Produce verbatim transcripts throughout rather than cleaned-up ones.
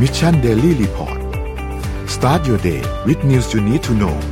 Mission Daily Report Start your day with news you need to know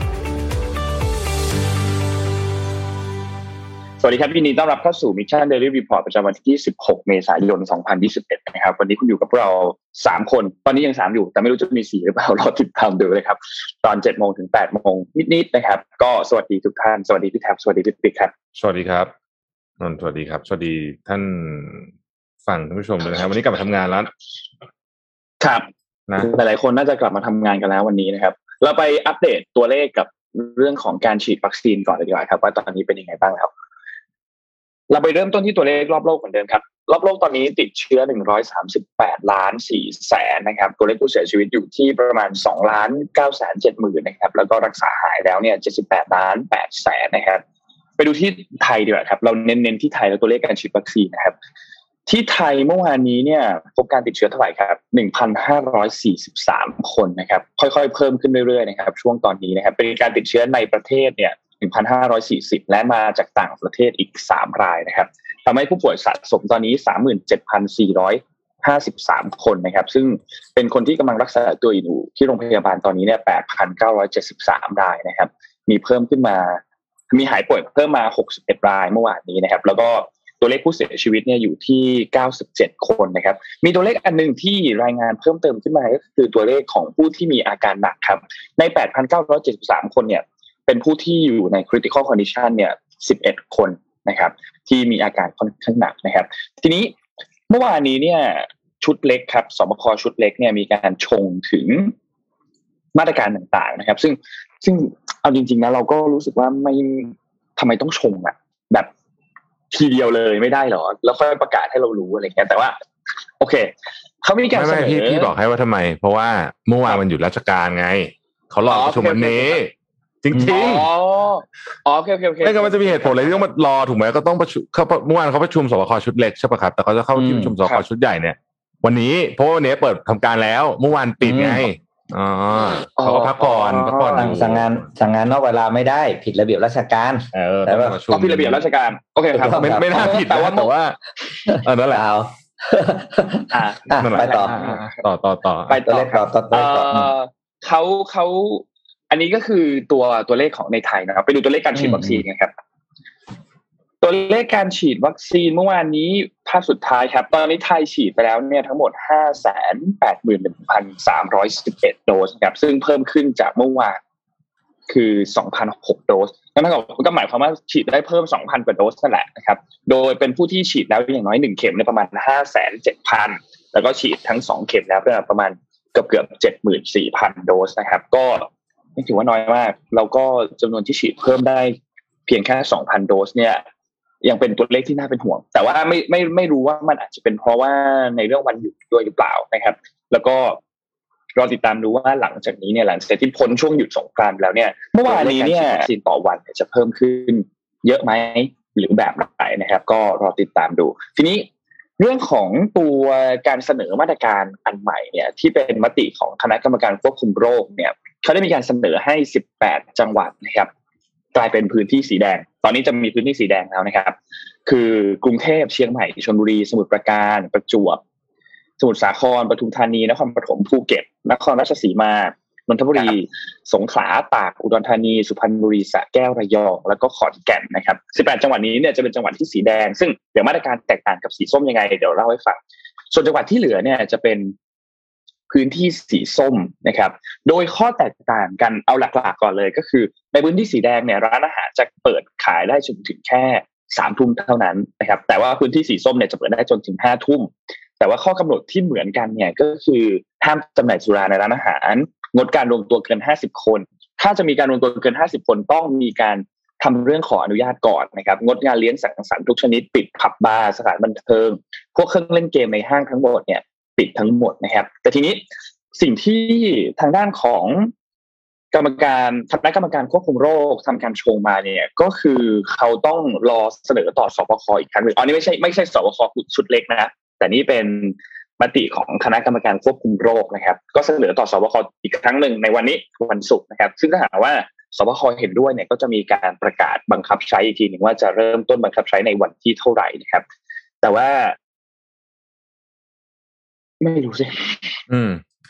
สวัสดีครับยินดีต้อนรับเข้าสู่ Mission Daily Report ประจำวันที่สิบหกเมษายนสองพันยี่สิบเอ็ดนะครับวันนี้คุณอยู่กับพวกเราสามคนตอนนี้ยังสามอยู่แต่ไม่รู้จะมีสี่หรือเปล่ารอติดตามดูเลยครับตอน เจ็ดโมง ถึง แปดโมง นิดๆนะครับก็สวัสดีทุกท่านสวัสดีพี่แท็บสวัสดีพี่ปิ๊กครับสวัสดีครับนนท์สวัสดีครับสวัสดีท่านฟังท่านผู้ชมด้วยนะครับวันนี้กลับมาทำงานแล้วครับนะหลายๆคนน่าจะกลับมาทำงานกันแล้ววันนี้นะครับเราไปอัปเดตตัวเลขกับเรื่องของการฉีดวัคซีนก่อนเลยดีกว่าครับว่าตอนนี้เป็นยังไงบ้างครับเราไปเริ่มต้นที่ตัวเลขรอบโลกเหมือนเดิมครับรอบโลกตอนนี้ติดเชื้อหนึ่งร้อยสามสิบแปดล้านสี่แสนนะครับตัวเลขผู้เสียชีวิตอยู่ที่ประมาณสองล้านเก้าแสนเจ็ดหมื่นนะครับแล้วก็รักษาหายแล้วเนี่ยเจ็ดสิบแปดล้านแปดแสนนะครับไปดูที่ไทยดีกว่าครับเราเน้นๆที่ไทยแล้วตัวเลขการฉีดวัคซีนนะครับที่ไทยเมื่อวานนี้เนี่ยพบการติดเชื้อเท่าไหร่ครับ หนึ่งพันห้าร้อยสี่สิบสาม คนนะครับค่อยๆเพิ่มขึ้นเรื่อยๆนะครับช่วงตอนนี้นะครับเป็นการติดเชื้อในประเทศเนี่ยหนึ่งพันห้าร้อยสี่สิบ และมาจากต่างประเทศอีกสามรายนะครับทำให้ผู้ป่วยสะสมตอนนี้ สามหมื่นเจ็ดพันสี่ร้อยห้าสิบสาม คนนะครับซึ่งเป็นคนที่กำลังรักษาตัวอยู่ที่โรงพยาบาลตอนนี้เนี่ย แปดพันเก้าร้อยเจ็ดสิบสาม รายนะครับมีเพิ่มขึ้นมามีหายป่วยเพิ่มมาหกสิบเอ็ดรายเมื่อวานนี้นะครับแล้วก็ตัวเลขผู้เสียชีวิตเนี่ยอยู่ที่เก้าสิบเจ็ดคนนะครับมีตัวเลขอันนึงที่รายงานเพิ่มเติมขึ้นมาก็คือตัวเลขของผู้ที่มีอาการหนักครับใน แปดพันเก้าร้อยเจ็ดสิบสาม คนเนี่ยเป็นผู้ที่อยู่ใน critical condition เนี่ยสิบเอ็ดคนนะครับที่มีอาการค่อนข้างหนักนะครับทีนี้เมื่อวานนี้เนี่ยชุดเล็กครับสบคชุดเล็กเนี่ยมีการชงถึงมาตรการต่างๆนะครับซึ่งซึ่งเอาจริงๆนะเราก็รู้สึกว่าไม่ทำไมต้องชงอ่ะแบบทีเดียวเลยไม่ได้หรอแล้วค่อยประกาศให้เรารู้อะไรเงี้ยแต่ว่าโอเคเขามีการเสนอพี่พี่บอกให้ว่าทำไมเพราะว่าเมื่อวานมันหยุดราชการไงเขารอประชุมวันนี้จริงๆอ๋ออ๋อโอเคโอเคโอเคไม่งั้นมันจะมีเหตุผลอะไรที่ต้องมารอถูกไหมก็ต้องประชุมเขาเมื่อวานเขาประชุมสบคชุดเล็กใช่ป่ะครับแต่เขาจะเข้าที่ประชุมสบคชุดใหญ่เนี่ยวันนี้เพราะวันนี้เปิดทำการแล้วเมื่อวานปิดไงอ๋อเขาก็พักก่อนพักก่อนสั่งงานสั่งงานนอกเวลาไม่ได้ผิดระเบียบราชการเออแต่ว่าก็ผิดระเบียบราชการโอเคครับไม่ไม่น่าผิดแต่ว่าแต่ว่าเออนั่นแหละอ่าไปต่อต่อต่อต่อไปต่อต่อต่อต่อเขาเขาอันนี้ก็คือตัวตัวเลขของในไทยนะครับไปดูตัวเลขการฉีดวัคซีนกันครับตัวเลขการฉีดวัคซีนเมื่อวานนี้ภาพสุดท้ายครับตอนนี้ไทยฉีดไปแล้วเนี่ยทั้งหมด ห้าแสนแปดหมื่นหนึ่งพันสามร้อยสิบเอ็ด โดสครับซึ่งเพิ่มขึ้นจากเมื่อวานคือ สองพันหก โดสนั่นก็หมายความว่าฉีดได้เพิ่ม สองพัน กว่าโดสนั่นแหละนะครับโดยเป็นผู้ที่ฉีดแล้วอย่างน้อยหนึ่งเข็มในประมาณ ห้าแสนเจ็ดพัน แล้วก็ฉีดทั้งสองเข็มแล้วประมาณเกือบๆ เจ็ดหมื่นสี่พัน โดสนะครับก็ไม่ถือว่าน้อยมากแล้วก็จำนวนที่ฉีดเพิ่มได้เพียงแค่ สองพัน โดสเนี่ยยังเป็นตัวเลขที่น่าเป็นห่วงแต่ว่าไม่ไม่ไม่รู้ว่ามันอาจจะเป็นเพราะว่าในเรื่องวันหยุดด้วยหรือเปล่านะครับแล้วก็รอติดตามดูว่าหลังจากนี้เนี่ยหลังจากที่พ้นช่วงหยุดสงกรานต์แล้วเนี่ยเมื่อวานนี้เนี่ยวัคซีนต่อวันจะเพิ่มขึ้นเยอะไหมหรือแบบไหนนะครับก็รอติดตามดูทีนี้เรื่องของตัวการเสนอมาตรการอันใหม่เนี่ยที่เป็นมติของคณะกรรมการควบคุมโรคเนี่ยเขาได้มีการเสนอให้สิบแปดจังหวัดนะครับกลายเป็นพื้นที่สีแดงตอนนี้จะมีพื้นที่สีแดงแล้วนะครับคือกรุงเทพเชียงใหม่ชลบุรีสมุทรปราการประจวบสมุทรสาครปทุมธานีนครปฐมภูเก็ตนครราชสีมานนทบุรีสงขลาตากอุดรธานีสุพรรณบุรีสระแก้วระยองแล้วก็ขอนแก่นนะครับสิบแปดจังหวัดนี้เนี่ยจะเป็นจังหวัดที่สีแดงซึ่งเดี๋ยวมาตรการแตกต่างกับสีส้มยังไงเดี๋ยวเล่าให้ฟังส่วนจังหวัดที่เหลือเนี่ยจะเป็นพื้นที่สีส้มนะครับโดยข้อแตกต่างกันเอาหลักๆก่อนเลยก็คือในพื้นที่สีแดงเนี่ยร้านอาหารจะเปิดขายได้จนถึงแค่สามทุ่มเท่านั้นนะครับแต่ว่าพื้นที่สีส้มเนี่ยจะเปิดได้จนถึงห้าทุ่มแต่ว่าข้อกำหนดที่เหมือนกันเนี่ยก็คือห้ามจำหน่ายสุราในร้านอาหารงดการรวมตัวเกินห้าสิบคนถ้าจะมีการรวมตัวเกินห้าสิบคนต้องมีการทำเรื่องขออนุญาตก่อนนะครับงดงานเลี้ยงสังสรรค์ทุกชนิดปิดผับบาร์สถานบันเทิงพวกเครื่องเล่นเกมในห้างทั้งหมดเนี่ยปิดทั้งหมดนะครับแต่ทีนี้สิ่งที่ทางด้านของกรรมการคณะกรรมการควบคุมโรคทำการชงมาเนี่ยก็คือเขาต้องรอเสนอต่อสบคอีกครั้งนึงอ๋อนี่ไม่ใช่ไม่ใช่สบคชุดเล็กนะแต่นี่เป็นมติของคณะกรรมการควบคุมโรคนะครับก็เสนอต่อสบคอีกครั้งนึงในวันนี้วันศุกร์นะครับซึ่งถ้าหากว่าสบคเห็นด้วยเนี่ยก็จะมีการประกาศบังคับใช้อีกทีนึงว่าจะเริ่มต้นบังคับใช้ในวันที่เท่าไหร่นะครับแต่ว่าไม่รู้สิอืม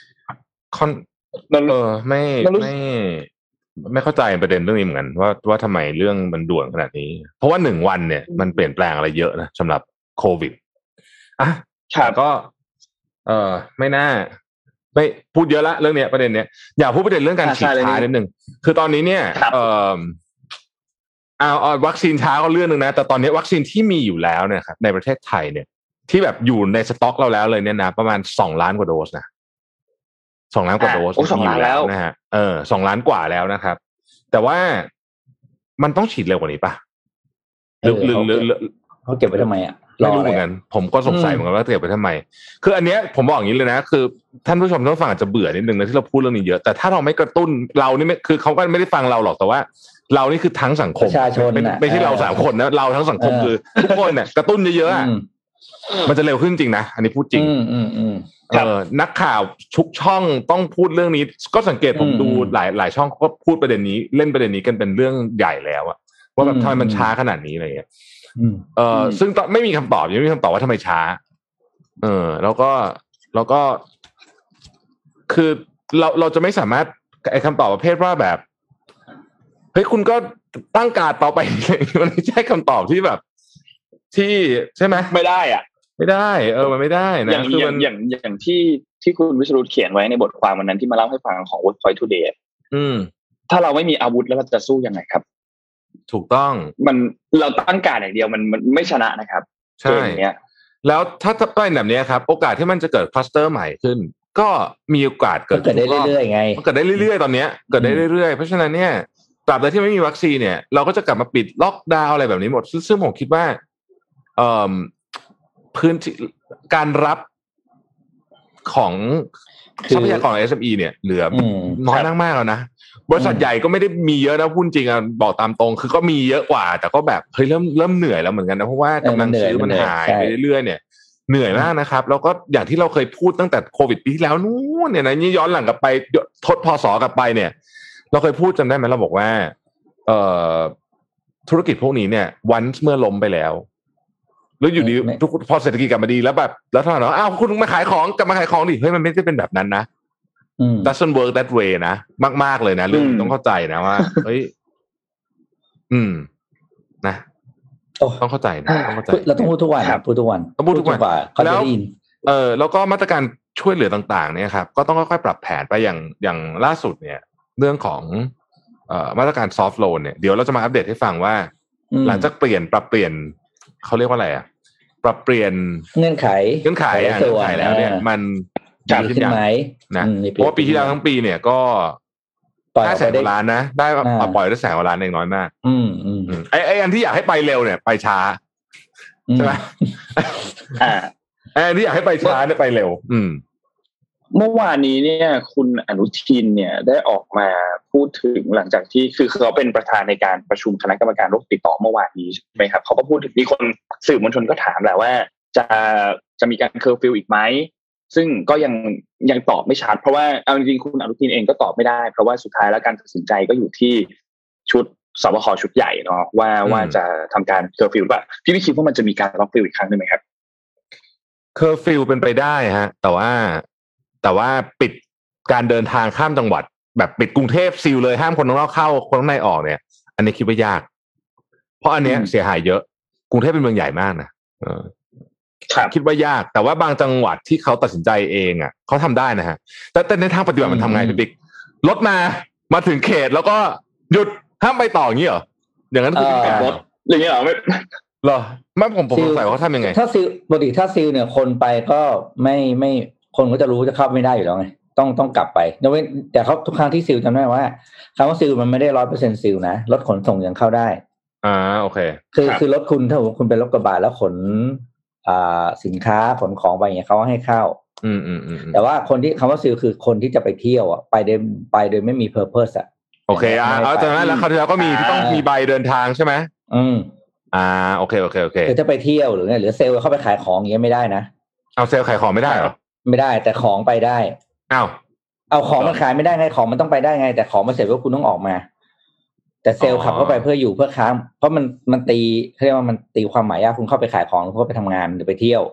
คอนเออไม่ไม่ไม่เข้าใจประเด็นเรื่องนี้เหมือนกันว่าว่าทำไมเรื่องมันด่วนขนาดนี้เพราะว่าหนึ่งวันเนี่ยมันเปลี่ยนแปลงอะไรเยอะนะสำหรับโควิดอ่ะก็เออไม่น่าไม่พูดเยอะละเรื่องเนี้ยประเด็นเนี้ยอยากพูดประเด็นเรื่องการฉีดช้านิดนึงคือตอนนี้เนี่ยเออเอาเอาวัคซีนช้าก็เรื่องนึงนะแต่ตอนนี้วัคซีนที่มีอยู่แล้วเนี่ยครับในประเทศไทยเนี่ยที่แบบอยู่ในสต็อกเราแล้วเลยเนี่ยนะประมาณสองล้านกว่าโดสนะสองล้านกว่าโดสสองล้านแล้วนะฮะเออสองล้านกว่าแล้วนะครับแต่ว่ามันต้องฉีดเร็วกว่านี้ป่ะหรือหรือหรือเขาเก็บไว้ทำไมอ่ะไม่รู้เหมือนกันผมก็สงสัยเหมือนกันว่าเก็บไว้ทำไมคืออันเนี้ยผมบอกอย่างนี้เลยนะคือท่านผู้ชมท่านฟังอาจจะเบื่อนิดนึงนะที่เราพูดเรื่องนี้เยอะแต่ถ้าเราไม่กระตุ้นเรานี่ไม่คือเขาก็ไม่ได้ฟังเราหรอกแต่ว่าเรานี่คือทั้งสังคมประชาชนไม่ใช่เราสามคนนะเราทั้งสังคมคือทุกคนเนี่ยกระตุ้นเยอะๆมันจะเร็วขึ้นจริงนะอันนี้พูดจริงเออนักข่าวทุกช่องต้องพูดเรื่องนี้ก็สังเกตผมดูหลายหลายช่องก็พูดประเด็นนี้เล่นประเด็นนี้กันเป็นเรื่องใหญ่แล้วอะว่าแบบทำไมมันช้าขนาดนี้อะไรเงี้ยเออซึ่งไม่มีคำตอบยังไม่มีคำตอบว่าทำไมช้าเออแล้วก็แล้วก็คือเราเราจะไม่สามารถไอ้คำตอบประเภทว่าแบบเฮ้ยคุณก็ตั้งการต่อไปมันไม่ใช่คำตอบที่แบบที่ใช่ไหมไม่ได้อ่ะไม่ได้เออมันไม่ได้นะอย่างอย่างอย่างอย่างที่ที่คุณวิศรุตเขียนไว้ในบทความวันนั้นที่มาเล่าให้ฟังของ Workpoint Today อืมถ้าเราไม่มีอาวุธแล้วเราจะสู้ยังไงครับถูกต้องมันเราตั้งการอย่างเดียวมันมันไม่ชนะนะครับใช่แล้วถ้าถ้าเป็นแบบนี้ครับโอกาสที่มันจะเกิดคลัสเตอร์ใหม่ขึ้นก็มีโอกาสเกิดได้เรื่อยๆไงเกิดได้เรื่อยๆตอนนี้เกิดได้เรื่อยๆเพราะฉะนั้นเนี่ยตราบใดที่ไม่มีวัคซีนเนี่ยเราก็จะกลับมาปิดล็อกดาวน์อะไรแบบนี้หมดซึ่งผมคิดว่าเอ่อพื้นที่การรับของทรัพยากร เอส เอ็ม อี เนี่ยเหลือน้อยมากๆแล้วนะบริษัทใหญ่ก็ไม่ได้มีเยอะนะพูดจริงอ่ะบอกตามตรงคือก็มีเยอะกว่าแต่ก็แบบเฮ้ยเริ่มเริ่มเหนื่อยแล้วเหมือนกันนะเพราะว่ากำลังซื้อมันหายไปเรื่อยๆเนี่ยเหนื่อยมากนะครับแล้วก็อย่างที่เราเคยพูดตั้งแต่โควิดปีที่แล้วนู้นเนี่ยนะนี่ย้อนหลังกลับไปทดพศกลับไปเนี่ยเราเคยพูดจำได้ไหมเราบอกว่าเอ่อธุรกิจพวกนี้เนี่ยวันเมื่อล้มไปแล้วแล้วอยู่ดีทุกพอเศรษฐกิจกลับมาดีแล้วแบบแล้วท่านบอกอ้าวคุณมาขายของกลับมาขายของดิเฮ้ยมันไม่ได้เป็นแบบนั้นนะdoesn't work that way นะมากๆเลยนะเรื่องต้องเข้าใจนะว่าเฮ้ยอืมนะต้องเข้าใจนะต้องเข้าใจเราต้องพูดทุกวันพูดทุกวันต้องพูดทุกวันแล้วเออแล้วก็มาตรการช่วยเหลือต่างๆเนี่ยครับก็ต้องค่อยๆปรับแผนไปอย่างอย่างล่าสุดเนี่ยเรื่องของเอ่อมาตรการ soft loan เนี่ยเดี๋ยวเราจะมาอัปเดตให้ฟังว่าหลังจากเปลี่ยนปรับเปลี่ยนเขาเรียกว่าอะไรอ่ะปรับเปลี่ยนเงื่อนไขเงื่อนไขอ่ะเงื่อนไขแล้วเนี่ยมันดีขึ้นไหมนะเพราะว่าปีที่แล้วทั้งปีเนี่ยก็ห้าแสนกว่าล้านนะได้ปล่อยได้แสนกว่าล้านเองน้อยมากอืมอืมไอไออันที่อยากให้ไปเร็วเนี่ยไปช้าใช่ไหมอ่าไออันที่อยากให้ไปช้าเนี่ยไปเร็วอืมเมื่อวานนี้เนี่ยคุณอนุทินเนี่ยได้ออกมาพูดถึงหลังจากที่คือเขาเป็นประธานในการประชุมคณะกรรมการโรคติดต่อเมื่อวานนี้ใช่ไหมครับเขาก็พูดถึงมีคนสื่อมวลชนก็ถามแหละว่าจะจะมีการเคอร์ฟิวอีกไหมซึ่งก็ยังยังตอบไม่ชัดเพราะว่าเอาจริงๆคุณอนุทินเองก็ตอบไม่ได้เพราะว่าสุดท้ายแล้วการตัดสินใจก็อยู่ที่ชุดสบคชุดใหญ่เนาะว่าว่าจะทำการเคอร์ฟิวหรือเปล่าพี่วิคิดว่ามันจะมีการล็อกฟิวอีกครั้งนึงไหมครับเคอร์ฟิวเป็นไปได้ฮะแต่ว่าแต่ว่าปิดการเดินทางข้ามจังหวัดแบบปิดกรุงเทพซีลเลยห้ามคนข้างนอกเข้าคนข้างในออกเนี่ยอันนี้คิดว่ายากเพราะอันเนี้ยเสียหายเยอะกรุงเทพเป็นเมืองใหญ่มากนะเออคิดว่ายากแต่ว่าบางจังหวัดที่เขาตัดสินใจเองอ่ะเขาทำได้นะฮะแต่แต่ในทางปฏิบัติมันทำไงพี่บิ๊กรถมามาถึงเขตแล้วก็หยุดห้ามไปต่ออย่างนี้เหรออย่างนั้นคือการรถอย่างนี้เหรอไม่เหรอไม่ผมผมสงสัยว่าเขาทำยังไงถ้าซิลปกติถ้าซิลเนี่ยคนไปก็ไม่ไม่คนก็จะรู้จะเข้าไม่ได้อยู่แล้วไงต้องต้องกลับไปแต่เขาทุกครั้งที่ซิลจำได้ว่าคำว่าซิลมันไม่ได้ร้อยเปอร์เซ็นต์ซิลนะรถขนส่งยังเข้าได้อ่าโอเคคือคือรถคุณถ้าคุณเป็นรถกระบะแล้วขนอ่าสินค้าขนของไปอย่างเงี้ยเขาให้เข้าอืมอืมอืมแต่ว่าคนที่คำว่าซิลคือคนที่จะไปเที่ยวอ่ะไปโดยไปโดยไม่มีเพอร์เพสอ่ะโอเคอ่าเอาจากนั้นแล้วคราวที่แล้วก็มีที่ต้องมีใบเดินทางใช่ไหมอืมอ่าโอเคโอเคโอเคคือถ้าไปเที่ยวหรือไงหรือเซลล์เข้าไปขายของอย่างเงี้ยไม่ได้นะเอาเซลล์ขายของไม่ได้หรอไม่ได้แต่ของไปได้อ้าวเอาของมันขายไม่ได้ไงของมันต้องไปได้ไงแต่ของมาเสร็จว่าคุณต้องออกมาแต่เซลล์ขับเข้าไปเพื่ออยู่เพื่อค้าเพราะมันมันตีเรียกว่ามันตีความหมายว่าคุณเข้าไปขายของคุณเข้าไปทำงานหรือไปเที่ยว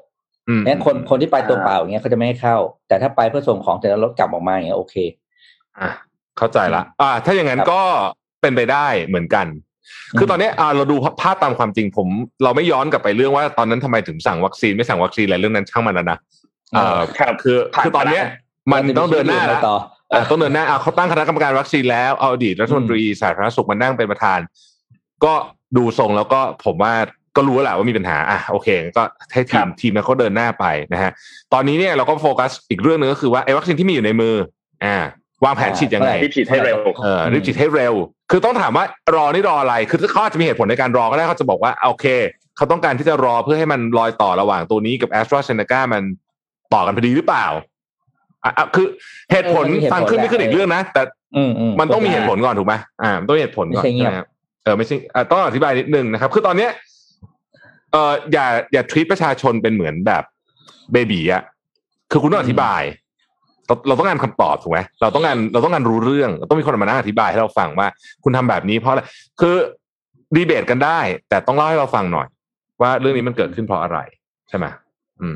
งั้นคนคนที่ไปตัวเปล่าอย่างเงี้ยเขาจะไม่ให้เข้าแต่ถ้าไปเพื่อส่งของเสร็จแล้วรถกลับออกมาอย่างเงี้ยโอเคอ่ะเข้าใจละอ่าถ้าอย่างนั้นก็เป็นไปได้เหมือนกันคือตอนนี้อ่าเราดูภาพตามความจริงผมเราไม่ย้อนกลับไปเรื่องว่าตอนนั้นทำไมถึงสั่งวัคซีนไม่สั่งวัคซีนอะไรเรื่องนั้นช่างมันแล้วนะอ่าคือคือตอนนี้มันต้องเดินหน้าแล้วอ่าต้องเดินหน้าอ่าเขาตั้งคณะกรรมการวัคซีนแล้วเอาอดีตรัฐมนตรีสาธารณสุขมานั่งเป็นประธานก็ดูทรงแล้วก็ผมว่าก็รู้แหละว่ามีปัญหาอ่ะโอเคก็ให้ทีมทีมนั้นเขาเดินหน้าไปนะฮะตอนนี้เนี่ยเราก็โฟกัสอีกเรื่องนึงก็คือว่าไอ้วัคซีนที่มีอยู่ในมืออ่าวางแผนฉีดยังไงรีบฉีดให้เร็วเออรีบฉีดให้เร็วคือต้องถามว่ารอนี่รออะไรคือเขาอาจจะมีเหตุผลในการรอก็ได้เขาจะบอกว่าโอเคเขาต้องการที่จะรอเพื่อให้มันรอยต่อระหว่างตัวนี้กับ AstraZeneca มันต่อกันพอดีหรือเปล่าอ่ะคือเหตุผลฟังขึ้นไม่ขึ้นอีกเรื่องนะแต่มันต้องมีเหตุผลก่อนถูกไหมอ่าต้องมีเหตุผลก่อนนะครับเออไม่ใช่ต้องอธิบายนิดนึงนะครับคือตอนเนี้ยเอออย่าอย่าทรีตประชาชนเป็นเหมือนแบบเบบีอ่ะคือคุณต้องอธิบายเราเราต้องการคำตอบถูกไหมเราต้องการเราต้องการรู้เรื่องเราต้องมีคนมานั่งอธิบายให้เราฟังว่าคุณทำแบบนี้เพราะอะไรคือดีเบตกันได้แต่ต้องเล่าให้เราฟังหน่อยว่าเรื่องนี้มันเกิดขึ้นเพราะอะไรใช่ไหมอืม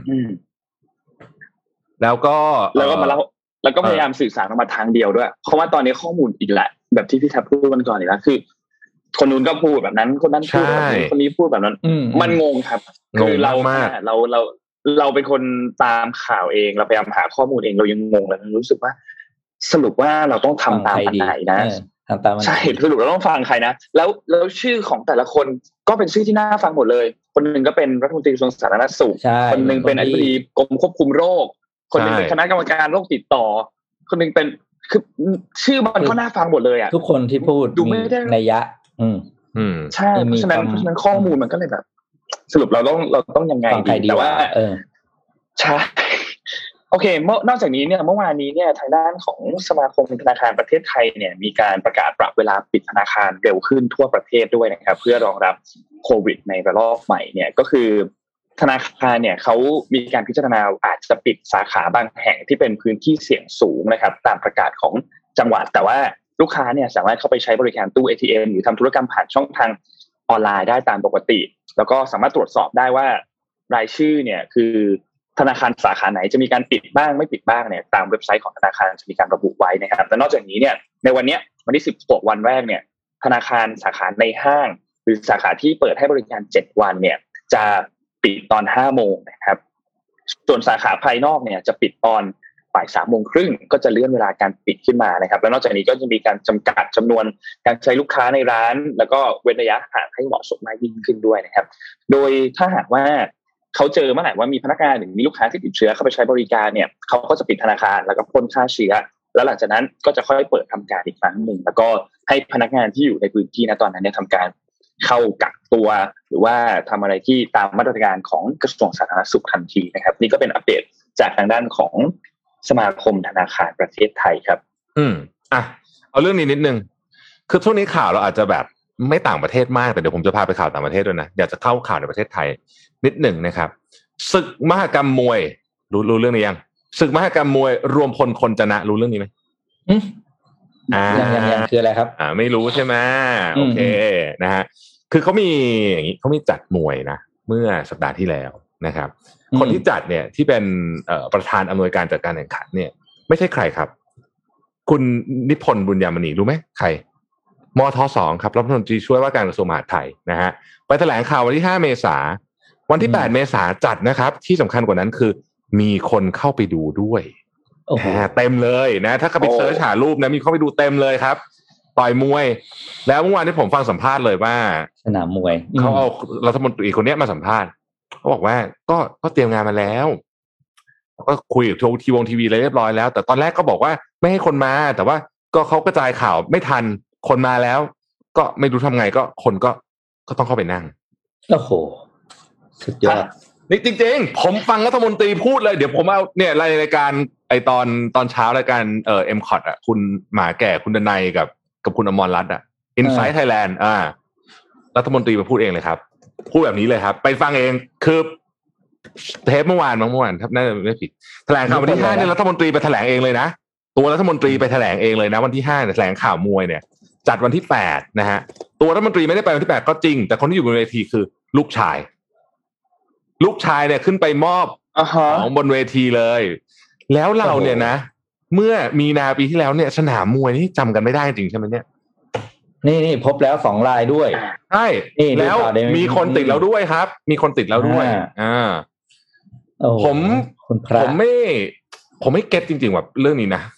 แล้วก็แล้วก็มาเล่าแล้วก็พยายามสื่อสารออกมาทางเดียวด้วยเพราะว่าตอนนี้ข้อมูลอีกแหละแบบที่พี่แทบพูดวันก่อนอีกแล้วคือคนนู้นก็พูดแบบนั้นคนนั้นพูดแบบนี้คนนี้พูดแบบนั้นมันงงครับคือเราเราเราเราเป็นคนตามข่าวเองเราพยายามหาข้อมูลเองเรายังงงเลยรู้สึกว่าสรุปว่าเราต้องทำตามไหนนะใช่สรุปเราต้องฟังใครนะแล้วแล้วชื่อของแต่ละคนก็เป็นชื่อที่น่าฟังหมดเลยคนหนึ่งก็เป็นรัฐมนตรีกระทรวงสาธารณสุขคนหนึ่งเป็นอธิบดีกรมควบคุมโรคคนหนึ่งเป็นคณะกรรมการโรคติดต่อคนหนึ่งเป็นคือชื่อมันก็น่าฟังหมดเลยอ่ะทุกคนที่พูดดูไม่ได้นัยยะอืมอืมใช่เพราะฉะนั้นเพราะฉะนั้นข้อมูลมันก็เลยแบบสรุปเราต้องเราต้องยังไงดีแต่ว่าเออใช่โอเคเมื่อนอกจากนี้เนี่ยเมื่อวานนี้เนี่ยทางด้านของสมาคมธนาคารประเทศไทยเนี่ยมีการประกาศปรับเวลาปิดธนาคารเร็วขึ้นทั่วประเทศด้วยนะครับเพื่อรองรับโควิดในระลอกใหม่เนี่ยก็คือธนาคารเนี่ยเขามีการพิจารณาอาจจะปิดสาขาบางแห่งที่เป็นพื้นที่เสี่ยงสูงนะครับตามประกาศของจังหวัดแต่ว่าลูกค้าเนี่ยสามารถเข้าไปใช้บริการตู้ เอ ที เอ็ม หรือทำธุรกรรมผ่านช่องทางออนไลน์ได้ตามปกติแล้วก็สามารถตรวจสอบได้ว่ารายชื่อเนี่ยคือธนาคารสาขาไหนจะมีการปิดบ้างไม่ปิดบ้างเนี่ยตามเว็บไซต์ของธนาคารจะมีการระบุไว้นะครับและนอกจากนี้เนี่ยในวันนี้วันที่สิบหกวันแรกเนี่ยธนาคารสาขาในห้างหรือสาขาที่เปิดให้บริการเจ็ดวันเนี่ยจะปิดตอนห้าโมงนะครับส่วนสาขาภายนอกเนี่ยจะปิดตอนบ่ายสามโมงครึ่งก็จะเลื่อนเวลาการปิดขึ้นมานะครับแล้วนอกจากนี้ก็จะมีการจำกัดจำนวนการใช้ลูกค้าในร้านแล้วก็เว้นระยะห่างให้เหมาะสมมากยิ่งขึ้นด้วยนะครับโดยถ้าหากว่าเขาเจอเมื่อไหร่ว่ามีพนักงานหรือมีลูกค้าที่ติดเชื้อเข้าไปใช้บริการเนี่ยเขาก็จะปิดธนาคารแล้วก็พ่นฆ่าเชื้อแล้วหลังจากนั้นก็จะค่อยเปิดทำการอีกครั้งหนึ่งแล้วก็ให้พนักงานที่อยู่ในพื้นที่ณตอนนั้นเนี่ยทำการเข้ากักตัวหรือว่าทำอะไรที่ตามมาตรการของกระทรวงสาธารณสุขทันทีนะครับนี่ก็เป็นอัปเดตจากทางด้านของสมาคมธนาคารประเทศไทยครับอืมอ่ะเอาเรื่องนี้นิดนึงคือช่วงนี้ข่าวเราอาจจะแบบไม่ต่างประเทศมากแต่เดี๋ยวผมจะพาไปข่าวต่างประเทศด้วยนะอยากจะเข้าข่าวในประเทศไทยนิดหนึ่งนะครับศึกมหกรรมมวยรู้รู้เรื่องนี้ยังศึกมหกรรมมวยรวมพลคนชนะรู้เรื่องนี้ไหมอืมอ่ายังยังยังคืออะไรครับอ่าไม่รู้ใช่ไหมโอเคนะฮะคือเขามีอย่างนี้เขามีจัดมวยนะเมื่อสัปดาห์ที่แล้วนะครับคนที่จัดเนี่ยที่เป็นประธานอำนวยการจัดการแข่งขันเนี่ยไม่ใช่ใครครับคุณนิพนธ์บุญญามณีรู้ไหมใครมท.สองครับรัฐมนตรีช่วยว่าการกระทรวงมหาดไทยนะฮะไปแถลงข่าววันที่ห้าเมษายนวันที่แปดเมษายนจัดนะครับที่สำคัญกว่านั้นคือมีคนเข้าไปดูด้วยเต็มเลยนะถ้าเข้าไปเสิร์ชหารูปนะมีเข้าไปดูเต็มเลยครับต่อยมวยแล้วเมื่อวานที่ผมฟังสัมภาษณ์เลยว่าสนามมวยเขาเอารัฐมนตรีคนนี้มาสัมภาษณ์เขาบอกว่าก็ก็เตรียมงานมาแล้วก็คุยกับทีวงทีวีอะไรเรียบร้อยแล้วแต่ตอนแรกก็บอกว่าไม่ให้คนมาแต่ว่าก็เขากระจายข่าวไม่ทันคนมาแล้วก็ไม่รู้ทำไงก็คนก็ก็ต้องเข้าไปนั่งโอ้โหสุดยอดนี่จริงๆผมฟังรัฐมนตรีพูดเลยเดี๋ยวผมเอาเนี่ยรายการไอตอนตอนเช้ารายการเอ่อ เอ็ม คอท อ่ะคุณหมาแก่คุณดนัยกับกับคุณอมรรัตน์อ่ะ Inside Thailand อ่ารัฐมนตรีมาพูดเองเลยครับพูดแบบนี้เลยครับไปฟังเองคือเทปเมื่อวานเมื่อวานครับน่าจะไม่ผิดแถลงข่าววันที่ห้าเนี่ยรัฐมนตรีไปแถลงเองเลยนะตัวรัฐมนตรีไปแถลงเองเลยนะวันที่ห้าเนี่ยแถลงข่าวมวยเนี่ยจัดวันที่แปดนะฮะตัวรัฐมนตรีไม่ได้ไปวันที่แปดก็จริงแต่คนที่อยู่บนเวทีคือลูกชายลูกชายเนี่ยขึ้นไปมอบของบนเวทีเลยแล้วเราเนี่ยนะเมื่อมีนาปีที่แล้วเนี่ยสนามมวยนี่จำกันไม่ได้จริงใช่ไหมเนี่ยนี่นี่พบแล้วสองรายด้วยใช่แล้วมีคนติดแล้วด้วยครับมีคนติดแล้วด้วยอ่าผมผมไม่ผมไม่เก็ตจริงๆแบบเรื่องนี้นะ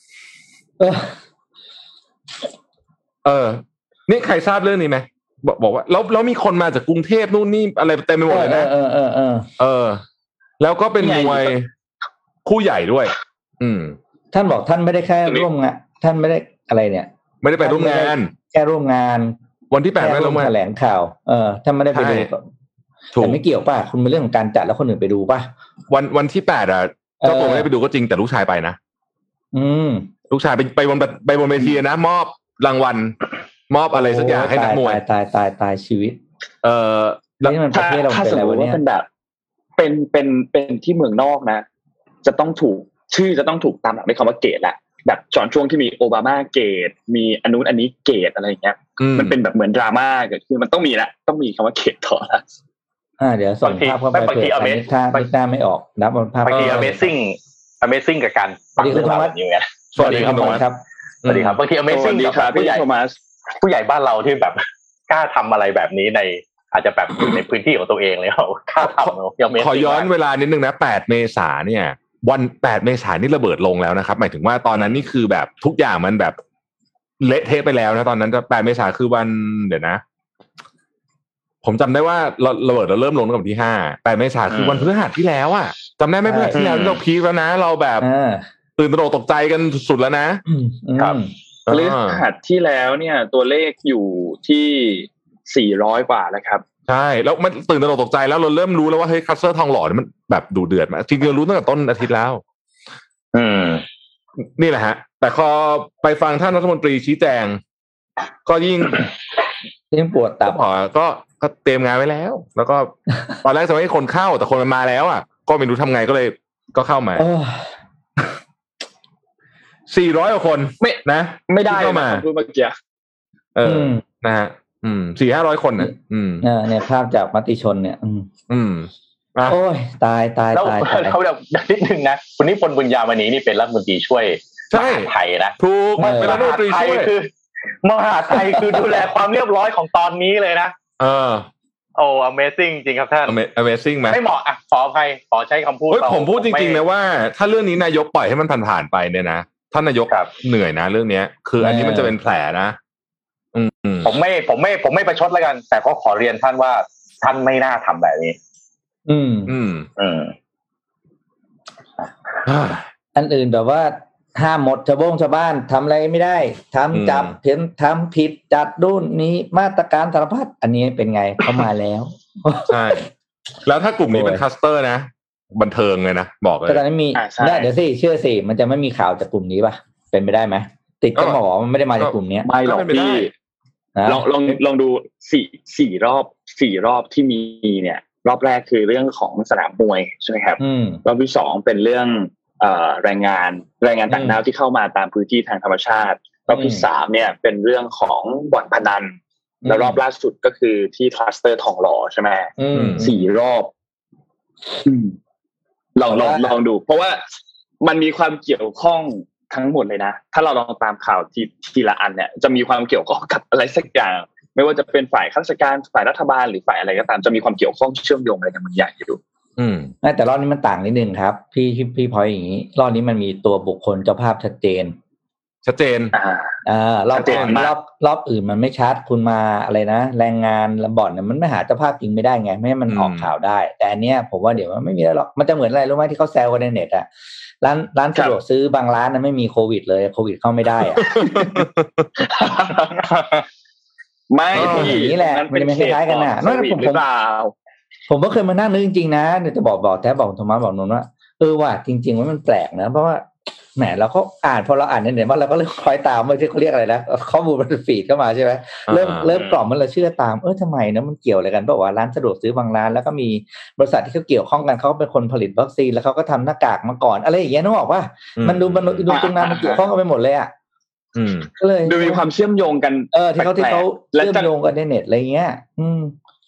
เออนี่ใครทราบเรื่องนี้ไหมบอกบอกว่าแล้วแล้วมีคนมาจากกรุงเทพนู่นนี่อะไรเต็มไปหมดเลยนะเออเออเออเออแล้วก็เป็นมวยคู่ใหญ่ด้วยอืมท่านบอกท่านไม่ได้แค่ร่วมงานท่านไม่ได้อะไรเนี่ยไม่ได้ไปร่วมงานแค่ร่วมงานวันที่แปดไม่ร่วมแถลงข่าวเออท่านไม่ได้ไปดูแต่ไม่เกี่ยวป่ะคุณเป็นเรื่องของการจัดแล้วคนอื่นไปดูป่ะวันวันที่แปดอ่ะเจ้าตัวไม่ได้ไปดูก็จริงแต่ลูกชายไปนะอืมลูกชายไปไปบนไปบนเวทีนะมอบรางวัลมอบอะไรสักอย่างให้นักมวยตายตายตายชีวิตเอ่อถ้าถ้าสมมติว่าเป็นแบบเป็นเป็นเป็นที่เมืองนอกนะจะต้องถูกชื่อจะต้องถูกตามหลักด้วยคำว่าเกตแหละแบบตอนช่วงที่มีโอบามาเกตมีอนุอันนี้เกตอะไรอย่างเงี้ยมันเป็นแบบเหมือนดราม่าเกิดขึ้นมันต้องมีละต้องมีคำว่าเกตต่อละอ่าเดี๋ยวส่งภาพเข้าไปเผื่อนิท่านิท่าไม่ออกนับบนภาพบางที amazing amazing กับการฟังเรื่องราวแบบนี้ไงสวัสดีครับครับสวัสดีครับบางที amazing กับผู้ใหญ่ผู้ใหญ่บ้านเราที่แบบกล้าทำอะไรแบบนี้ในอาจจะแบบอยู่ในพื้นที่ของตัวเองเลยเขากล้าทำขอย้อนเวลานิดนึงนะแปดเมษายนเนี่ยวันแปดเมษายนนี่ระเบิดลงแล้วนะครับหมายถึงว่าตอนนั้นนี่คือแบบทุกอย่างมันแบบเละเทะไปแล้วนะตอนนั้นแปดเมษายนคือวันเดี๋ยวนะผมจำได้ว่าระเบิดเราเริ่มลงตั้งแต่วันที่ห้าแปดเมษายนคือวันพฤหัสที่แล้วอ่ะจำได้ไหมพฤหัสที่แล้วเราพีคแล้วนะเราแบบตื่นตระหนกตกใจกันสุดๆแล้วนะครับพฤหัสที่แล้วเนี่ยตัวเลขอยู่ที่สี่ร้อยกว่าแล้วครับใช่แล้วมันตื่นตระหนกตกใจแล้วเราเริ่มรู้แล้วว่าเฮ้ยคัสเซอร์ทองหล่อนี่มันแบบดูเดือดมากจริงๆเรารู้ตั้งแต่ต้นอาทิตย์แล้วอืมนี่แหละฮะแต่พอไปฟังท่านรัฐมนตรีชี้แจงก็ยิ่งยิ่งปวดตับก็ก็เตรียมงานไว้แล้วแล้วก็ตอนแรกจะไม่ให้คนเข้าแต่คนมันมาแล้วอ่ะก็ไม่รู้ทำไงก็เลยก็เข้ามาสี่ร้อยกว่าคนไม่นะไม่ได้เข้ามาพูดเมื่อกี้เออนะฮะอืมสี่ห้าร้อยคนนะอืมเออเนี่ยภาพจากมติชนเนี่ยอืมอืมโอ้ยตายตายตายเขาแบบนิดนึงนะคุณนิพนธ์บุญญามณีนี่เป็นรัฐมนตรีช่วยมหาไทยนะถูกเป็นรัฐมนตรีช่วยคือมหาไทยคือดูแลความเรียบร้อยของตอนนี้เลยนะเออโอ้ amazing จริงครับท่าน amazing ไหมไม่เหมาะอ่ะขออภัยขอใช้คำพูดเราผมพูดจริงๆนะว่าถ้าเรื่องนี้นายกปล่อยให้มันผ่านๆไปเนี่ยนะท่านนายกเหนื่อยนะเรื่องนี้คืออันนี้มันจะเป็นแผลนะผมไม่ผมไม่ผมไม่ประชดแล้วกันแต่ก็ขอเรียนท่านว่าท่านไม่น่าทำแบบนี้อืมอืมอืมอันอื่นแบบว่าห้ามหมดชาวบ้งชาวบ้านทำอะไรไม่ได้ทำจับเห็นทำผิดจัดรุ่นนี้มาตรการสารพัดอันนี้เป็นไงเข้ามาแล้วใช่แล้วถ้ากลุ่มนี้เป็นคัสเตอร์นะบันเทิงเลยนะบอกเลยแต่ตอนนี้มีเนี่ยเดี๋ยวสิเชื่อสิมันจะไม่มีข่าวจากกลุ่มนี้ป่ะเป็นไปได้ไหมติดก็บอกว่ามันไม่ได้มาจากกลุ่มนี้ไม่หรอกพี่ลองลองลองดูสี่สี่รอบสี่รอบที่มีเนี่ยรอบแรกคือเรื่องของสนามมวยใช่ไหมครับรอบที่สองเป็นเรื่องเอ่อแรงงานแรงงานต่างด้าวที่เข้ามาตามพื้นที่ทางธรรมชาติรอบที่สามเนี่ยเป็นเรื่องของบ่อนพนันแล้วรอบล่าสุดก็คือที่คลัสเตอร์ทองหล่อใช่ไหมสี่รอบลองลองลองดูเพราะว่ามันมีความเกี่ยวข้องทั้งหมดเลยนะถ้าเราลองตามข่าวทีทีละอันเนี่ยจะมีความเกี่ยวข้องกับอะไรสักอย่างไม่ว่าจะเป็นฝ่ายข้าราชการฝ่ายรัฐบาลหรือฝ่ายอะไรก็ตามจะมีความเกี่ยวข้องเชื่อมโยงอะไรกันบางอย่างอยู่อืมแต่รอบนี้มันต่างนิดนึงครับพี่พี่พอยอย่างนี้รอบนี้มันมีตัวบุคคลเจ้าภาพชัดเจนชัดเจนอ่าอ่ารอบรอบรอบอื่นมันไม่ชัดคุณมาอะไรนะแรงงานระบ่อนเนี่ยมันไม่หาเจ้าภาพจริงไม่ได้ไงไม่ให้มันออกข่าวได้แต่อันเนี้ยผมว่าเดี๋ยวมันไม่มีหรอกมันจะเหมือนอะไรรู้ไหมที่เขาแซวกันในเน็ตอะร้านร้านสะดวกซื้อบางร้านนั้นไม่มีโควิดเลยโควิดเข้าไม่ได้อะไม่อย่างนี้แหละมันจะเป็นคล้ายๆกันน่ะนั่นผมผมผมก็เคยมานั่งนึกจริงๆนะเดี๋ยวจะบอกบอกแท้บอกโทมัสบอกนนท์ว่าเออว่าจริงๆว่ามันแปลกนะเพราะว่าแหมเราก็อ่านพอเราอ่านในเน็ตว่าเราก็เริ่มคอยตามว่าที่เขาเรียกอะไรนะข้อมูลมันฟีดเข้ามาใช่ไหมเริ่มเริ่มกล่อมมันเราเชื่อตามเออทำไมนะมันเกี่ยวอะไรกันเพราะว่าร้านสะดวกซื้อบางร้านแล้วก็มีบริษัทที่เขาเกี่ยวข้องกันเขาเป็นคนผลิตวัคซีนแล้วเขาก็ทำหน้ากากมาก่อนอะไรอย่างเงี้ยนึกออกป่ะมันดูมันดูตรงนั้นมันเกี่ยวข้องกันไปหมดเลยอ่ะก็เลยดูมีความเชื่อมโยงกันเออที่เขาที่เขาเชื่อมโยงกันในเน็ตอะไรเงี้ยอืม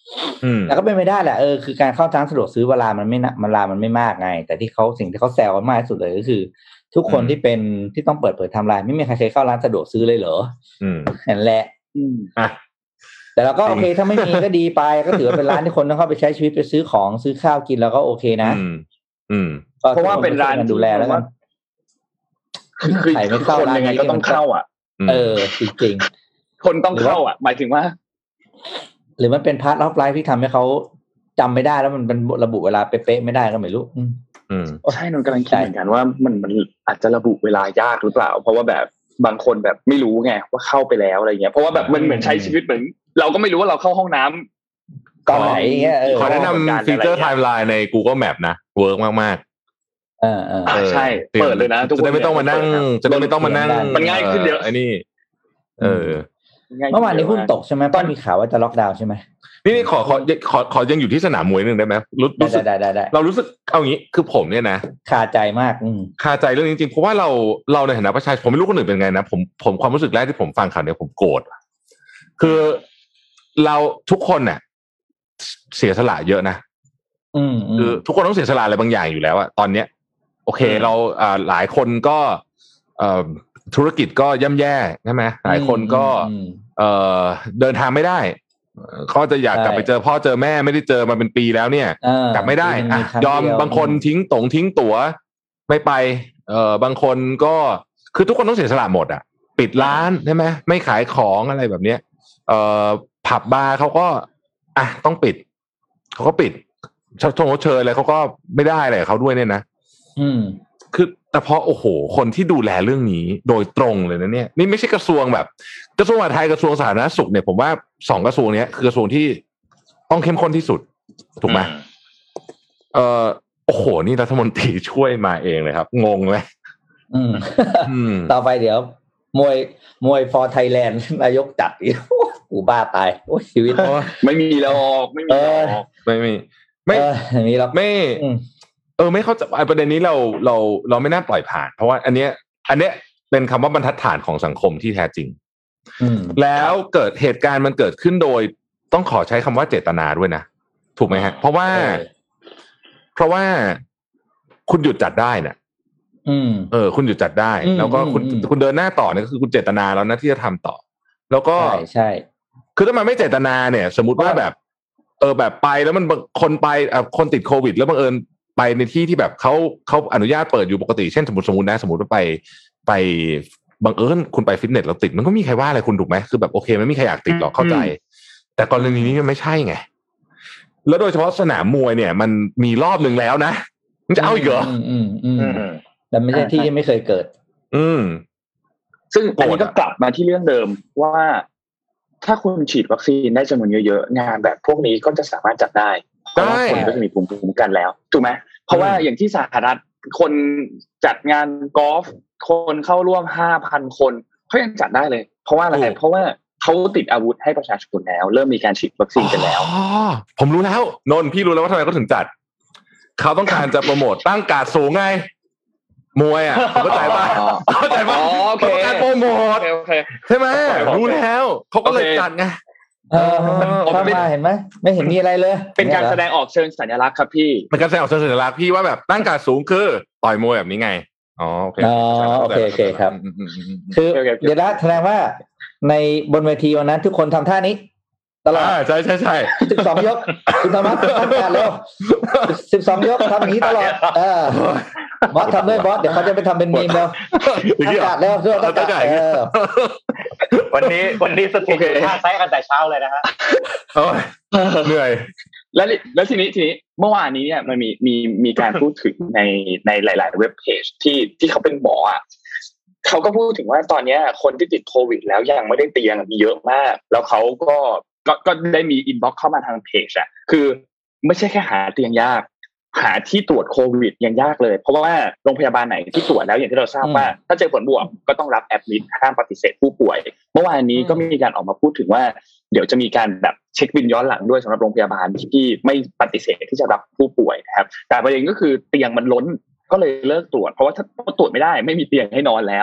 แล้วก็เป็นไม่ได้แหละเออคือการเข้าร้านสะดวกซื้อเวลามันไม่นะเวลามันไม่มากไงแต่ที่เขาสิ่งที่เขาแซวกันมากที่สุดเลยก็คือทุกคนที่เป็นที่ต้องเปิดเผยไทม์ไลน์ไม่มีใครเคยเข้าร้านสะดวกซื้อเลยเหรออืมนั่นแหละอืมอ่ะแต่เราก็โอเคถ้าไม่มีก็ดีไปก็ถือว่าเป็นร้านที่คนต้องเข้าไปใช้ชีวิตไปซื้อของซื้อข้าวกินแล้วก็โอเคนะอืมอืมเพราะว่าเป็นร้านดูแลแล้วกันคือใครไม่เข้าร้านยังไงก็ต้องเข้าอ่ะเออจริงๆคนต้องเข้าอ่ะหมายถึงว่าหรือมันเป็นพาร์ทออฟไลฟ์ที่ทำให้เขาจำไม่ได้แล้วมันเป็นระบุเวลาเป๊ะๆไม่ได้ก็ไม่รู้อืมใช่นนกำลังคิดเหมือนกันว่ามันมันอาจจะระบุเวลายากหรือเปล่าเพราะว่าแบบบางคนแบบไม่รู้ไงว่าเข้าไปแล้วอะไรเงี้ยเพราะว่าแบบมันเหมือนใช้ชีวิตเหมือนเราก็ไม่รู้ว่าเราเข้าห้องน้ำตอนไหนเงี้ยขอแนะนำฟีเจอร์ไทม์ไลน์ใน Google Map นะเวิร์กมากๆเออๆใช่เปิดเลยนะจะได้ไม่ต้องมานั่งจะได้ไม่ต้องมานั่งมันง่ายขึ้นเยอะไอ้นี่เออเมื่อวานนี้หุ้นตกใช่ไหมตอนมีข่าวว่าจะล็อกดาวน์ใช่ไหมนี่นี่ขอขอขอขอยังอยู่ที่สนามมวยนึงได้ไหมรู้สึกเรารู้สึกเอางี้คือผมเนี่ยนะคาใจมากคาใจเรื่องจริงๆเพราะว่าเราเราในฐานะประชาชนผมไม่รู้คนอื่นเป็นไงนะผมผมความรู้สึกแรกที่ผมฟังข่าวเนี่ยผมโกรธคือเราทุกคนเนี่ยเสียสละเยอะนะคือทุกคนต้องเสียสละอะไรบางอย่างอยู่แล้วอะตอนเนี้ยโอเคเราอ่าหลายคนก็เอ่อธุรกิจก็ย่ำแย่ใช่ไหมหลายคนก็เอ่อเดินทางไม่ได้เขาจะอยากกลับไปเจอพ่อเจอแม่ไม่ได้เจอมาเป็นปีแล้วเนี่ยกลับไม่ได้อ่ะยอมบางคนทิ้งตงทิ้งตั๋วไม่ไปเอ่อบางคนก็คือทุกคนต้องเสียสละหมดอ่ะปิดร้านใช่ไหมไม่ขายของอะไรแบบเนี้ยเอ่อผับบาร์เขาก็อ่ะต้องปิดเขาก็ปิดชดชดเชยอะไรเขาก็ไม่ได้อะไรเขาด้วยเนี่ยนะอืมคือแต่พอโอ้โหคนที่ดูแลเรื่องนี้โดยตรงเลยนะเนี่ยนี่ไม่ใช่กระทรวงแบบกระทรวงมหาดไทยกระทรวงสาธารณสุขเนี่ยผมว่าสองกระทรวงนี้คือกระทรวงที่ต้องเข้มข้นที่สุดถูกไหมเออโอ้โหนี่รัฐมนตรีช่วยมาเองเลยครับงงไหมอืมต่อไปเดี๋ยวมวยมวย for Thailand นายกจัดอีกอูบ้าตายโอ้ชีวิตไม่มีแล้วไม่มีไม่มีไม่มีหรอกไม่เออไม่เข้าใจประเด็นนี้เราเราเราไม่น่าปล่อยผ่านเพราะว่าอันเนี้ยอันเนี้ยเป็นคำว่าบรรทัดฐานของสังคมที่แท้จริงแล้วเกิดเหตุการณ์มันเกิดขึ้นโดยต้องขอใช้คำว่าเจตนาด้วยนะถูกไหมฮะเพราะว่าเพราะว่าคุณหยุดจัดได้เนี่ยเออคุณหยุดจัดได้แล้วก็คุณคุณเดินหน้าต่อเนี่ยก็คือคุณเจตนาแล้วนะที่จะทำต่อแล้วก็ใช่ใช่คือถ้ามันไม่เจตนาเนี่ยสมมุติว่าแบบเออแบบไปแล้วมันคนไปอ่ะคนติดโควิดแล้วบังเอิญไปในที่ที่แบบเขาเขาอนุญาตเปิดอยู่ปกติเช่นสมมติสมมตินะสมมติว่าไปไปบังเอิญคุณไปฟิตเนสแล้วติดมันก็มีใครว่าอะไรคุณถูกไหมคือแบบโอเคไม่มีใครอยากติดหรอกเข้าใจแต่กรณีนี้มันไม่ใช่ไงแล้วโดยเฉพาะสนามมวยเนี่ยมันมีรอบหนึ่งแล้วนะมันจะเอาอีกเหรออืมอืมแต่ไม่ใช่ที่ไม่เคยเกิดอืมซึ่งอันนี้ก็กลับมาที่เรื่องเดิมว่าถ้าคุณฉีดวัคซีนได้จำนวนเยอะๆงานแบบพวกนี้ก็จะสามารถจัดได้เพราะว่าคนก็จะมีภูมิคุ้มกันแล้วถูกไหมเพราะว่าอย่างที่สหรัฐคนจัดงานกอล์ฟคนเข้าร่วม ห้าพัน คนเขายังจัดได้เลยเพราะว่าอะไรเพราะว่าเขาติดอาวุธให้ประชาชนแล้วเริ่มมีการฉีดวัคซีนกันแล้วอ๋อผมรู้แล้วนนท์พี่รู้แล้วว่าทำไมเขาถึงจัดเขาต้องการจะโปรโมทตั้งการ์ดสูงไงมวยอ่ะเข้าใจป่ะเข้าใจป่ะเขาต้องการโปรโมทใช่ไหมรู้แล้วเขาก็เลยจัดไงเออเข้ามาเห็นไหมไม่เห็นมีอะไรเลยเป็นการแสดงออกเชิงสัญลักษณ์ครับพี่เป็นการแสดงออกเชิงสัญลักษณ์พี่ว่าแบบตั้งการ์ดสูงคือต่อยมวยแบบนี้ไงอ๋อโอเคอ๋อโอเคโอเคครับคือเดี๋ยวนะแสดงว่าในบนเวทีวันนั้นทุกคนทำท่านี้ตลอดใช่ใช่ใช่สิบสองยกคุณธรรมะตั้งการเร็วสิบสองยกทำอย่างนี้ตลอดเออบอสทำด้วยบอสเดี๋ยวเขาจะไปทำเป็นมีมแล้วตั้งการเร็วเพื่อตั้งการวันนี้วันนี้สติท่าแซะกันแต่เช้าเลยนะฮะเหนื่อยแล้วแล้วทีนี้ทีนี้เมื่อวานนี้เนี่ยมันมีมีมีการพูดถึงในในหลายๆเว็บเพจที่ที่เขาเป็นหมออ่ะเขาก็พูดถึงว่าตอนนี้คนที่ติดโควิดแล้วยังไม่ได้เตียงมีเยอะมากแล้วเขาก็ก็ก็ได้มีอินบ็อกซ์เข้ามาทางเพจอ่ะคือไม่ใช่แค่หาเตียงยากหาที่ตรวจโควิดยังยากเลยเพราะว่าโรงพยาบาลไหนที่ตรวจแล้วอย่างที่เราทราบว่าถ้าเจอผลบวกก็ต้องรับแอดมิทห้ามปฏิเสธผู้ป่วยเมื่อวานนี้ก็มีการออกมาพูดถึงว่าเดี๋ยวจะมีการแบบเช็คบิลย้อนหลังด้วยสำหรับโรงพยาบาลที่ไม่ปฏิเสธที่จะรับผู้ป่วยนะครับแต่ประเด็นก็คือเตียงมันล้นก็เลยเลิกตรวจเพราะว่าถ้าตรวจไม่ได้ไม่มีเตียงให้นอนแล้ว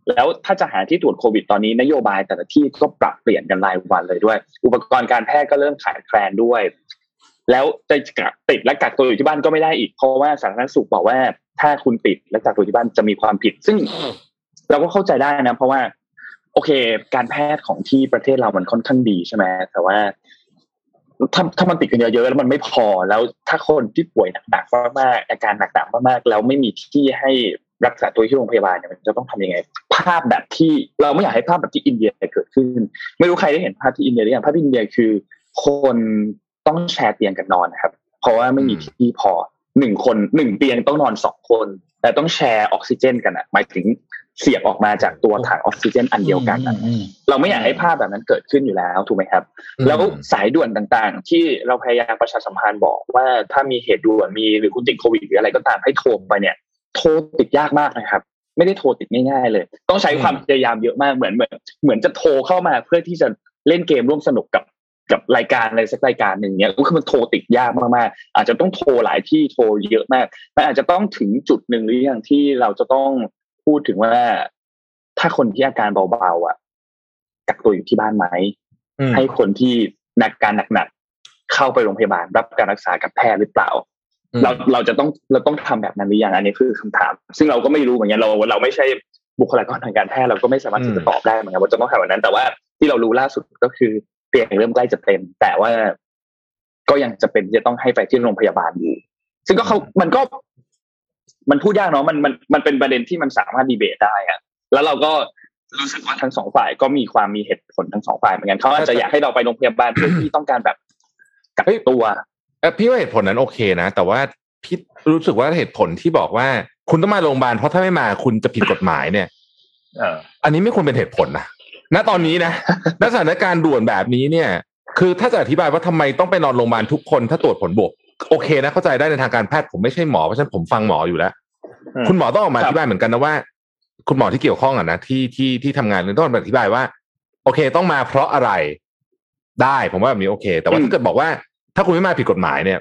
แล้วถ้าจะหาที่ตรวจโควิดตอนนี้นโยบายแต่ละที่ก็ปรับเปลี่ยนกันรายวันเลยด้วยอุปกรณ์การแพทย์ก็เริ่มขาดแคลนด้วยแล้วจะติดและกักตัวอยู่ที่บ้านก็ไม่ได้อีกเพราะว่าสาธารณสุขบอกว่าถ้าคุณติดและกักตัวที่บ้านจะมีความผิดซึ่งเราก็เข้าใจได้นะเพราะว่าโอเคการแพทย์ของที่ประเทศเรามันค่อนข้างดีใช่ไหมแต่ว่าถ้าถ้ามันติดกันเยอะๆแล้วมันไม่พอแล้วถ้าคนที่ป่วยหนักๆมากๆอาการหนักๆมากๆแล้วไม่มีที่ให้รักษาตัวที่โรงพยาบาลเนี่ยมันจะต้องทำยังไงภาพแบบที่เราไม่อยากให้ภาพแบบที่อินเดียเกิดขึ้นไม่รู้ใครได้เห็นภาพที่อินเดียหรือยังภาพที่อินเดียคือคนต้องแชร์เตียงกันนอนนะครับเพราะว่าไม่มีที่พอหนึ่งคนหนึ่งเตียงต้องนอนสองคนแต่ต้องแชร์ออกซิเจนกันอ่ะหมายถึงเสียบออกมาจากตัวถังออกซิเจนอันเดียวกันเราไม่อยากให้ภาพแบบนั้นเกิดขึ้นอยู่แล้วถูกไหมครับแล้วสายด่วนต่างๆที่เราพยายามประชาสัมพันธ์บอกว่าถ้ามีเหตุด่วนมีหรือคุณติดโควิดหรืออะไรก็ตามให้โทรไปเนี่ยโทรติดยากมากนะครับไม่ได้โทรติดง่ายๆเลยต้องใช้ความพยายามเยอะมากเหมือนเหมือนเหมือนจะโทรเข้ามาเพื่อที่จะเล่นเกมร่วมสนุกกับกับรายการอะไรสักรายการหนึ่งเนี้ยก็คือมันโทรติดยากมากๆอาจจะต้องโทรหลายที่โทรเยอะมากมันอาจจะต้องถึงจุดหนึ่งหรืออย่างที่เราจะต้องพูดถึงว่าถ้าคนที่อาการเบาๆอ่ะกักตัวอยู่ที่บ้านไหมให้คนที่หนักการหนักๆเข้าไปโรงพยาบาลรับการรักษากับแพทย์หรือเปล่าเราเราจะต้องเราต้องทำแบบนั้นหรือยังอันนี้คือคำถามซึ่งเราก็ไม่รู้เหมือนกันเราเราไม่ใช่บุคลากรทางการแพทย์เราก็ไม่สามารถที่จะตอบได้เหมือนกันว่าจะต้องทำแบบนั้นแต่ว่าที่เรารู้ล่าสุดก็คือเตียงเริ่มใกล้จะเต็มแต่ว่าก็ยังจะเป็นจะต้องให้ไปที่โรงพยาบาลอยู่ซึ่งก็เขามันก็มันพูดยากเนาะมันมันมันเป็นประเด็นที่มันสามารถดีเบตได้อะแล้วเราก็รู้สึกว่าทั้งสองฝ่ายก็มีความมีเหตุผลทั้งสองฝ่ายเหมือนกันเขาอาจจะอยากให้เราไปโรงพยาบาลเพื่อที่ต้องการแบบกักตัวเออพี่ว่าเหตุผลนั้นโอเคนะแต่ว่าพี่รู้สึกว่าเหตุผลที่บอกว่าคุณต้องมาโรงพยาบาลเพราะถ้าไม่มาคุณจะผิดกฎหมายเนี่ยเอออันนี้ไม่ควรเป็นเหตุผลนะณตอนนี้นะณสถานการณ์ด่วนแบบนี้เนี่ยคือถ้าจะอธิบายว่าทำไมต้องไปนอนโรงพยาบาลทุกคนถ้าตรวจผลบวกโอเคนะเข้าใจได้ในทางการแพทย์ผมไม่ใช่หมอเพราะฉะนั้นผมฟังหมออยู่แล้วคุณหมอต้องออกมาอธิบายเหมือนกันนะว่าคุณหมอที่เกี่ยวข้องอ่ะนะที่ที่ที่ทำงานต้องอธิบายว่าโอเคต้องมาเพราะอะไรได้ผมว่าแบบนี้โอเคแต่ว่าถ้าเกิดบอกว่าถ้าคุณไม่มาผิดกฎหมายเนี่ย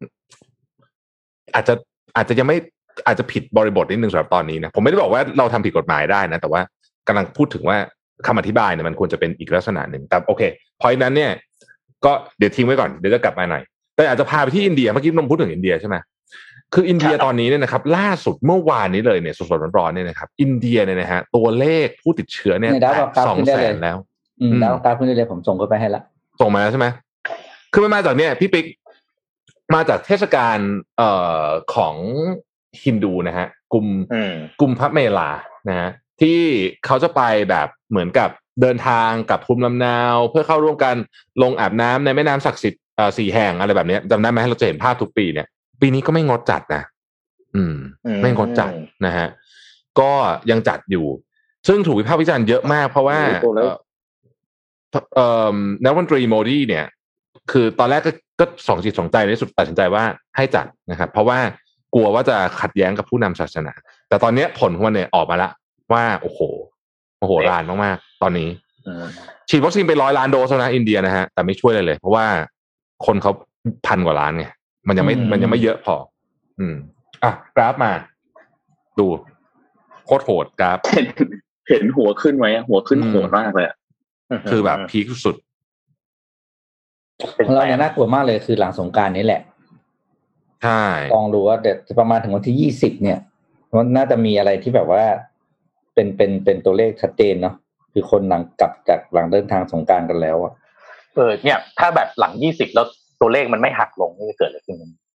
อาจจะอาจจะยังไม่อาจจะผิดบริบทนิดนึงสำหรับตอนนี้นะผมไม่ได้บอกว่าเราทำผิดกฎหมายได้นะแต่ว่ากำลังพูดถึงว่าคำอธิบายเนี่ยมันควรจะเป็นอีกลักษณะหนึ่งแต่โอเคพอยนั้นเนี่ยก็เดี๋ยวทิ้งไว้ก่อนเดี๋ยวจะกลับมาหน่อยแต่อาจจะพาไปที่อินเดียเมื่อกี้นมพูดถึงอินเดียใช่ไหมคืออินเดียตอนนี้เนี่ยนะครับล่าสุดเมื่อวานนี้เลยเนี่ยสดๆร้อนๆเนี่ยนะครับอินเดียเนี่ยนะฮะตัวเลขผู้ติดเชื้อเนี่ยแตะสองแสนแล้วอืมแล้วการขึ้นได้เลยผมส่งไปให้ละส่งมาแล้วใช่ไหมคือมันมาจากเนี่ยพี่ปิ๊กมาจากเทศกาลเอ่อของฮินดูนะฮะกลุ่มกลุ่มพระเมลานะฮะที่เขาจะไปแบบเหมือนกับเดินทางกับภูมิลำเนาเพื่อเข้าร่วมกันลงอาบน้ำในแม่น้ำศักดิ์สิทธิ์เอ่อสี่แห่งอะไรแบบนี้จำได้ไหมเราจะเห็นภาพทุกปีเนี่ยปีนี้ก็ไม่งดจัดนะอืมไม่งดจัดนะฮะก็ยังจัดอยู่ซึ่งถูกวิพากษ์วิจารณ์เยอะมากเพราะว่าเอ่อนักมนตรีโมดีเนี่ยคือตอนแรกก็ก็สองจิตสองใจในสุดตัดสินใจว่าให้จัดนะครับเพราะว่ากลัวว่าจะขัดแย้งกับผู้นำศาสนาแต่ตอนนี้ผลของมันเนี่ยออกมาละว่าโอ้โหโอ้โหรานมากๆตอนนี้ฉีดวัคซีนไปร้อยล้านโดสแล้วนะอินเดียนะฮะแต่ไม่ช่วยเลยเลยเพราะว่าคนเขาพันกว่าล้านไงมันยังไม่มันยังไม่เยอะพออืมอ่ะกราฟมาดูโคตรโหดกราฟเห็นเห็นหัวขึ้นไหมหัวขึ้นโหดมากเลยคือแบบพีคสุดของเราเนี่ยน่ากลัวมากเลยคือหลังสงกรานต์นี้แหละใช่ลองดูว่าเดี๋ยวประมาณถึงวันที่ยี่สิบเนี่ยมันน่าจะมีอะไรที่แบบว่าเป็นเป็นเป็นตัวเลขชัดเจนเนาะคือคนหลังกลับจากหลังเดินทางสงกรานต์กันแล้วอ่ะเออเนี่ยถ้าแบบหลังยี่สิบแล้วตัวเลขมันไม่หักลงนี่จะเกิดอะไรขึ้น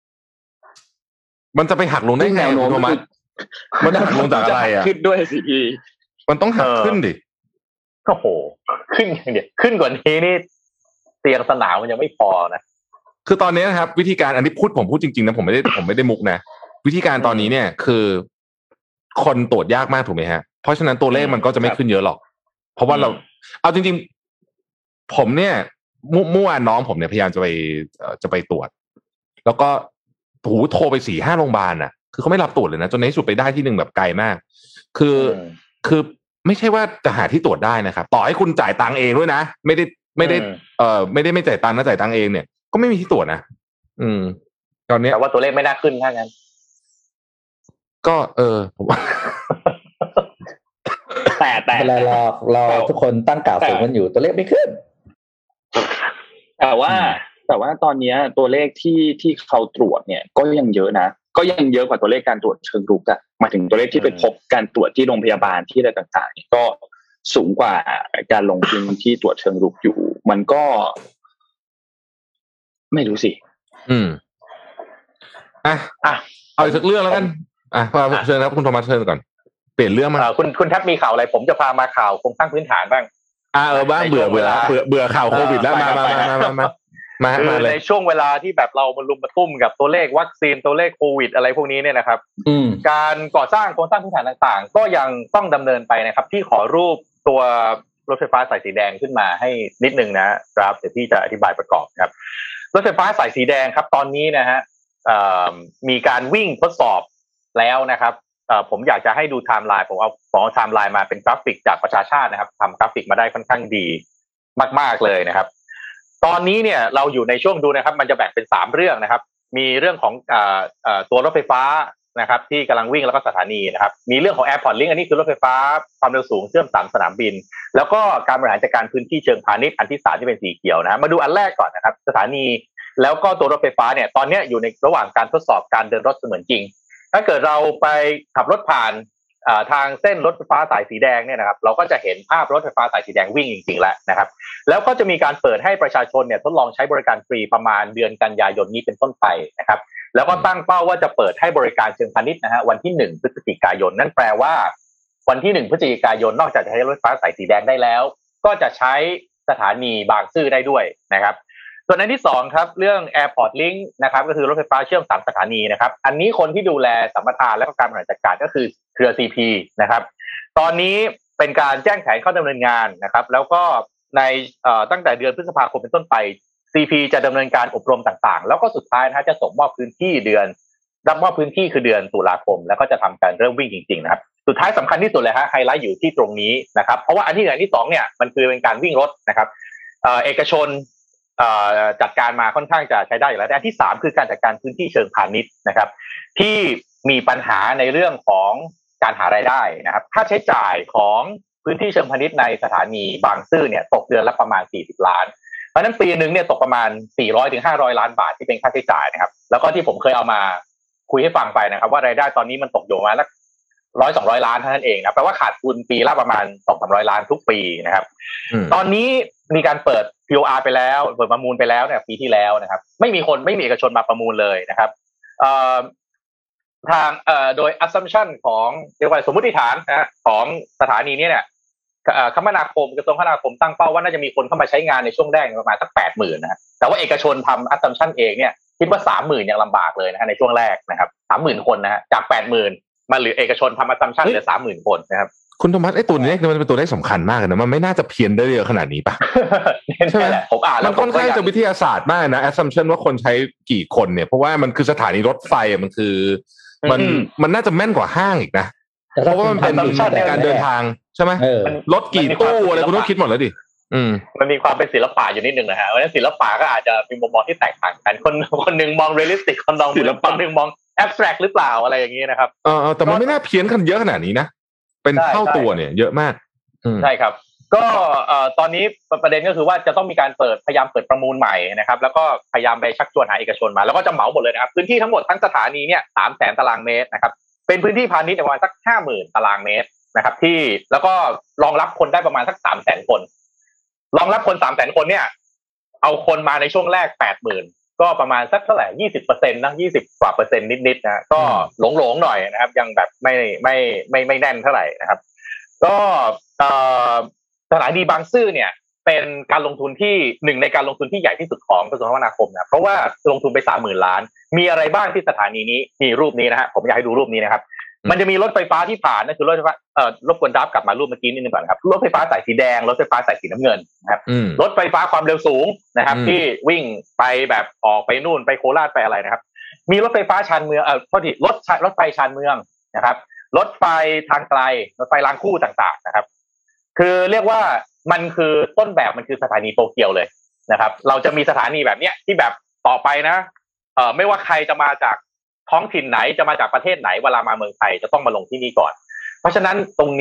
มันจะไปหักลงได้ไงโนมัสมันหักลงจากอะไรอ่ะขึ้นด้วยสิพี่มันต้องหักขึ้นดิโอ้โหขึ้นอย่างเดียวขึ้นกว่านี้นี่เตียงสนามมันยังไม่พอนะคือตอนนี้นะครับวิธีการอันนี้พูดผมพูดจริงๆนะผมไม่ได้ผมไม่ได้มุกนะวิธีการตอนนี้เนี่ยคือคนตรวจยากมากถูกไหมฮะเพราะฉะนั้นตัวเลขมันก็จะไม่ขึ้นเยอะหรอกเพราะว่าเราเอาจริงๆผมเนี่ยเมื่อวานน้องผมเนี่ยพยายามจะไปจะไปตรวจแล้วก็โหโทรไปสี่ห้าโรงพยาบาลน่ะคือเขาไม่รับตรวจเลยนะจนในที่สุดไปได้ที่หนึ่งแบบไกลมากคือคือไม่ใช่ว่าจะหาที่ตรวจได้นะครับต่อให้คุณจ่ายตังค์เองด้วยนะไม่ได้ไม่ได้เอ่อไม่ได้ไม่จ่ายตังค์นะจ่ายตังค์เองเนี่ยก็ไม่มีที่ตรวจนะอืมตอนนี้แต่ว่าตัวเลขไม่น่าขึ้นถ้างั้นก็เออผมว่าแต่แต่รอรอรอทุกคนตั้งกาดสูงกันอยู่ตัวเลขไม่ขึ้นแต่ว่าแต่ว่าตอนนี้ตัวเลขที่ที่เขาตรวจเนี่ยก็ยังเยอะนะก็ยังเยอะกว่าตัวเลขการตรวจเชิงรุกอะหมายถึงตัวเลขที่ไปพบการตรวจที่โรงพยาบาลที่อะไรต่างๆก็สูงกว่าการลงพื้นที่ตรวจเชิงรุกอยู่มันก็ไม่รู้สิอืมอ่ะอ่ะเอาอีกสักเรื่องแล้วกันอ่ะพาเชิญครับคุณโทมัสเชิญก่อนเปลี่ยนเรื่องมาคุณคุณแทบมีข่าวอะไรผมจะพามาข่าวโครงสร้างพื้นฐานบ้างอ่าเออบ้างเบื่อเบื่อเบื่อเบื่อข่าวโควิดแล้วมามามามามามาคือในช่วงเวลาที่แบบเรามาลุมมาทุ่มกับตัวเลขวัคซีนตัวเลขโควิดอะไรพวกนี้เนี่ยนะครับการก่อสร้างโครงสร้างพื้นฐานต่างๆก็ยังต้องดำเนินไปนะครับที่ขอรูปตัวรถไฟฟ้าสายสีแดงขึ้นมาให้นิดนึงนะครับเดี๋ยวพี่จะอธิบายประกอบครับรถไฟฟ้าสายสีแดงครับตอนนี้นะฮะมีการวิ่งทดสอบแล้วนะครับผมอยากจะให้ดูไทม์ไลน์ผมเอาขอไทม์ไลน์มาเป็นกราฟิกจากประชาชาตินะครับทำกราฟิกมาได้ค่อนข้างดีมากๆเลยนะครับตอนนี้เนี่ยเราอยู่ในช่วงดูนะครับมันจะแบ่งเป็นสามเรื่องนะครับมีเรื่องของอ่าอ่าตัวรถไฟฟ้านะครับที่กำลังวิ่งแล้วก็สถานีนะครับมีเรื่องของ Airport Link อันนี้คือรถไฟฟ้าความเร็วสูงเชื่อมสามสนามบินแล้วก็การบริหารจัดการพื้นที่เชิงพาณิชย์อันที่สามที่เป็นสีเขียวนะมาดูอันแรกก่อนนะครับสถานีแล้วก็ตัวรถไฟฟ้าเนี่ยตอนนี้อยู่ในระหว่างการทดสอบการเดินรถเสมือนจริงถ้าเกิดเราไปขับรถผ่านทางเส้นรถไฟฟ้าสายสีแดงเนี่ยนะครับเราก็จะเห็นภาพรถไฟฟ้าสายสีแดงวิ่งจริงๆแล้วนะครับแล้วก็จะมีการเปิดให้ประชาชนเนี่ยทดลองใช้บริการฟรีประมาณเดือนกันยายนนี้เป็นต้นไปนะครับแล้วก็ตั้งเป้าว่าจะเปิดให้บริการเชิงพาณิชย์นะฮะวันที่หนึ่งพฤศจิกายนนั่นแปลว่าวันที่หนึ่งพฤศจิกายนนอกจากจะใช้รถไฟฟ้าสายสีแดงได้แล้วก็จะใช้สถานีบางซื่อได้ด้วยนะครับส่วนอันที่สองครับเรื่อง Airport Link นะครับก็คือรถไฟฟ้าเชื่อมสามสถานีนะครับอันนี้คนที่ดูแลสัมปทานและก็การบริหารจัดการก็คือเครือ ซี พี นะครับตอนนี้เป็นการแจ้งแผนเข้าดำเนินงานนะครับแล้วก็ในตั้งแต่เดือนพฤษภาคมเป็นต้นไป ซี พี จะดำเนินการอบรมต่างๆแล้วก็สุดท้ายนะฮะจะส่งมอบพื้นที่เดือนรับมอบพื้นที่คือเดือนตุลาคมแล้วก็จะทำการเริ่มวิ่งจริงๆนะครับสุดท้ายสำคัญที่สุดเลยฮะไฮไลท์อยู่ที่ตรงนี้นะครับเพราะว่าอันที่หนึ่งอันที่สองเนี่ยมันคือเป็นการวิ่งรถนะครับเอกชนจัดการมาค่อนข้างจะใช้ได้อยู่แล้วแต่อันที่สามคือการจัดการพื้นที่เชิงพาณิชย์นะครับที่มีปัญหาในเรื่องของการหารายได้นะครับค่าใช้จ่ายของพื้นที่เชิงพาณิชย์ในสถานีบางซื่อเนี่ยตกเดือนละประมาณสี่สิบล้านเพราะฉะนั้นปีนึงเนี่ยตกประมาณสี่ร้อยถึงห้าร้อยล้านบาทที่เป็นค่าใช้จ่ายนะครับแล้วก็ที่ผมเคยเอามาคุยให้ฟังไปนะครับว่ารายได้ตอนนี้มันตกอยู่ประมาณละร้อยสองร้อยล้านเท่านั้นเองนะแปลว่าขาดทุนปีละประมาณสองสามร้อยล้านทุกปีนะครับตอนนี้มีการเปิด พี โอ อาร์ ไปแล้วเปิดประมูลไปแล้วเนี่ยปีที่แล้วนะครับไม่มีคนไม่มีเอกชนมาประมูลเลยนะครับทางโดย assumption ของเรียกว่าสมมติฐานนะของสถานีนี้เนี่ยคมนาคมกระทรวงคมนาคมตั้งเป้าว่าน่าจะมีคนเข้ามาใช้งานในช่วงแรกประมาณสัก แปดหมื่น นะแต่ว่าเอกชนทำ assumption เองเนี่ยคิดว่า สามหมื่น ยังลำบากเลยนะฮะในช่วงแรกนะครับ สามหมื่น คนนะฮะจาก แปดหมื่น มาเหลือเอกชนทำ assumption เหลือ สามหมื่น คนนะครับคุณโทมัสไอ้ตัวนี้มันเป็นตัวเลขสำคัญมากนะมันไม่น่าจะเพี้ยนได้เยอะขนาดนี้ป่ะใช่ไหมผมอ่านแล้วมันค่อนข้างจะวิทยาศาสตร์มากนะ assumption ว่าคนใช้กี่คนเนี่ยเพราะว่ามันคือสถานีรถไฟมันคือมันมันน่าจะแม่นกว่าห้างอีกนะเพราะว่ามันเป็นการเดินทางใช่ไหมรถกี่ตู้อะไรคุณต้องคิดหมดแล้วดิมันมีความเป็นศิลปะอยู่นิดนึงนะฮะเพราะฉะนั้นศิลปะก็อาจจะมีมุมมองที่แตกต่างกันคนคนนึงมองเรียลลิสติกคนมองศิลปะคนนึงมองแอบสแตรกหรือเปล่าอะไรอย่างนี้นะครับเออแต่มันไม่น่าเพี้ยนกันเยอะขนาดนี้นะเป็นเท่าตัวเนี่ยเยอะมากใช่ครับก็ตอนนี้ประเด็นก็คือว่าจะต้องมีการเปิดพยายามเปิดประมูลใหม่นะครับแล้วก็พยายามไปชักชวนหาเอกชนมาแล้วก็จะเหมาหมดเลยนะครับพื้นที่ทั้งหมดทั้งสถานีเนี่ยสามแสนตารางเมตรนะครับเป็นพื้นที่พาณิชย์ประมาณสักห้าหมื่นตารางเมตรนะครับที่แล้วก็รองรับคนได้ประมาณสักสามแสนคนรองรับคนสามแสนคนเนี่ยเอาคนมาในช่วงแรกแปดหมื่นก็ประมาณสักเท่าไหร่ยี่สิบเปอร์เซ็นต์นะยี่สิบกว่าเปอร์เซ็นต์นิดๆนะก็หลงๆหน่อยนะครับยังแบบไม่ไม่ไม่ไม่แน่นเท่าไหร่นะครับก็สถานีบางซื่อเนี่ยเป็นการลงทุนที่หนึ่งในการลงทุนที่ใหญ่ที่สุดของกระทรวงคมนาคมนะเพราะว่าลงทุนไป สามหมื่น ล้านมีอะไรบ้างที่สถานีนี้มีรูปนี้นะฮะผมอยากให้ดูรูปนี้นะครับมันจะมีรถไฟฟ้าที่ผ่านนั่นคือรถไฟฟ้าเอ่อรบกวนดับกลับมารูปเมื่อกี้นิดนึงก่อนครับรถไฟฟ้าสายสีแดงรถไฟฟ้าสายสีน้ำเงินนะครับรถไฟฟ้าความเร็วสูงนะครับที่วิ่งไปแบบออกไปนู่นไปโคราชไปอะไรนะครับมีรถไฟฟ้าชานเมืองเอ่อพอดีรถรถไฟชานเมืองนะครับรถไฟทางไกลรถไฟรางคู่ต่างๆนะครับคือเรียกว่ามันคือต้นแบบมันคือสถานีโตเกียวเลยนะครับเราจะมีสถานีแบบเนี้ยที่แบบต่อไปนะเอ่อไม่ว่าใครจะมาจากท้องถิ่นไหนจะมาจากประเทศไหนเวลามาเมืองไทยจะต้องมาลงที่นี่ก่อนเพราะฉะนั้นตรงเนี้ย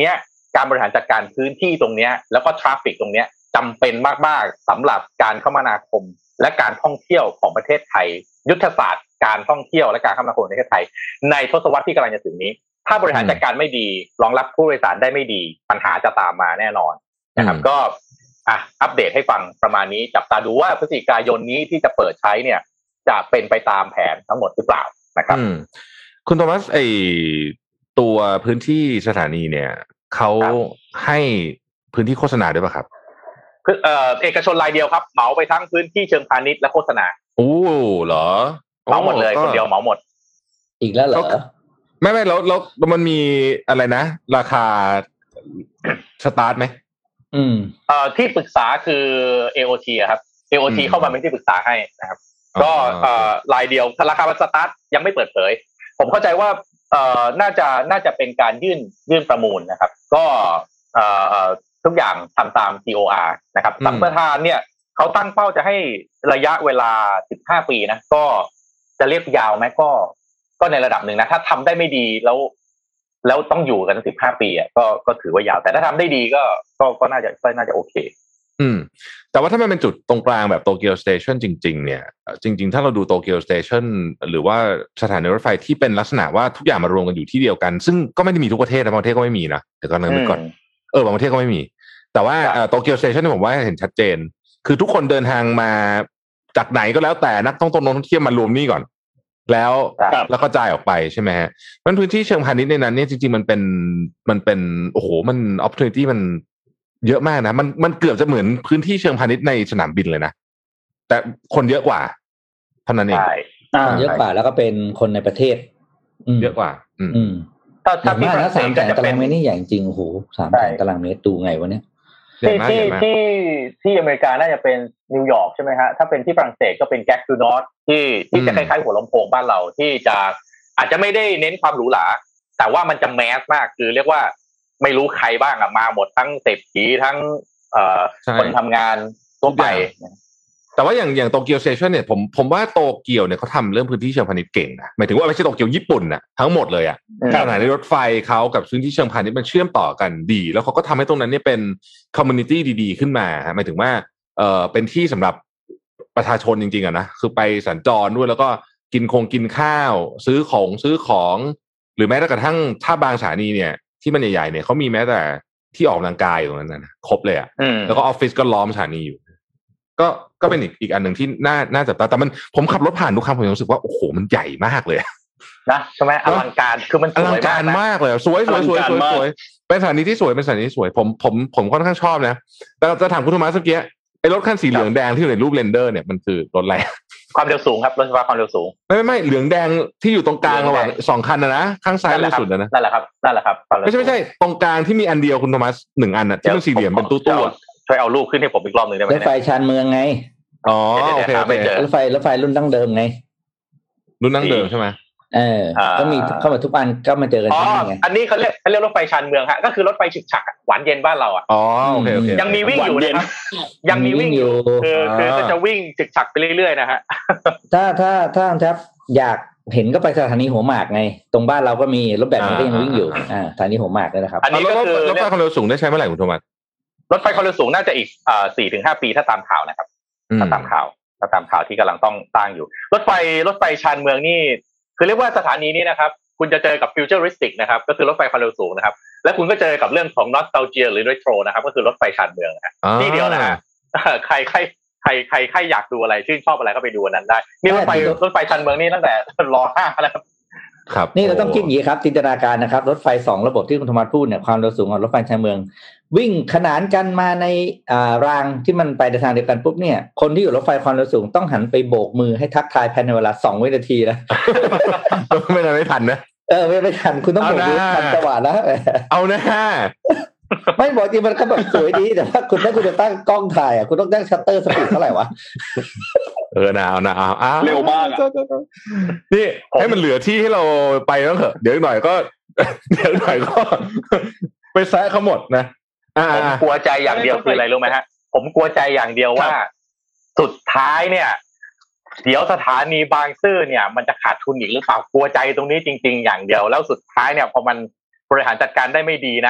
การบริหารจัดการพื้นที่ตรงนี้แล้วก็ทราฟฟิกตรงนี้จำเป็นมากๆสำหรับการคมนาคมและการท่องเที่ยวของประเทศไทยยุทธศาสตร์การท่องเที่ยวและการคมนาคมในประเทศไทยในทศวรรษที่กำลังจะถึงนี้ถ้าบริหารจัดการไม่ดีรองรับผู้โดยสารได้ไม่ดีปัญหาจะตามมาแน่นอนนะครับก็อ่ะอัปเดตให้ฟังประมาณนี้จับตาดูว่าพฤศจิกายนนี้ที่จะเปิดใช้เนี่ยจะเป็นไปตามแผนทั้งหมดหรือเปล่านะครับคุณโทมัสไอตัวพื้นที่สถานีเนี่ยเขาให้พื้นที่โฆษณาด้วยป่ะครับคือเอ่อเอกชนรายเดียวครับเหมาไปทั้งพื้นที่เชิงพาณิชย์และโฆษณาโอ้เหรอเหมาหมดเลยคนเดียวเหมาหมดอีกแล้วเหรอไม่ไม่แล้วแล้วมันมีอะไรนะราคาสตาร์ทไหมอืมเอ่อที่ปรึกษาคือ เอ โอ ที อ่ะครับ เอ โอ ที เข้ามาเป็นที่ปรึกษาให้นะครับก็เอ่อรายเดียวราคาสตาร์ทยังไม่เปิดเผยผมเข้าใจว่าเอ่อน่าจะน่าจะเป็นการยื่นยื่นประมูลนะครับก็เอ่อทุกอย่างทำตาม ที โอ อาร์ นะครับสัมปทานเนี่ยเขาตั้งเป้าจะให้ระยะเวลาสิบห้าปีนะก็จะเรียกยาวไหมก็ก็ในระดับหนึ่งนะถ้าทำได้ไม่ดีแล้วแล้วต้องอยู่กันสิบห้าปีอ่ะก็ก็ถือว่ายาวแต่ถ้าทำได้ดีก็ก็ก็น่าจะก็น่าจะโอเคอืมแต่ว่าถ้ามันเป็นจุดตรงกลางแบบโตเกียวสเตชันจริงๆเนี่ยจริงๆถ้าเราดูโตเกียวสเตชันหรือว่าสถานีรถไฟที่เป็นลักษณะว่าทุกอย่างมารวมกันอยู่ที่เดียวกันซึ่งก็ไม่ได้มีทุกประเทศนะบางประเทศก็ไม่มีนะเดี๋ยวก่อนนึกก่อนเออบางประเทศก็ไม่มีแต่ว่าโตเกียวสเตชันผมว่าเห็นชัดเจนคือทุกคนเดินทางมาจากไหนก็แล้วแต่นักท่องท่องเที่ยวมารวมนี่ก่อนแล้วแล้วก็จ่ายออกไปใช่ไหมฮะมันพื้นที่เชิงพาณิชย์ในนั้นเนี่ยจริงๆมันเป็นมันเป็นโอ้โหมัน opportunity มันเยอะมากนะมันมันเกือบจะเหมือนพื้นที่เชิงพาณิชย์ในสนามบินเลยนะแต่คนเยอะกว่าเท่านั้นเองคนเยอะกว่าแล้วก็เป็นคนในประเทศเยอะกว่าอืมถ้าถ้าพี่สามแสนตารางเมตรนี่อย่างจริงโอ้โหสามแสนตารางเมตรดูไงวะเนี่ยที่ที่ที่ที่อเมริกาน่าจะเป็นนิวยอร์กใช่ไหมฮะถ้าเป็นที่ฝรั่งเศสก็เป็นแก๊กดูนอร์ทที่ที่จะคล้ายๆหัวลำโพงบ้านเราที่จะอาจจะไม่ได้เน้นความหรูหราแต่ว่ามันจะแมสมากคือเรียกว่าไม่รู้ใครบ้างอะมาหมดทั้งเศรษฐีทั้งเอ่อคนทำงานทั่วไปแต่ว่าอย่างอย่างโตเกียวสเตชันเนี่ยผมผมว่าโตเกียวเนี่ยเขาทำเรื่องพื้นที่เชิงพาณิชย์เก่งนะหมายถึงว่าไม่ใช่โตเกียวญี่ปุ่นนะทั้งหมดเลยอ่ะสถานีรถไฟเขากับพื้นที่เชิงพาณิชย์มันเชื่อมต่อกันดีแล้วเขาก็ทำให้ตรงนั้นเนี่ยเป็นคอมมูนิตี้ดีๆขึ้นมาหมายถึงว่าเออเป็นที่สำหรับประชาชนจริงๆอ่ะนะคือไปสัญจรด้วยแล้วก็กินคงกินข้าวซื้อของซื้อของหรือแม้แต่กระทั่งถ้าบางสถานีเนี่ยที่มันใหญ่ๆเนี่ยเขามีแม้แต่ที่ออกกำลังกายตรงนั้นนะครบเลยอ่ะแล้วก็ออฟฟิศก็ล้อมสถานีอยู่ก็ก็เป็นอีกอีกอันหนึ่งที่น่าน่าจับตาแต่มันผมขับรถผ่านทุกครั้งผมรู้สึกว่าโอ้โหมันใหญ่มากเลยนะใช่ไหมอลังการคือมันอลังการมากเลยสวยสวยสวยสวยสวยเป็นสถานีที่สวยเป็นสถานีที่สวยผมผมผมค่อนข้างชอบนะแต่จะถามคุณธรรมะสักเกี้ยไอ้รถคันสีเหลืองแดงที่อยู่ในรูปเรนเดอร์เนี่ยมันคือรถอะไรความเร็วสูงครับรถไฟฟ้าความเร็วสูงไม่ไม่ไม่เหลืองแดงที่อยู่ตรงกลางระหว่างสองคันนะนะข้างซ้ายและสุดนะนั่นแหละครับนั่นแหละครับไม่ใช่ไม่ใช่ตรงกลางที่มีอันเดียวคุณธรรมะหนึ่งอันน่ะที่มันสี่เหลี่ยมเป็นตู้ตู้ช่วยเอารูปขึ้นให้ผมอีกรอบหนึ่งได้ไหมรถไฟชานเมืองไงอ๋อโอเคโอเครถไฟรถไฟรุ่นดั้งเดิมไงรุ่นดั้งเดิมใช่ไหมเออก็มีเข้ามาทุกอันก็มาเจอกันที่นี่ไงอันนี้เขาเรียกเขาเรียกรถไฟชานเมืองฮะก็คือรถไฟฉึกฉักหวานเย็นบ้านเราอ่ะอ๋อโอเคโอเคยังมีวิ่งอยู่นะครับยังมีวิ่งอยู่คือคือก็จะวิ่งฉึกฉักไปเรื่อยๆนะฮะถ้าถ้าถ้าแทบอยากเห็นก็ไปสถานีหัวหมากไงตรงบ้านเราก็มีรถแบบนี้ก็ยังวิ่งอยู่อ่าสถานีหัวหมากเลยนะครับอันนี้ก็คือรถไฟความเร็วสูงได้ใช้เมื่อไหร่คุณโทมัสรถไฟความเร็วสูงน่าจะอีกอ่าสี่ถึงห้าปีถ้าตามข่าวนะครับถ้าตามข่าวถ้าตามข่าวที่กำลังต้องสร้างอยู่รถไฟรถไฟชานเมืองนี่คือเรียกว่าสถานีนี้นะครับคุณจะเจอกับฟิวเจอริสติกนะครับก็คือรถไฟความเร็วสูงนะครับและคุณก็เจอกับเรื่องของนอสตัลเจียหรือเรโทรนะครับก็คือรถไฟชานเมืองนะที่เดียวนะฮะใครใครใครใครใครอยากดูอะไรชื่นชอบอะไรก็ไปดูนั้นได้นี่รถไฟรถไฟชานเมืองนี่ตั้งแต่รอห้านะครับครับนี่เราต้องคิดอย่างนี้ครับจินตนาการนะครับรถไฟสองระบบที่คุณธรรมะพูดเนี่ยความเร็วสูงของรถไฟชานเมืองวิ่งขนานกันมาในอ่ารางที่มันไปในทางเดียวกันปุ๊บเนี่ยคนที่อยู่รถไฟความเร็วสูงต้องหันไปโบกมือให้ทักทายภายในเวลาสองวินาทีนะไม่ทันไม่ทันนะเออไม่ไม่ทันคุณต้องโบกมือทันจังหวะนะเอานะไม่บอกจริงมันก็แบบสวยดีแต่ว่าคุณถ้าคุณจะตั้งกล้องถ่ายอ่ะคุณต้องตั้งชัตเตอร์สปีดเท่าไหร่วะเออนะเอานะเอาอ้าวเร็วมากนี่ให้มันเหลือที่ให้เราไปแล้วเถอะเดี๋ยวหน่อยก็เดี๋ยวหน่อยก็ไปแซะเขาหมดนะผมกลัวใจอย่างเดียวคืออะไรรู้ไหมฮะผมกลัวใจอย่างเดียวว่าสุดท้ายเนี่ยเดี๋ยวสถานีบางซื่อเนี่ยมันจะขาดทุนอีกหรือเปล่ากลัวใจตรงนี้จริงๆอย่างเดียวแล้วสุดท้ายเนี่ยพอมันบริหารจัดการได้ไม่ดีนะ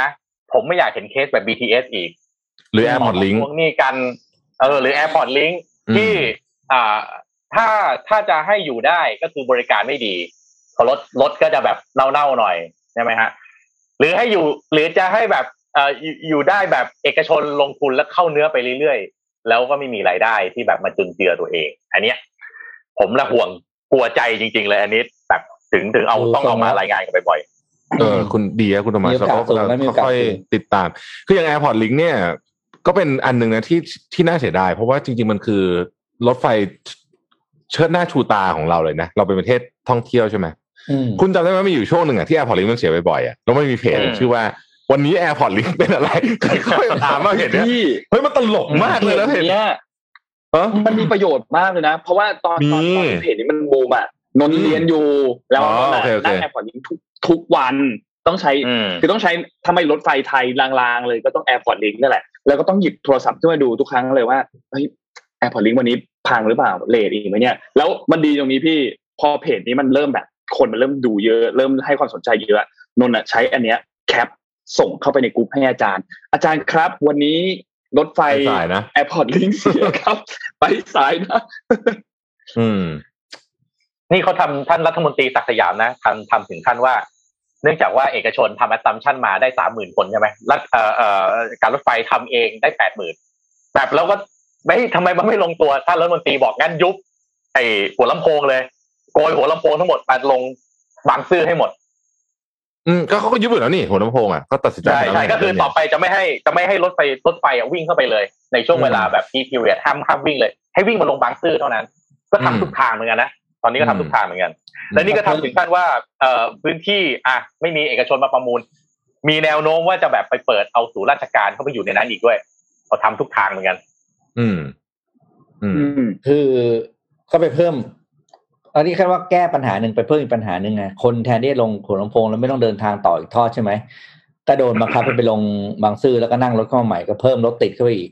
ผมไม่อยากเห็นเคสแบบ บี ที เอส อีกหรือ Airport Link พวกนี้กันเออหรือ Airport Link ที่อ่าถ้าถ้าจะให้อยู่ได้ก็คือบริการไม่ดีรถรถก็จะแบบเน่าๆหน่อยใช่ไหมฮะหรือให้อยู่หรือจะให้แบบเอ่ออยู่ได้แบบเอกชนลงทุนแล้วเข้าเนื้อไปเรื่อยๆแล้วก็ไม่มีรายได้ที่แบบมาจุนเจือตัวเองอันเนี้ยผมละห่วงกลัวใจจริงๆเลยอันนี้แบบถึงถึงเอาต้องเอามารายงานกันบ่อยๆเออคุณดีอะคุณธรรมะก็ค่อยติดตามคืออย่าง Airport Link เนี่ยก็เป็นอันนึงนะที่ที่น่าเสียดายเพราะว่าจริงๆมันคือรถไฟเชิดหน้าชูตาของเราเลยนะเราเป็นประเทศท่องเที่ยวใช่ไหมคุณจำได้ไหมมีอยู่ช่วงหนึ่งอ่ะที่ Airport Link มันเสียบ่อยๆอ่ะแล้วมันมีเพจชื่อว่าวันนี้ Airport Link เป็นอะไรค่อยๆถามมาเห็นเนี่ยเฮ้ยมันตลกมากเลยนะเพจเนี้ยมันมีประโยชน์มากเลยนะเพราะว่าตอนตอนเพจนี้มันบูมอ่ะนนเรียนอยู่แล้วนั่ง Airport Link ทุกทุกวันต้องใช้คือต้องใช้ถ้าไม่รถไฟไทยลางๆเลยก็ต้อง Airport Link นั่นแหละแล้วก็ต้องหยิบโทรศัพท์ขึ้นมาดูทุกครั้งเลยว่าเฮ้ย Airport Link วันนี้พังหรือเปล่าเลทอีกไหมเนี่ยแล้วมันดีตรงนี้พี่พอเพจนี้มันเริ่มแบบคนมันเริ่มดูเยอะเริ่มให้ความสนใจเยอะนนท์ใช้อันเนี้ยแคปส่งเข้าไปในกลุ่มให้อาจารย์อาจารย์ครับวันนี้รถไฟ Airport Link เสียครับไปสายนะอืมนี่เขาทำท่านรัฐมนตรีศักดิ์สยามนะทำทำถึงขั้นว่าเนื่องจากว่าเอกชนทำแอสซัมชั่นมาได้ สามหมื่น คนใช่ไหมรัฐเอ่อเอ่อการรถไฟทำเองได้ แปดหมื่น แบบแล้วก็ไม่ทำไมมันไม่ลงตัวท่านรัฐมนตรีบอกงั้นยุบไอ้หัวลำโพงเลยโกยหัวลำโพงทั้งหมดมาลงบางซื่อให้หมดอืมก็เขาก็ยุบอยู่แล้วนี่หัวลำโพงอ่ะก็ตัดสินใจใช่ใช่ก็คือต่อไปจะไม่ให้จะไม่ให้รถไฟรถไฟวิ่งเข้าไปเลยในช่วงเวลาแบบที่พีเรียดห้ามห้ามวิ่งเลยให้วิ่งมาลงบางซื่อเท่านั้นก็ทำทุกทางเหมือนกันนะตอนนี้ก็ทำทุกทางเหมือนกันและนี่ก็ทำถึงขั้นว่าเอ่อพื้นที่อ่ะไม่มีเอกชนมาประมูลมีแนวโน้มว่าจะแบบไปเปิดเอาศูนย์ราชการเข้าไปอยู่ในนั้นอีกด้วยเขาทำทุกทางเหมือนกันอืมอืมคือก็ไปเพิ่มอันนี้แค่ว่าแก้ปัญหาหนึ่งไปเพิ่มอีกปัญหาหนึ่งไงคนแทนที่จะลงหัวลำโพงแล้วไม่ต้องเดินทางต่ออีกทอดใช่ไหมก็โดนบังคับไปลงบางซื่อแล้วก็นั่งรถเข้ามาใหม่ก็เพิ่มรถติดเข้าไปอีก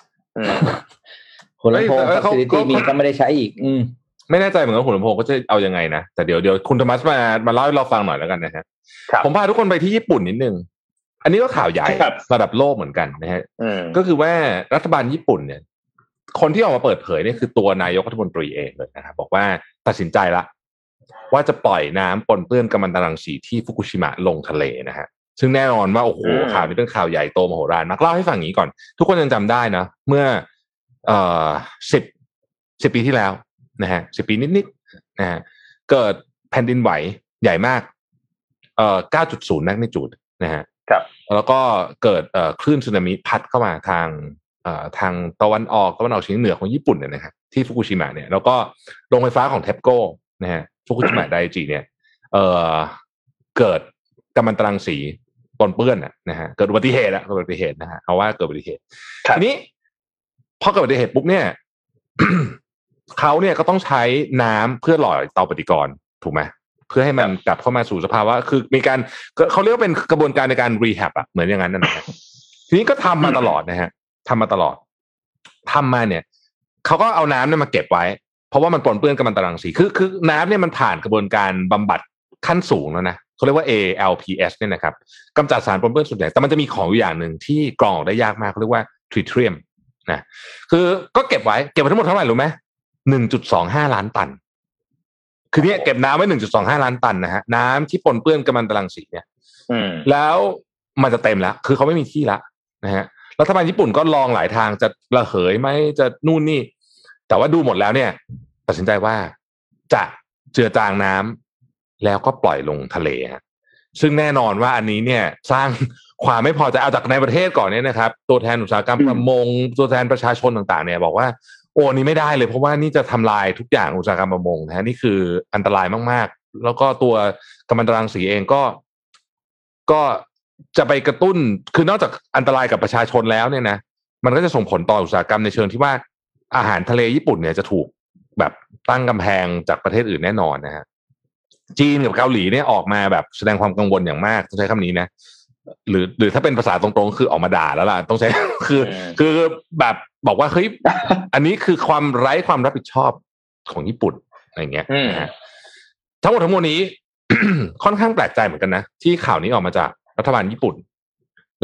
หัวลำโพงฟัซิลิตี้มีก็ไม่ได้ใช้อีกอืมไม่แน่ใจเหมือนกันหัวลำโพงก็จะเอายังไงนะแต่เดี๋ยวเดี๋ยวคุณธรรมะมามาเล่าให้เราฟังหน่อยแล้วกันนะฮะผมพาทุกคนไปที่ญี่ปุ่นนิดนึงอันนี้ก็ข่าวใหญ่ระดับโลกเหมือนกันนะฮะก็คือว่ารัฐบาลญี่ปุ่นเนี่ยคนที่ออกมาเปิดเผยนี่คือตัวนายกรัฐมนตรีเองเลยนะครับบอกว่าตัดสินใจละว่าจะปล่อยน้ำปนเปื้อนกัมมันตรังสีที่ฟุกุชิมะลงทะเลนะฮะซึ่งแน่นอนว่าโอ้โหข่าวนี้เป็นข่าวใหญ่โตมโหฬารมากเล่าให้ฟังอย่างนี้ก่อนทุกคนยังจำได้นะเมื่อเอ่อสิบสิบปีที่แล้วนะฮะสิบปีนิดๆนะฮะเกิดแผ่นดินไหวใหญ่มากเอ่อ เก้าจุดศูนย์ แมกนิจูดนะฮะครับแล้วก็เกิดเอ่อคลื่นสึนามิพัดเข้ามาทางเอ่อทางตะวันออกตะวันออกเฉียงเหนือของญี่ปุ่นเนี่ยนะครับที่ฟุกุชิมะเนี่ยแล้วก็โรงไฟฟ้าของเทปโก้นะฮะฟุกุชิมะไดจิเนี่ยเอ่อเกิดกัมมันตรังสีปนเปื้อนนะฮะเกิดอุบัติเหตุอะเกิดอุบัติเหตุนะฮะเอาว่าเกิดอุบัติเหตุทีนี้พอเกิดอุบัติเหตุปุ๊บเนี่ย เขาเนี่ยก็ต้องใช้น้ำเพื่อหล่อเตาปฏิกรณ์ถูกไหมเพื่อให้มันกลับเข้ามาสู่สภาวะคือมีการเขาเรียกว่าเป็นกระบวนการในการรีแฮบอะเหมือนอย่างนั้นนะฮะทีนี้ก็ทำมาตลอดนะฮะทำมาตลอดทำมาเนี่ยเขาก็เอาน้ำเนี่ยมาเก็บไว้เพราะว่ามันปนเปื้อนกัมมันตรังสีคือคือน้ำเนี่ยมันผ่านกระบวนการบำบัดขั้นสูงแล้วนะเขาเรียกว่า เอ แอล พี เอส เนี่ยนะครับกำจัดสารปนเปื้อนส่วนใหญ่แต่มันจะมีของอยู่อย่างหนึ่งที่กรองออกได้ยากมากเขาเรียกว่าทริเทียมนะคือก็เก็บไว้เก็บไว้ทั้งหมดเท่าไหร่รู้ไหมหนึ่งจุดสองห้าล้านตันคือเนี่ยเก็บน้ำไว้ หนึ่งจุดสองห้าล้านตันนะฮะน้ำที่ปนเปื้อนกัมมันตรังสีเนี่ยแล้วมันจะเต็มแล้วคือเขาไม่มีที่ละนะฮะรัฐบาลญี่ปุ่นก็ลองหลายทางจะระเหยไหมจะนู่นนี่แต่ว่าดูหมดแล้วเนี่ยตัดสินใจว่าจะเจือจางน้ำแล้วก็ปล่อยลงทะเลฮะซึ่งแน่นอนว่าอันนี้เนี่ยสร้างความไม่พอใจเอาจากในประเทศก่อนเนี่ยนะครับตัวแทนอุตสาหกรรมประมงตัวแทนประชาชนต่างๆเนี่ยบอกว่าโอ้นี่ไม่ได้เลยเพราะว่านี่จะทำลายทุกอย่างอุตสาหกรรมประมงนะฮะนี่คืออันตรายมากๆแล้วก็ตัวกัมมันตรังสีเองก็ก็จะไปกระตุ้นคือนอกจากอันตรายกับประชาชนแล้วเนี่ยนะมันก็จะส่งผลต่ออุตสาหกรรมในเชิงที่ว่าอาหารทะเลญี่ปุ่นเนี่ยจะถูกแบบตั้งกำแพงจากประเทศอื่นแน่นอนนะฮะจีนกับเกาหลีเนี่ยออกมาแบบแสดงความกังวลอย่างมากต้องใช้คำนี้นะหรือหรือถ้าเป็นภาษาตรงๆคือออกมาด่าแล้วล่ะต้องใช้คือคือแบบบอกว่าเฮ้ยอันนี้คือความไร้ความรับผิดชอบของญี่ปุ่นอะไรเงี้ยนะฮะทั้งหมดทั้งมวลนี้ ค่อนข้างแปลกใจเหมือนกันนะที่ข่าวนี้ออกมาจากรัฐบาลญี่ปุ่น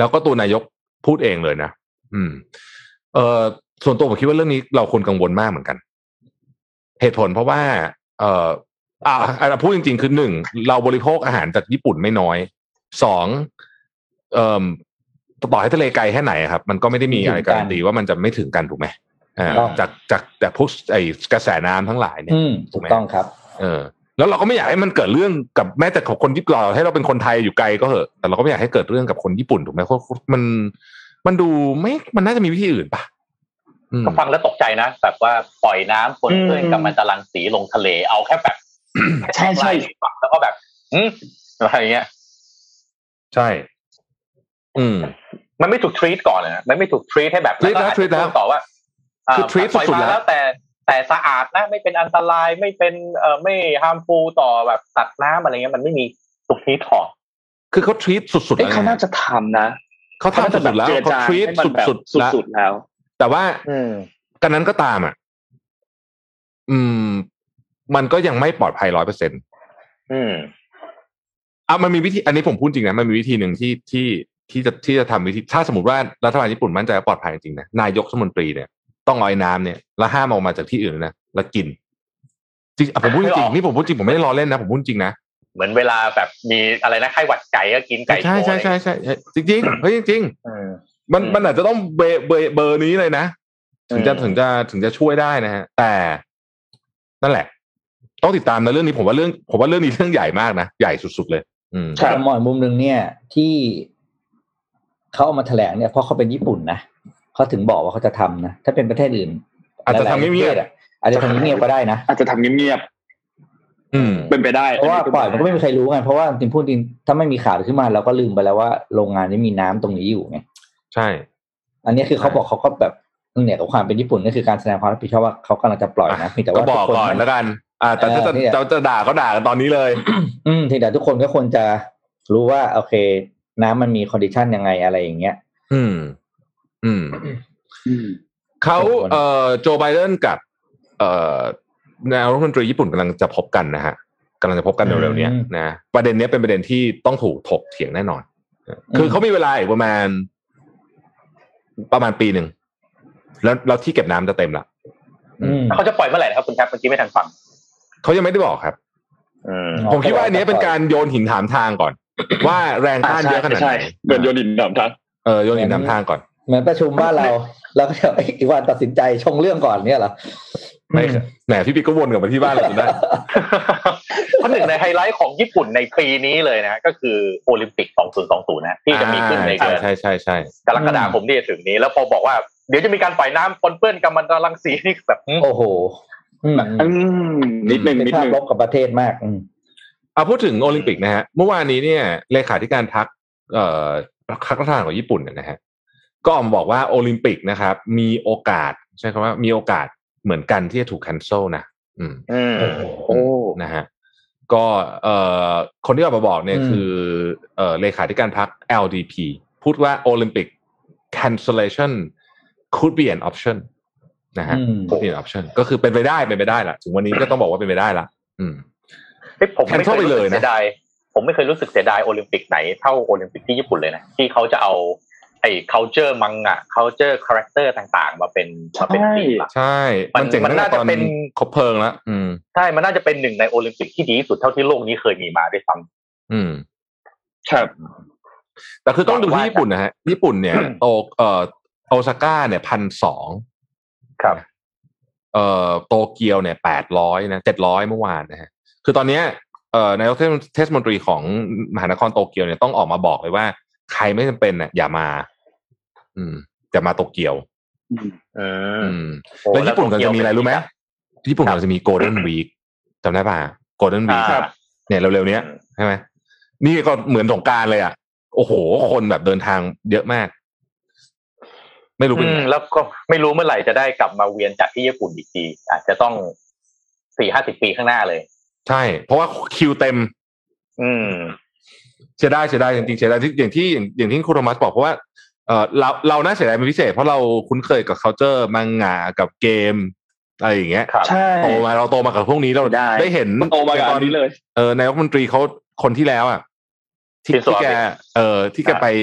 แล้วก็ตัวนายกพูดเองเลยนะอืมเออส่วนตัวผมคิดว่าเรื่องนี้เราควรกังวลมากเหมือนกันเหตุผลเพราะว่าเอออ่าพูดจริงๆคือหนึ่งเราบริโภคอาหารจากญี่ปุ่นไม่น้อยสองเอ่อต่อให้ทะเลไกลแค่ไหนครับมันก็ไม่ได้มีอะไรการันตีว่ามันจะไม่ถึงกันถูกไหมอ่าจากจากแต่พวกไอ้กระแสน้ำทั้งหลายเนี่ยถูกต้องครับเออแล้วเราก็ไม่อยากให้มันเกิดเรื่องกับแม้แต่ของคนญี่ปุ่นให้เราเป็นคนไทยอยู่ไกลก็เหอะแต่เราก็ไม่อยากให้เกิดเรื่องกับคนญี่ปุ่นถูกไหมเพราะมันมันดูไม่มันน่าจะมีวิธีอื่นป่ะก็ฟังแล้วตกใจนะแบบว่าปล่อยน้ำปนเปื้อนกัมมันตรังสีลงทะเลเอาแค่แบบใช่ใช่แล้วก็แบบอืมอะไรเงี้ยใช่อืมมันไม่ถูกทรีตก่อนนะมันไม่ถูกทรีตให้แบบแล้วก็ทรีตแล้วต่อว่าคือทรีตสุดๆแล้วแต่แต่สะอาดนะไม่เป็นอันตรายไม่เป็นเอ่อไม่ฮาร์มฟูลต่อแบบสัตว์น้ำอะไรเงี้ยมันไม่มีตรงนี้ถอดคือเขาทรีตสุดๆแล้วเขาน่าจะทำนะเขาทำสุดๆแล้วเขาทรีตสุดๆสุดๆแล้วแต่ว่ากันนั้นก็ตามอ่ะอืมมันก็ยังไม่ปลอดภัยร้อยเปอร์เซ็นต์อืมอ่ะมันมีวิธีอันนี้ผมพูดจริงนะมันมีวิธีหนึ่งที่ที่ที่จะที่จะทำวิธีถ้าสมมติว่ารัฐบาลญี่ปุ่นมั่นใจว่าปลอดภัยจริงๆนะนายกรัฐมนตรีเนี่ยต้องลอยน้ำเนี่ยแล้วห้ามออกมาจากที่อื่นนะแล้วกินจริงผมพูดจริงนี่ผมพูดจริงผมไม่ได้ล้อเล่นนะผมพูดจริงนะเหมือนเวลาแบบมีอะไรนะไข้หวัดไก่ก็กินไก่ใช่ใช่ใช่ใช่จริงจริงเฮ้ยจริงๆมันมันอาจจะต้องเบอร์เบอร์เบอร์นี้เลยนะถึงจะถึงจะถึงจะช่วยได้นะฮะแต่นั่นแหละต้องติดตามนะเรื่องนี้ผมว่าเรื่องผมว่าเรื่องนี้เรื่องใหญ่มากนะใหญ่สุดๆเลยอืมแต่มองมุมนึงเนี่ยที่เขาเอามาแถลงเนี่ยเพราะเขาเป็นญี่ปุ่นนะเขาถึงบอกว่าเขาจะทำนะถ้าเป็นประเทศอื่นอาจจะทำเงียบๆอาจจะทำเงียบๆก็ได้นะอาจจะทำเงียบๆอืมเป็นไปได้เพราะว่าปล่อยมันก็ไม่มีใครรู้ไงเพราะว่าจริงพูดจริงถ้าไม่มีข่าวขึ้นมาเราก็ลืมไปแล้วว่าโรงงานนี้มีน้ำตรงนี้อยู่ไงใช่อันนี้คือเขาบอกเขาก็แบบเนี่ยกับความเป็นญี่ปุ่นก็คือการแสดงความรับผิดชอบว่าเขากำลังจะปล่อยนะแต่ว่าก็บอกก่อนแล้วกันอ่าแต่ถ้าจะจะจะด่าก็ด่ากันตอนนี้เลยอืมทีแต่ทุกคนก็ควรจะรู้ว่าโอเคน้ำมันมีคอนดิชันยังไงอะไรอย่างเงี้ยอืมอืมเขาเอ่อโจไบเดนกับเอ่อนายกรัฐมนตรีญี่ปุ่นกำลังจะพบกันนะฮะกำลังจะพบกันเร็วๆนี้นะประเด็นนี้เป็นประเด็นที่ต้องถูกถกเถียงแน่นอนคือเขามีเวลาอีกประมาณประมาณปีหนึ่งแล้วแล้วที่เก็บน้ำจะเต็มละเขาจะปล่อยเมื่อไหร่นะครับคุณแคปเมื่อกี้ไม่ทันฟังเขายังไม่ได้บอกครับผมคิดว่าอันนี้เป็นการโยนหินถามทางก่อนว่าแรงต้านเยอะขนาดไหนเดินโยนหินถามทางเออโยนหินถามทางก่อนเหมือนประชุมบ้านเราแล้วก็อีกวันตัดสินใจชงเรื่องก่อนเนี่ยเหรอไม่แหมพี่ปิ๊กก็วนกลับมาที่บ้านเราจนได้เพราะหนึ่งในไฮไลท์ของญี่ปุ่นในปีนี้เลยนะก็คือโอลิมปิกสองพันยี่สิบนะที่จะมีขึ้นในเดือนใช่ใช่ใช่กรกฎาคมที่จะถึงนี้แล้วพอบอกว่าเดี๋ยวจะมีการปล่อยน้ำปนเปื้อนกัมมันตรังสีนี่แบบโอ้โหนิดนึงนิดนึงลบกับประเทศมากเอาพูดถึงโอลิมปิกนะฮะเมื่อวานนี้เนี่ยเลขาธิการพรรคเอ่อพรรครัฐบาลของญี่ปุ่นนะฮะก็ออกมาบอกว่าโอลิมปิกนะครับมีโอกาสใช่คำว่ามีโอกาสเหมือนกันที่จะถูกแคนเซิลนะอืมโอ้นะฮะก็เอ่อคนที่ออกมาบอกเนี่ยคือเอ่อเลขาธิการพรรค แอล ดี พี พูดว่าโอลิมปิก cancellation could be an option นะฮะ could be an option ก็คือเป็นไปได้เป็นไปได้ละถึงวันนี้ก็ต้องบอกว่าเป็นไปได้ละอืมผมไม่เคยรู้สึกเสียดายผมไม่เคยรู้สึกเสียดายโอลิมปิกไหนเท่าโอลิมปิกที่ญี่ปุ่นเลยนะที่เขาจะเอาไอ้ culture มังงะ culture character ต่างๆมาเป็นมาเป็นธีมใช่มันเจ๋งมันน่าจะเป็นครบเพลิงแล้วอืมใช่มันน่าจะเป็นหนึ่งในโอลิมปิกที่ดีที่สุดเท่าที่โลกนี้เคยมีมาด้วยซ้ำอืมครับแต่คือต้องดูที่ญี่ปุ่นนะฮะญี่ปุ่นเนี่ยโตเอ่อโอซาก้าเนี่ยพันสองครับเอ่อโตเกียวเนี่ยแปดร้อยนะเจ็ดร้อยเมื่อวานนะฮะคือตอนเนี้ยเอ่อนายกเทศมนตรีของมหานครโตเกียวเนี่ยต้องออกมาบอกเลยว่าใครไม่จำเป็นน่ะอย่ามาอืมอย่ามาโตเกียวอืมแล้วญี่ปุ่นก็จะมีอะไรรู้ไหมญี่ปุ่นก็จะมีโกลเด้นวีคจำได้ป่ะโกลเด้นวีคเนี่ยเร็วๆเนี้ยใช่ไหมนี่ก็เหมือนสงกรานต์เลยอ่ะโอ้โหคนแบบเดินทางเยอะมากไม่รู้เป็นแล้วก็ไม่รู้เมื่อไหร่จะได้กลับมาเวียนจัดที่ญี่ปุ่นอีกทีอาจจะต้องสี่ห้าสิบปีข้างหน้าเลยใช่เพราะว่าคิวเต็มอืมเสียดายเสียดายจริงๆเสียดายที่อย่างที่อย่างที่คุณโทมัสบอกเพราะว่าเออเราเราน่าเสียดายเป็นพิเศษเพราะเราคุ้นเคยกับ culture มังงะกับเกมอะไรอย่างเงี้ยใช่โตมาเราโตมากับพวกนี้เราได้เห็นโตมากับตอนนี้เลยเออนายกรัฐมนตรีเขาคนที่แล้วอ่ะที่ที่แกเออที่แกไป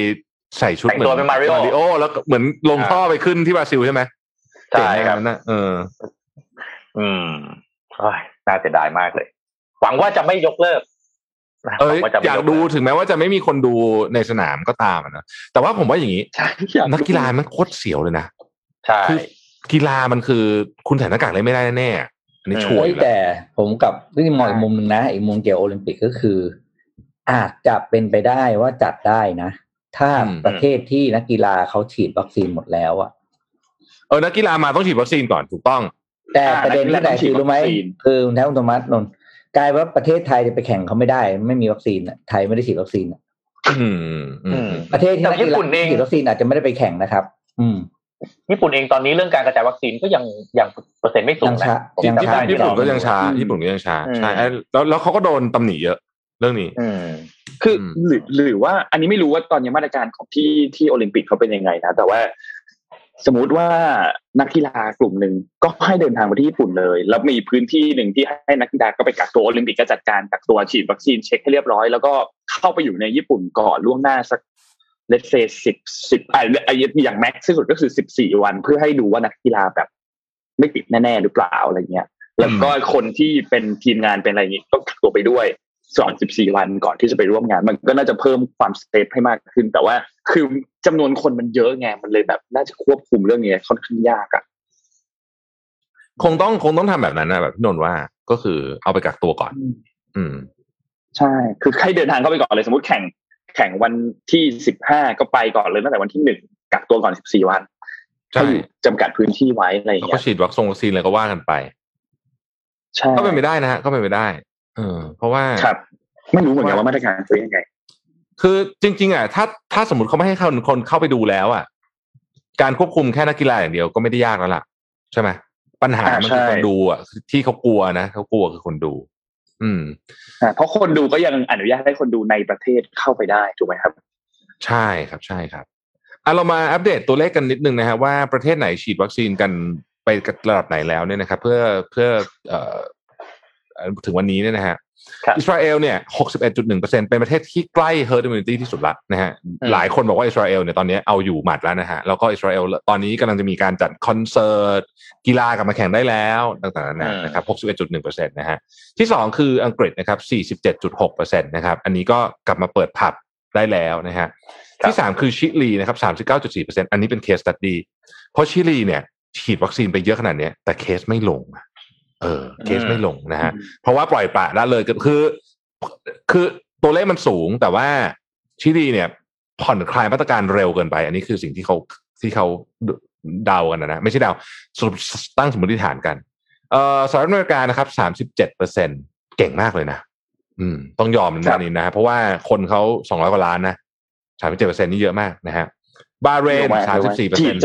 ใส่ชุดเหมือนมาริโอแล้วเหมือนลงท่อไปขึ้นที่บราซิลใช่ไหมใช่ครับนะเอออืมน่าเสียดายมากเลยหวังว่าจะไม่ยกเลิกเอออยากดูถึงแม้ว่าจะไม่มีคนดูในสนามก็ตามนะแต่ว่าผมว่าอย่างนี้นักกีฬามันโคตรเสียวเลยนะใช่คือกีฬามันคือคุณใส่หน้ากากอะไรไม่ได้แน่อันนี้ชัวร์แต่ผมกับที่มองอีกมุมนึงนะอีกมุมเกี่ยวโอลิมปิกก็คืออาจจะเป็นไปได้ว่าจัดได้นะถ้าประเทศที่นักกีฬาเขาฉีดวัคซีนหมดแล้วอ่ะเออนักกีฬามาต้องฉีดวัคซีนก่อนถูกต้องแต่ประเด็นที่ไหนคือรู้ไหมคือแนวโทมัสนนกลายว่าประเทศไทยจะไปแข่งเขาไม่ได้ไม่มีวัคซีนไทยไม่ได้ฉีดวัคซีนประเทศที่นักกีฬาฉีดวัคซีนอาจจะไม่ได้ไปแข่งนะครับอืมญี่ปุ่นเองตอนนี้เรื่องการกระจายวัคซีนก็ยังยังเปอร์เซ็นต์ไม่สูงนะญี่ปุ่นก็ยังช้าญี่ปุ่นก็ยังช้าใช่แล้วแล้วเขาก็โดนตำหนิเยอะเรื่องนี้คือหรือหรือว่าอันนี้ไม่รู้ว่าตอนนี้มาตรการของที่ที่โอลิมปิกเขาเป็นยังไงนะแต่ว่าสมมุติว่านักกีฬากลุ่มหนึ่งก็ให้เดินทางไปที่ญี่ปุ่นเลยแล้วมีพื้นที่หนึ่งที่ให้นักกีฬาก็ไปกักตัวโอลิมปิกก็จัดการกักตัวฉีดวัคซีนเช็คให้เรียบร้อยแล้วก็เข้าไปอยู่ในญี่ปุ่นก่อนล่วงหน้าสักเลทเซสิบ สิบอ่ะอย่างแม็กซ์ที่สุดก็คือสิบสี่วันเพื่อให้ดูว่านักกีฬาแบบไม่ติดแน่ๆหรือเปล่าอะไรเงี้ยแล้วก็คนที่เป็นทีมงานเป็นอะไรอย่างงี้ต้องกักตัวไปด้วยสอนสิบสี่วันก่อนที่จะไปร่วมงานมันก็น่าจะเพิ่มความเซฟให้มากขึ้นแต่ว่าคือจำนวนคนมันเยอะไงมันเลยแบบน่าจะควบคุมเรื่องนี้ค่อนข้างยากอ่ะคงต้องคงต้องทำแบบนั้นนะแบบพี่นนท์ว่าก็คือเอาไปกักตัวก่อนอืมใช่คือให้เดินทางเข้าไปก่อนเลยสมมติแข่งแข่งวันที่สิบห้าก็ไปก่อนเลยตั้งแต่วันที่หนึ่งกักตัวก่อนสิบสี่วันใช่จำกัดพื้นที่ไว้อะไรอย่างเงี้ยก็ฉีดวัคซีนวัคซีนอะไรก็ว่ากันไปใช่ก็เป็นไปได้นะฮะก็เป็นไปได้เออเพราะว่าครับไม่รู้เหมือนกันว่ามาตรการเป็นยังไงคือจริงๆอ่ะถ้าถ้าสมมติเขาไม่ให้คนคนเข้าไปดูแล้วอ่ะการควบคุมแค่นักกีฬาอย่างเดียวก็ไม่ได้ยากแล้วล่ะใช่ไหมปัญหามันคือคนดูอ่ะที่เขากลัวนะเขากลัวคือคนดูอืมเพราะคนดูก็ยังอนุญาตให้คนดูในประเทศเข้าไปได้ถูกไหมครับใช่ครับใช่ครับอ่ะเรามาอัปเดตตัวเลขกันนิดนึงนะฮะว่าประเทศไหนฉีดวัคซีนกันไประดับไหนแล้วเนี่ยนะครับเพื่อเพื่อเอ่อถึงวันนี้เนี่ยนะฮะอิสราเอลเนี่ย หกสิบเอ็ดจุดหนึ่งเปอร์เซ็นต์ เป็นประเทศที่ใกล้ herd immunity ที่สุดละนะฮะหลายคนบอกว่าอิสราเอลเนี่ยตอนนี้เอาอยู่หมัดแล้วนะฮะแล้วก็อิสราเอลตอนนี้กำลังจะมีการจัดคอนเสิร์ตกีฬากลับมาแข่งได้แล้วต่างๆนะครับ หกสิบเอ็ดจุดหนึ่งเปอร์เซ็นต์ นะฮะที่สองคืออังกฤษนะครับ สี่สิบเจ็ดจุดหกเปอร์เซ็นต์ นะครับอันนี้ก็กลับมาเปิดผับได้แล้วนะฮะที่สามคือชิลีนะครับ สามสิบเก้าจุดสี่เปอร์เซ็นต์ อันนี้เป็นเคสสตั๊ดดี้เพราะชิลีเนี่ยฉีดวัคซีนไปเยอะขนาดนี้แต่เคสไม่ลงเออเคสไม่ลงนะฮะเพราะว่าปล่อยปละละเลยก็คือคือตัวเลขมันสูงแต่ว่าชิลีเนี่ยผ่อนคลายมาตรการเร็วเกินไปอันนี้คือสิ่งที่เขาที่เขาเดากันนะนะไม่ใช่เดาตั้งสมมติฐานกันเอ่อสหรัฐอเมริกานะครับ สามสิบเจ็ดเปอร์เซ็นต์ เก่งมากเลยนะอืมต้องยอมด้านนี้นะเพราะว่าคนเขาสองร้อยกว่าล้านนะ สามสิบเจ็ดเปอร์เซ็นต์ นี่เยอะมากนะฮะบาห์เรน สามสิบสี่เปอร์เซ็นต์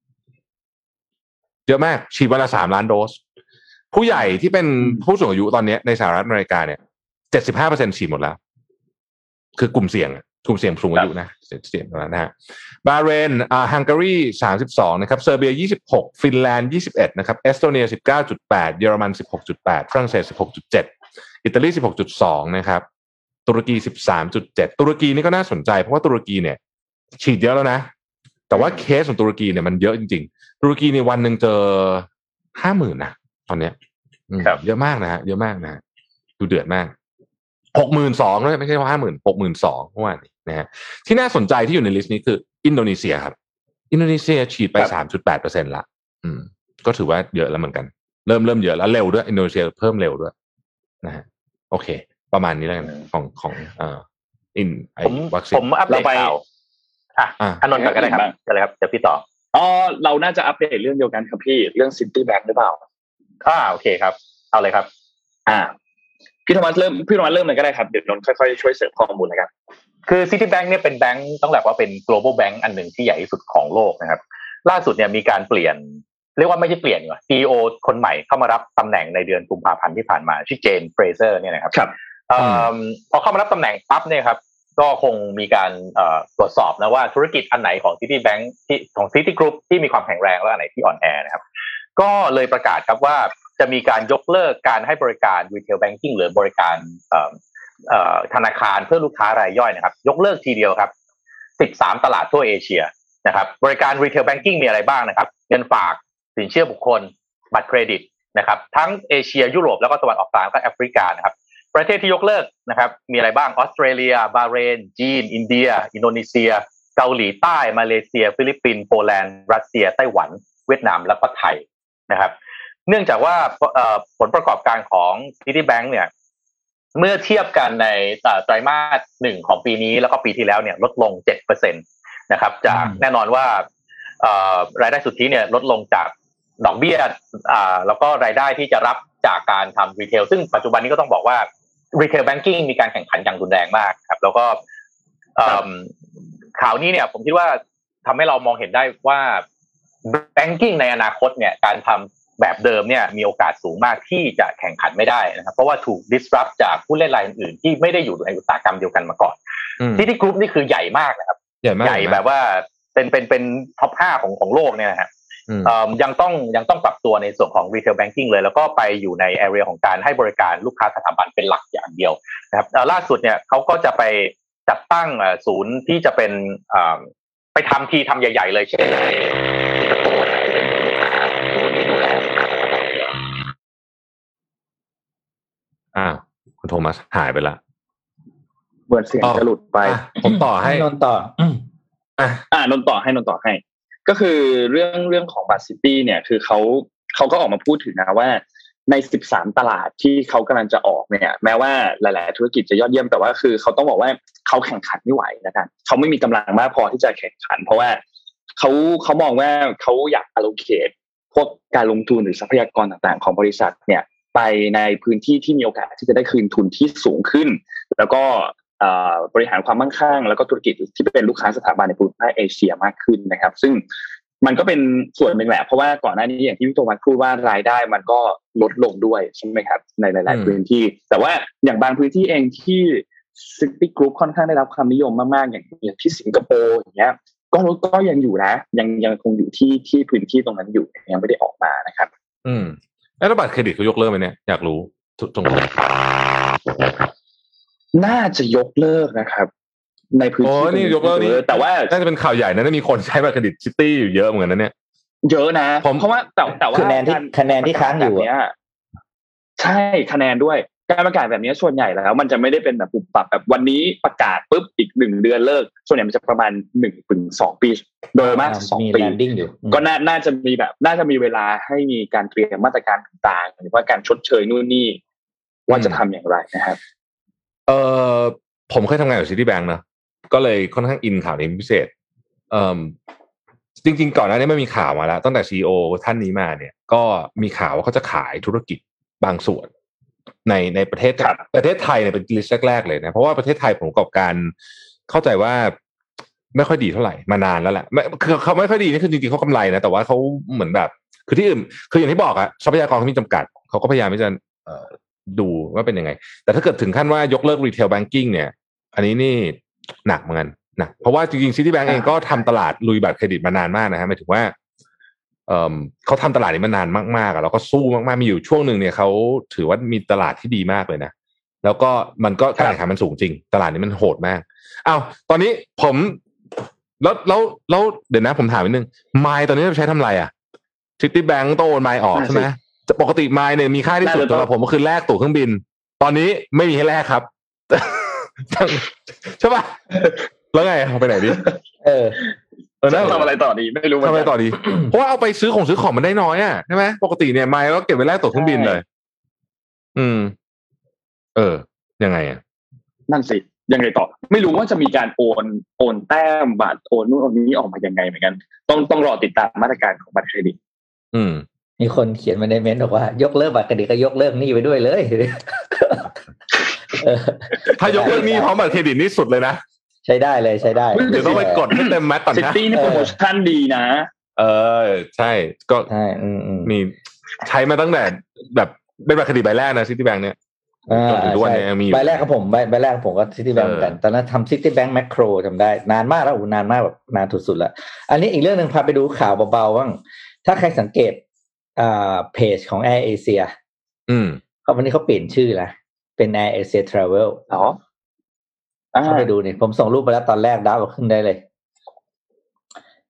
เยอะมากฉีดวันละสามล้านโดสผู้ใหญ่ที่เป็นผู้สูงอายุตอนนี้ในสหรัฐอเมริกาเนี่ย เจ็ดสิบห้าเปอร์เซ็นต์ ฉีดหมดแล้วคือกลุ่มเสี่ยงกลุ่มเสี่ยงสูงอายุนะเสี่ยงแล้วนะฮะบาห์เรนอ่าฮังการีสามสิบสองนะครับเซอร์เบียยี่สิบหกฟินแลนด์ยี่สิบเอ็ดนะครับเอสโตเนีย สิบเก้าจุดแปด เยอรมัน สิบหกจุดแปด ฝรั่งเศส สิบหกจุดเจ็ด อิตาลี สิบหกจุดสอง นะครับตุรกี สิบสามจุดเจ็ด ตุรกีนี่ก็น่าสนใจเพราะว่าตุรกีเนี่ยฉีดเยอะแล้วนะแต่ว่าเคสของตุรกีเนี่ยมันเยอะจริงๆตุรกีในวันนึงเจอ ห้าหมื่น นะตอนเนี้ยเยอะมากนะฮะเยอะมากนะฮะดูเดือดมาก หกหมื่นสองพัน ด้วยไม่ใช่ว่า ห้าหมื่น หกหมื่นสองพัน เมื่อวานนี้นะฮะที่น่าสนใจที่อยู่ในลิสต์นี้คืออินโดนีเซียครับอินโดนีเซียฉีดไป สามจุดแปดเปอร์เซ็นต์ ละอืมก็ถือว่าเยอะแล้วเหมือนกันเริ่มเริ่มเยอะแล้วเร็วด้วยอินโดนีเซียเพิ่มเร็วด้วยนะฮะโอเคประมาณนี้แล้วกันของของเอ่ออินไอวัคซีนผมอัปเดตข่าวอ่ะอานนท์ก่อนก็ได้ครับอะไรครับจะพี่ต่ออ๋อเราน่าจะอัปเดตเรื่องเดียวกันครับพี่เรื่องซิตี้แบงค์หรือเปล่าอ่าโอเคครับเอาเลยครับอ่าพี่โทมัสเริ่มพี่โทมัสเริ่มเลยก็ได้ครับเดี๋ยวนนท์ค่อยๆช่วยเสริมข้อมูลนะครับคือ Citibank เนี่ยเป็นแบงค์ต้องแบบว่าเป็น global bank อันหนึ่งที่ใหญ่ที่สุดของโลกนะครับล่าสุดเนี่ยมีการเปลี่ยนเรียกว่าไม่ใช่เปลี่ยนหรอก ซี อี โอ คนใหม่เข้ามารับตำแหน่งในเดือนกุมภาพันธ์ที่ผ่านมาชื่อเจนเฟรเซอร์เนี่ยนะครับครับเอ่อพอเข้ามารับตำแหน่งปั๊บเนี่ยครับก็คงมีการเอ่อตรวจสอบนะว่าธุรกิจอันไหนของ Citibank ที่ของ City Group ที่มีความแข็งแรงและอันไหนที่อ่อนแอนะครับก็เลยประกาศครับว่าจะมีการยกเลิกการให้บริการ retail banking หรือบริการเอ่อเอ่อธนาคารเพื่อลูกค้ารายย่อยนะครับยกเลิกทีเดียวครับสิบสามตลาดทั่วเอเชียนะครับบริการ Retail Banking มีอะไรบ้างนะครับเงินฝากสินเชื่อบุคคลบัตรเครดิตนะครับทั้งเอเชียยุโรปแล้วก็ตะวันออกกลางและแอฟริกานะครับประเทศที่ยกเลิกนะครับมีอะไรบ้างออสเตรเลียบาห์เรนจีนอินเดียอินโดนีเซียเกาหลีใต้มาเลเซียฟิลิปปินส์โปแลนด์รัสเซียไต้หวันเวียดนามและก็ไทยนะครับเนื่องจากว่าผลประกอบการของ Citibank เนี่ยเมื่อเทียบกันในไตรมาสหนึ่งของปีนี้แล้วก็ปีที่แล้วเนี่ยลดลง เจ็ดเปอร์เซ็นต์ นะครับจากแน่นอนว่ารายได้สุทธิเนี่ยลดลงจากดอกเบี้ยแล้วก็รายได้ที่จะรับจากการทำรีเทลซึ่งปัจจุบันนี้ก็ต้องบอกว่า Retail Banking มีการแข่งขันอย่างรุนแรงมากครับแล้วก็ข่าวนี้เนี่ยผมคิดว่าทำให้เรามองเห็นได้ว่า Banking ในอนาคตเนี่ยการทำแบบเดิมเนี่ยมีโอกาสสูงมากที่จะแข่งขันไม่ได้นะครับเพราะว่าถูก disrupt จากผู้เล่นรายอื่นๆที่ไม่ได้อยู่ในอุตสาหกรรมเดียวกันมาก่อน City Group นี่คือใหญ่มากนะครับใหญ่มากใหญ่แบบว่าเป็นเป็นเป็นท็อปห้าของของโลกเนี่ยนะฮะยังต้องยังต้องปรับตัวในส่วนของ Retail Banking เลยแล้วก็ไปอยู่ใน area ของการให้บริการลูกค้าสถาบันเป็นหลักอย่างเดียวนะครับล่าสุดเนี่ยเขาก็จะไปจัดตั้งศูนย์ที่จะเป็นไปทำทีทำใหญ่ๆเลยใช่ไหมอ้าวคุณโทมัสหายไปละเหมือนเสียงจะหลุดไปผมต่อให้นนต่ออ่ะอ่านนต่อให้นนต่อให้ก็คือเรื่องเรื่องของบัตรซิตี้เนี่ยคือเขาเขาก็ออกมาพูดถึงนะว่าในสิบสามตลาดที่เขากำลังจะออกเนี่ยแม้ว่าหลายๆธุรกิจจะยอดเยี่ยมแต่ว่าคือเขาต้องบอกว่าเขาแข่งขันไม่ไหวนะครับเขาไม่มีกำลังมากพอที่จะแข่งขันเพราะว่าเขาเขามองว่าเขาอยาก allocate พวกการลงทุนหรือทรัพยากรต่างๆของบริษัทเนี่ยไปในพื้นที่ที่มีโอกาสที่จะได้คืนทุนที่สูงขึ้นแล้วก็บริหารความมั่งคั่งแล้วก็ธุรกิจที่เป็นลูกค้าสถาบันในภูมิภาคเอเชียมากขึ้นนะครับซึ่งมันก็เป็นส่วนหนึ่งแหละเพราะว่าก่อนหน้านี้อย่างที่พี่โทมัสพูดว่ารายได้มันก็ลดลงด้วยใช่ไหมครับในหลายๆพื้นที่แต่ว่าอย่างบางพื้นที่เองที่ City Group ค่อนข้างได้รับความนิยมมากๆอย่างอย่างที่สิงคโปร์อย่างเงี้ยก็ก็ยังอยู่นะยังยังคงอยู่ที่ที่พื้นที่ตรงนั้นอยู่ยังไม่ได้ออกมานะครับอืมแล้วบัตรเครดิตเขายกเลิกไหมเนี่ยอยากรู้ตรงนี้น่าจะยกเลิกนะครับในพื้นที่โอ้นี่ยกเลิกนี่แต่ว่าน่าจะเป็นข่าวใหญ่นะน่ามีคนใช้บัตรเครดิตซิตี้อยู่เยอะเหมือนกันนะเนี่ยเยอะนะเพราะว่าแต่แต่ว่าคะแนนที่คะแนนที่ค้างอยู่เนี่ยใช่คะแนนด้วยการประกาศแบบนี้ส่วนใหญ่แล้วมันจะไม่ได้เป็นแบบปุบปับแบบวันนี้ประกาศปุ๊บอีกหนึ่งเดือนเลิกส่วนใหญ่มันจะประมาณหนึ่งถึงสองปีโดยมากสองปีก็น่าน่าจะมีแบบน่าจะมีเวลาให้มีการเตรียมมาตรการต่างๆหรือว่าการชดเชยนู่นนี่ว่าจะทำอย่างไรนะครับเออผมเคยทำงานกับ Citibank นะก็เลยค่อนข้างอินข่าวนี้พิเศษเอ่อจริงๆก่อนหน้านี้ไม่มีข่าวมาแล้วตั้งแต่ ซี อี โอ ท่านนี้มาเนี่ยก็มีข่าวว่าเขาจะขายธุรกิจบางส่วนในในประเทศประเทศไทยเนี่ยเป็นลิสต์แรกๆเลยนะเพราะว่าประเทศไทยผมประกอบการเข้าใจว่าไม่ค่อยดีเท่าไหร่มานานแล้วแหละคือเขาไม่ค่อยดีนี่คือจริงๆเขากำไรนะแต่ว่าเขาเหมือนแบบคือที่อื่นคืออย่างที่บอกอะทรัพยากรเขามีจำกัดเขาก็พยายามที่จะดูว่าเป็นยังไงแต่ถ้าเกิดถึงขั้นว่ายกเลิก Retail Banking เนี่ยอันนี้นี่หนักเหมือนกันนะเพราะว่าจริงๆ Citibank เองก็ทำตลาดลุยบัตรเครดิตมานานมากนะฮะหมายถึงว่าเอ่อเขาทำตลาดนี้มานานมากๆแล้วก็สู้มากๆมีอยู่ช่วงหนึ่งเนี่ยเขาถือว่ามีตลาดที่ดีมากเลยนะแล้วก็มันก็การแข่งขันมันสูงจริงตลาดนี้มันโหดมากอ้าวตอนนี้ผมแล้วแล้วแล้วเดี๋ยวนะผมถามนิดนึงไมล์ตอนนี้เราใช้ทำอะไรอ่ะ Citibank ต้องโอนไมล์ออกใช่ไหมปกติไมล์เนี่ยมีค่าที่สุดสำหรับผมก็คือแลกตั๋วเครื่องบินตอนนี้ไม่มีให้แลกครับใช่ป่ะแล้วไงเอาไปไหนดิเออเออทำอะไรต่อดีไม่รู้ทำอะไรต่อดีเพราะว่าเอาไปซื้อของซื้อของมันได้น้อยอ่ะใช่ไหมปกติเนี่ยไมล์ก็เก็บไว้แลกตั๋วเครื่องบินเลยอืมเออยังไงอ่ะนั่นสิยังไงต่อไม่รู้ว่าจะมีการโอนโอนแต้มบัตรโอนนู่นโอนนี้ออกมายังไงเหมือนกันต้องต้องรอติดตามมาตรการของบัตรเครดิตอืมมีคนเขียนมาในเมนต์บอกว่ายกเลิกบัตรเครดิตก็ยกเลิกหนี้ไปด้วยเลยถ้ายกเลิกหนี้พร้อมบัตรเครดิตนี่สุดเลยนะใช้ได้เลยใช้ได้เดี๋ยวต้องไปกดให้เต็มแมทก่อนนะซิตี้นี่โปรโมชั่นดีนะเออใช่ก็ใช่มีใช้มาตั้งแต่แบบเป็นบัตรเครดิตใบแรกนะ Citibank เนี่ยจนถึงทุกวันนี้มีใบแรกของผมใบใบแรกผมก็ Citibank เหมือนกันตอนนั้นทำ Citibank Macro จำได้นานมากแล้วโอ้นานมากแบบนานสุดๆแล้วอันนี้อีกเรื่องนึงพาไปดูข่าวเบาๆบ้างถ้าใครสังเกตอ่าเพจของ Air Asia อืมเขาวันนี้เขาเปลี่ยนชื่อแล้วเป็น Air Asia Travel อ๋อเข้าไปดูนี่ผมส่งรูปไปแล้วตอนแรกดาวขึ้นได้เลย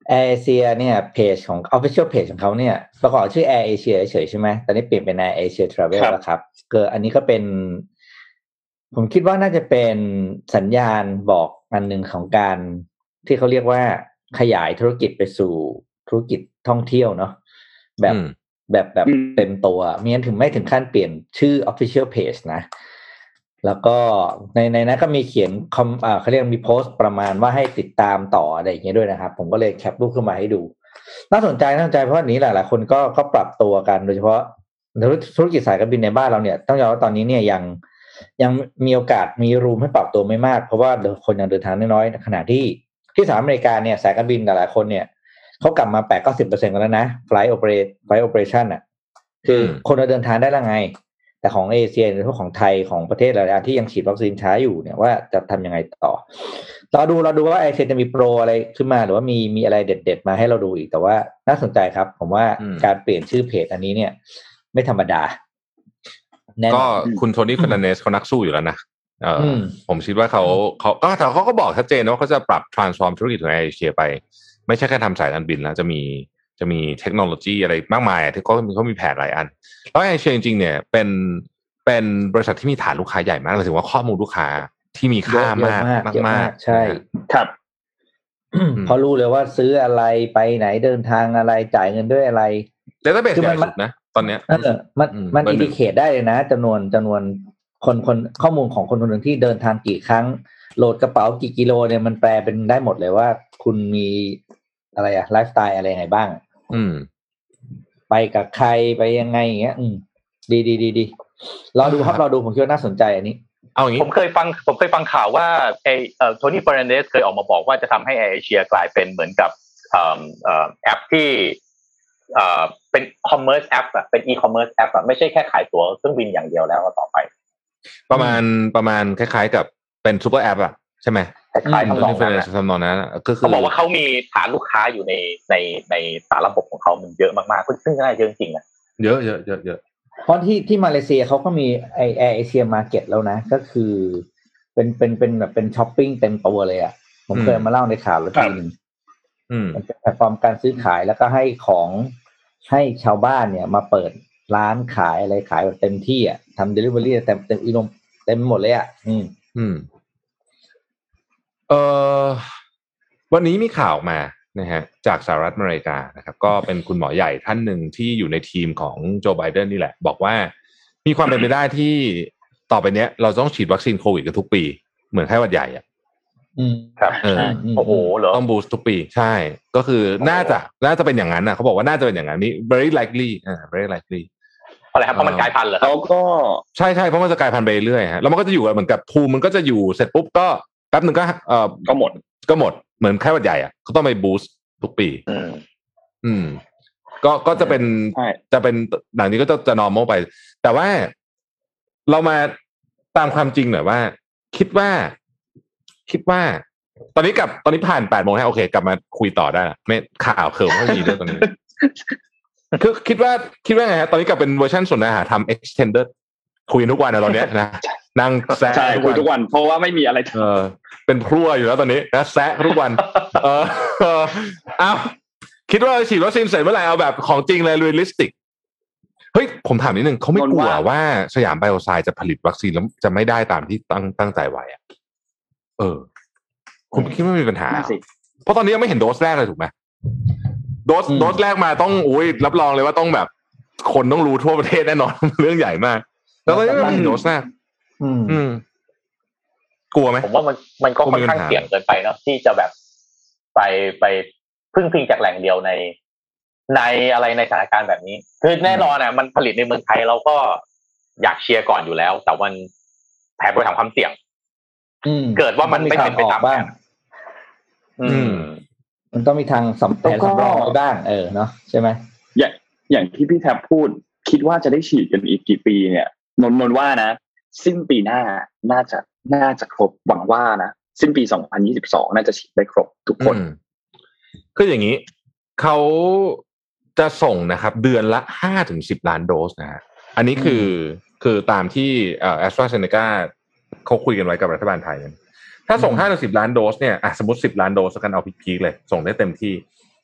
Air Asia เนี่ยเพจของ official page ของเขาเนี่ยประกอบชื่อ Air Asia เฉยๆใช่ไหมตอนนี้เปลี่ยนเป็น Air Asia Travel แล้วครับก็อันนี้ก็เป็นผมคิดว่าน่าจะเป็นสัญญาณบอกอันหนึ่งของการที่เขาเรียกว่าขยายธุรกิจไปสู่ธุรกิจท่องเที่ยวเนาะแบบแบบแบบเต็มตัวไม่งั้นถึงไม่ถึงขั้นเปลี่ยนชื่อ official page นะแล้วก็ในในนั้นก็มีเขียนคอมอ่าเขาเรียกมีโพสต์ประมาณว่าให้ติดตามต่ออะไรอย่างเงี้ยด้วยนะครับผมก็เลยแคปรูปขึ้นมาให้ดูน่าสนใจน่าสนใจเพราะวันนี้หลายๆคนก็ก็ปรับตัวกันโดยเฉพาะธุรกิจสายการบินในบ้านเราเนี่ยต้องยอมรับว่าตอนนี้เนี่ยยังยังมีโอกาสมีรูมให้ปรับตัวไม่มากเพราะว่าคนยังเดินทางน้อยๆขณะที่ที่สหรัฐอเมริกาเนี่ยสายการบินหลายๆคนเนี่ยเขากลับมา แปดถึงเก้าสิบเปอร์เซ็นต์ กันแล้วนะ flight operate flight operation อ่ะคือคนเดินทางได้แล้วไงแต่ของเอเชียหรือพวกของไทยของประเทศหลายๆที่ยังฉีดวัคซีนช้าอยู่เนี่ยว่าจะทำยังไงต่อเราดูเราดูว่าเอเชียจะมีโปรอะไรขึ้นมาหรือว่ามีมีอะไรเด็ดๆมาให้เราดูอีกแต่ว่าน่าสนใจครับผมว่าการเปลี่ยนชื่อเพจอันนี้เนี่ยไม่ธรรมดาก็คุณโทนี่เฟอร์นันเดสเขานักสู้อยู่แล้วนะเออผมคิดว่าเขาเขาก็แต่เขาก็บอกชัดเจนว่าเขาจะปรับ transform ธุรกิจของเอเชียไปไม่ใช่แค่ทำสายการบินแล้วจะมีจะมีเทคโนโลยีอะไรมากมายที่เขาเขามีแผนหลายอันแล้วเอเชียจริงๆเนี่ยเป็นเป็นบริษัทที่มีฐานลูกค้าใหญ่มากหมายถึงว่าข้อมูลลูกค้าที่มีค่ามากมากใช่ครับพอรู้เลยว่าซื้ออะไรไปไหนเดินทางอะไรจ่ายเงินด้วยอะไรแต่ถ้าเบสใหญ่สุดนะตอนเนี้ยเออมันมันอินดิเคตได้เลยนะจำนวนจำนวนคนคนข้อมูลของคนคนหนึ่งที่เดินทางกี่ครั้งโหลดกระเป๋ากี่กิโลเนี่ยมันแปลเป็นได้หมดเลยว่าคุณมีอะไรอะไลฟ์สไตล์อะไรยังไงบ้างอืมไปกับใครไปยังไงอย่างเงี้ยอืมดีดีดีดีรอดูครับรอดูผมคิดว่าน่าสนใจอันนี้เอาอย่างนี้ผมเคยฟังผมเคยฟังข่าวว่าไอเอ่อโทนี่เฟอร์นันเดสเคยออกมาบอกว่าจะทำให้แอร์เอเชียกลายเป็นเหมือนกับเอ่อเอ่อแอปที่เอ่อเป็นคอมเมอร์สแอปอะเป็นอีคอมเมิร์ซแอปอะไม่ใช่แค่ขายตั๋วเครื่องบินอย่างเดียวแล้วต่อไปประมาณประมาณคล้ายๆกับเป็นซุปเปอร์แอปอะใช่ไหมคล้ายๆทำนองนั้นทำนองนั้นก็คือเขาบอกว่าเขามีฐานลูกค้าอยู่ในในในสารระบบของเขามันเยอะมากๆซึ่งน่าเยอะจริงๆนะเยอะเยอะเยอะเยอะเพราะที่ที่มาเลเซียเขาก็มีไอแอร์เอเชียมาร์เก็ตแล้วนะก็คือเป็นเป็นเป็นแบบเป็นช้อปปิ้งเต็มตัวเลยอ่ะผมเคยมาเล่าในข่าวแล้วทีนึงมันเป็นแพลตฟอร์มการซื้อขายแล้วก็ให้ของให้ชาวบ้านเนี่ยมาเปิดร้านขายอะไรขายแบบเต็มที่อ่ะทำเดลิเวอรี่เต็มเต็มอีโนเต็มหมดเลยอ่ะอืมอืมเอ่อวันนี้มีข่าวมานะฮะจากสหรัฐอเมริกานะครับก็เป็นคุณหมอใหญ่ท่านหนึ่งที่อยู่ในทีมของโจไบเดนนี่แหละบอกว่ามีความเป็นไปได้ที่ต่อไปเนี้ยเราต้องฉีดวัคซีนโควิดกันทุกปีเหมือนไข้หวัดใหญ่อ่ะอืมครับเออโอ้โหเหรอต้องบูสต์ทุกปีใช่ก็คือน่าจะน่าจะเป็นอย่างนั้นนะเขาบอกว่าน่าจะเป็นอย่างนั้นนี่ very likely อ่า very likely อะไรครับเพราะมันกลายพันธุ์เหรอเขาก็ใช่ใช่เพราะมันจะกลายพันธุ์ไปเรื่อยฮะแล้วมันก็จะอยู่เหมือนกับภูมิมันก็จะอยู่เสร็จปุ๊บก็แป๊บนึงก็เอ่อก็หมดก็หมดเหมือนไข้หวัดใหญ่อ่ะเขาต้องไปบูสต์ทุกปีอืมอืมก็ก็จะเป็นจะเป็นหลังนี้ก็จะจะ normal ไปแต่ว่าเรามาตามความจริงหน่อยว่าคิดว่าคิดว่าตอนนี้กับตอนนี้ผ่านแปดโมงแล้วโอเคกลับมาคุยต่อได้ไม่ข่าวเขิมไม่มีเรื่องตอนนี้คือคิดว่าคิดว่าไงฮะตอนนี้กลับเป็นเวอร์ชันสนทนาธรรม extended คุยทุกวันนะตอนนี้นะนั่งแซะคุยทุกวันเพราะว่าไม่มีอะไรเออเป็นพลั่วอยู่แล้วตอนนี้นะแซะทุกวันเออเอาคิดว่าฉีดวัคซีนเสร็จเมื่อไหร่เอาแบบของจริงเลย realistic เฮ้ยผมถามนิดนึงเขาไม่กลัวว่าสยามไบโอไซด์จะผลิตวัคซีนแล้วจะไม่ได้ตามที่ตั้งตั้งใจไว้อ่ะเออคุณคิดว่ามีปัญหาเพราะตอนนี้ยังไม่เห็นโดสแรกเลยถูกไหมโดสโดสแรกมาต้องอุ้ยรับรองเลยว่าต้องแบบคนต้องรู้ทั่วประเทศแน่นอนเรื่องใหญ่มากแล้วตอนนี้ไม่เห็นโดสแรกอืมอืมกลัวไหมผมว่ามันมันก็ค่อนข้างเสี่ยงเกินไปเนาะที่จะแบบไปไปพึ่งพิงจากแหล่งเดียวในในอะไรในสถานการณ์แบบนี้คือแน่นอนอ่ะมันผลิตในเมืองไทยเราก็อยากเชียร์ก่อนอยู่แล้วแต่มันแผนบริหารความเสี่ยงเกิดว่ามันไม่เป็นไปตามแผนอืมมันต้องมีทางสำแผนสำรองไว้บ้างเออเนาะใช่ไหมอย่างอย่างที่พี่แทบพูดคิดว่าจะได้ฉีดกันอีกกี่ปีเนี่ยนนนว่านะสิ้นปีหน้าน่าจะน่าจะครบหวังว่านะสิ้นปีสองพันยี่สิบสองน่าจะฉีดได้ครบทุกคนคืออย่างนี้เขาจะส่งนะครับเดือนละ ห้าถึงสิบ ล้านโดสนะฮะอันนี้คือคือตามที่เอ่อ AstraZeneca เขาคุยกันไว้กับรัฐบาลไทยถ้าส่ง ห้าถึงสิบ ล้านโดสเนี่ยอ่ะสมมุติสิบล้านโดสกันเอาพีคๆเลยส่งได้เต็มที่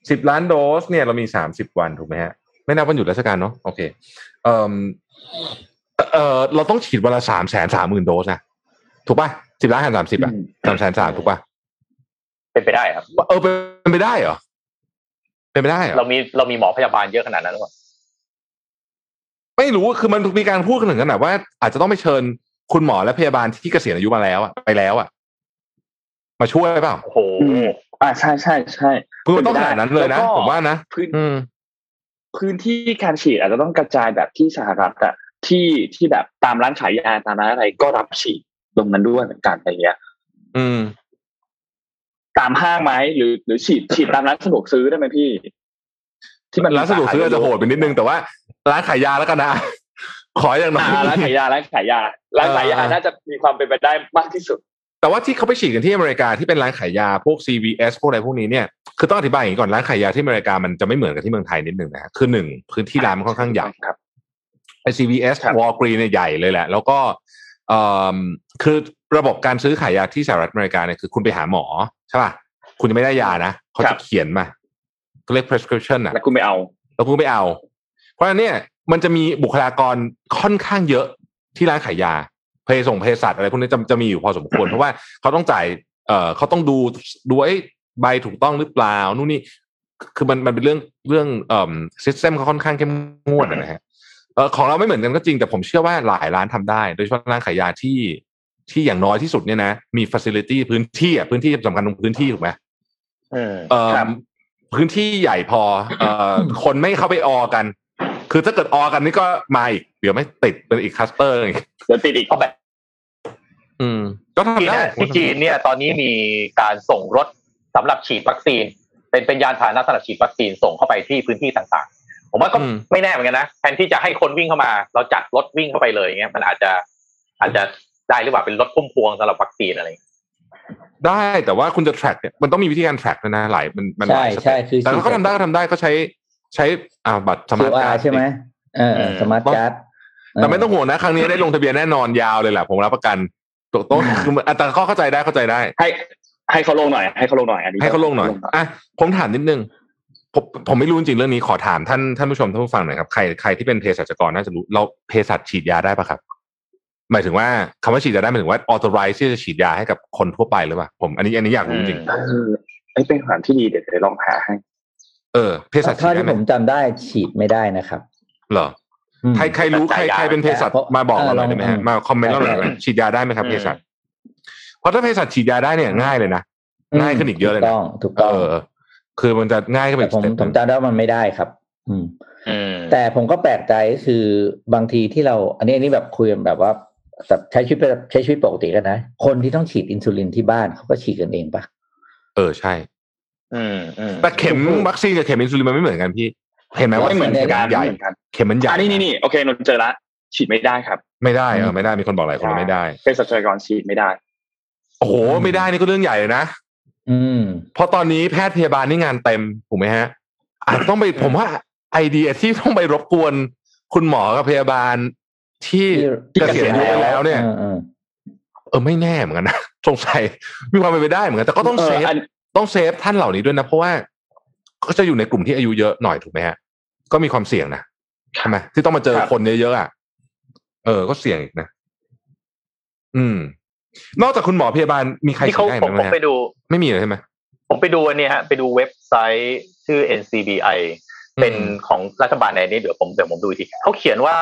สิบล้านโดสเนี่ยเรามีสามสิบวันถูกไหมฮะไม่นับวันหยุดราชการเนาะโอเคเอ่อเอ่อเราต้องฉีดวันละสามแสนสามหมื่นโดสนะถูกป่ะสิบล้านหารสามสิบอ่ะสามแสนสามถูกป่ะเป็นไปได้ครับเออเป็นไปได้เหรอเป็นไปได้เหรอเรามีเรามีหมอพยาบาลเยอะขนาดนั้นหรือเปล่าไม่รู้คือมันมีการพูดกันถึงขนาดว่าอาจจะต้องไปเชิญคุณหมอและพยาบาลที่เกษียณอายุมาแล้วอ่ะไปแล้วอ่ะมาช่วยเปล่าโอ้โหอ่าใช่ใช่ใช่คือมันต้องขนาดนั้นเลยนะผมว่านะพื้นพื้นที่การฉีดอาจจะต้องกระจายแบบที่สหรัฐอะที่ที่แบบตามร้านขายยาตามร้านอะไรก็รับฉีดตรงนั้นด้วยเหมือนกันอะไรเงี้ยอืมตามห้างไหมหรือหรือฉีดฉีดตามร้านสะดวกซื้อได้ไหมพี่ที่มันร้านสะดวกซื้อจะโหดไปนิดนึงแต่ว่าร้านขายยาแล้วกันนะขออย่างน้อยร้านขายยาร้านขายยาร้านขายยาน่าจะมีความเป็นไปได้มากที่สุดแต่ว่าที่เขาไปฉีดกันที่อเมริกาที่เป็นร้านขายยาพวก ซี วี เอส พวกอะไรพวกนี้เนี่ยคือต้องอธิบายอย่างนี้ก่อนร้านขายยาที่อเมริกามันจะไม่เหมือนกับที่เมืองไทยนิดนึงนะฮะคือหนึ่งพื้นที่ร้านมันค่อนข้างใหญ่ครับไอ ซี วี เอส Walgreens เนี่ยใหญ่เลยแหละแล้วก็เอ่อคือระบบการซื้อขายยาที่สหรัฐอเมริกาเนี่ยคือคุณไปหาหมอใช่ป่ะคุณจะไม่ได้ยานะเขาจะเขียนมาเขาเรียก prescription อ่ะแล้วคุณไม่เอาแล้วคุณไม่เอาเพราะฉะนั้นเนี่ยมันจะมีบุคลากรค่อนข้างเยอะที่ร้านขายยาเภสัชเภสัชอะไรพวกนี้จะจะมีอยู่พอสมควรเพราะว่าเขาต้องจ่ายเอ่อเขาต้องดูดูไอ้ใบถูกต้องหรือเปล่านู่นนี่คือมันมันเป็นเรื่องเรื่องเอ่อ system เขาค่อนข้างเข้มงวดนะฮะเอ่อของเราไม่เหมือนกันก็จริงแต่ผมเชื่อว่าหลายร้านทำได้โดยเฉพาะร้านขายยาที่ที่อย่างน้อยที่สุดเนี่ยนะมี facility พื้นที่อ่ะพื้นที่สำคัญตรงพื้นที่ถูกไหมเออเอ่อพื้นที่ใหญ่พอเอ่อคนไม่เข้าไปออกันคือถ้าเกิดออกันนี่ก็มาอีกเดี๋ยวไม่ติดเป็นอีกคลัสเตอร์อีกเดี๋ยวติดอีกเข้าไปอืมก็ทำได้ที่จีนเนี่ยตอนนี้มีการส่งรถสำหรับฉีดวัคซีนเป็นเป็นยานพาหนะสำหรับฉีดวัคซีนส่งเข้าไปที่พื้นที่ต่างๆผมว่าก็ไม่แน่เหมือนกันนะแทนที่จะให้คนวิ่งเข้ามาเราจัดรถวิ่งเข้าไปเลยอย่างเงี้ยมันอาจจะอาจจะได้หรือเปล่าเป็นรถพุ่มพวงสำหรับวัคซีนอะไรได้แต่ว่าคุณจะ track เนี่ยมันต้องมีวิธีการ track นะหลายมันมันใช่ใช่คือแต่เขาทำได้ก็ทำได้ก็ใช้ใช้อ่าบัตรสมาร์ทการ์ดใช่ไหมเออสมาร์ทการ์ดแต่ไม่ต้องห่วงนะครั้งนี้ได้ลงทะเบียนแน่นอนยาวเลยแหละผมรับประกันต้องคือแต่เขาเข้าใจได้เข้าใจได้ให้ให้เขาลงหน่อยให้เขาลงหน่อยอันนี้ให้เขาลงหน่อยอ่ะผมถามนิดนึงผมผมไม่รู้จริงเรื่องนี้ขอถามท่านท่านผู้ชมท่านผู้ฟังหน่อยครับใครใครที่เป็นเภสัชกรน่าจะรู้เราเภสัชฉีดยาได้ป่ะครับหมายถึงว่าคำว่าฉีดยาได้หมายถึงว่า authorize ที่จะฉีดยาให้กับคนทั่วไปหรือเปล่าผมอันนี้อันนี้อยากรู้จริงเออไอ้เป็นคำถามที่ดีเดี๋ยวเดี๋ยวลองหาให้เออเภสัชฉีดได้ไหมที่ผมจำได้ฉีดไม่ได้นะครับเหรอใครใครรู้ใครใครเป็นเภสัชมาบอกเราหน่อยได้ไหมฮะมาคอมเมนต์เราหน่อยฉีดยาได้ไหมครับเภสัชเพราะถ้าเภสัชฉีดยาได้เนี่ยง่ายเลยนะง่ายขึ้นอีกเยอะเลยนะถูกต้องเออคือมันจะง่ายขึ้นไปผมผมจำได้ว่ามันไม่ได้ครับอืมแต่ผมก็แปลกใจคือบางทีที่เราอันนี้อันนี้แบบคุยแบบว่าแบบใช้ชีวิตแบบใช้ชีวิตปกติกันนะคนที่ต้องฉีดอินซูลินที่บ้านเขาก็ฉีดกันเองปะเออใช่แต่เข็มวัคซีนกับเข็มอินซูลินมันไม่เหมือนกันพี่เห็นไหมว่าไม่เหมือนกันใหญ่เข็มมันใหญ่นี่นี่นี่โอเคนนเจอละฉีดไม่ได้ครับไม่ได้เออไม่ได้มีคนบอกหลายคนไม่ได้เป็นสัจจกรฉีดไม่ได้โอ้โหไม่ได้นี่ก็เรื่องใหญ่เลยนะอืมเพราะตอนนี้แพทย์พยาบาลนี่งานเต็มถูกไหมฮะอาจจะต้องไปผมว่าไอเดียที่ต้องไปรบกวนคุณหมอกับพยาบาลที่เกษียณอายุแล้วเนี่ยเออไม่แน่เหมือนกันนะสงสัยมีความเป็นไปได้เหมือนกันแต่ก็ต้องเซฟต้องเซฟท่านเหล่านี้ด้วยนะเพราะว่าก็จะอยู่ในกลุ่มที่อายุเยอะหน่อยถูกไหมฮะก็มีความเสี่ยงนะใช่ไหมที่ต้องมาเจอคนเยอะๆอ่ะเออก็เสี่ยงอีกนะอืมนอกจากคุณหมอพยาบาลมีใครฉีดได้ไหมผมไปดูไม่มีเลยใช่ไหมผมไปดูอันนี้ฮะไปดูเว็บไซต์ชื่อ เอ็น ซี บี ไอ เป็นของรัฐบาลในนี้เดี๋ยวผมเดี๋ยวผมดูทีเขาเขียนว่า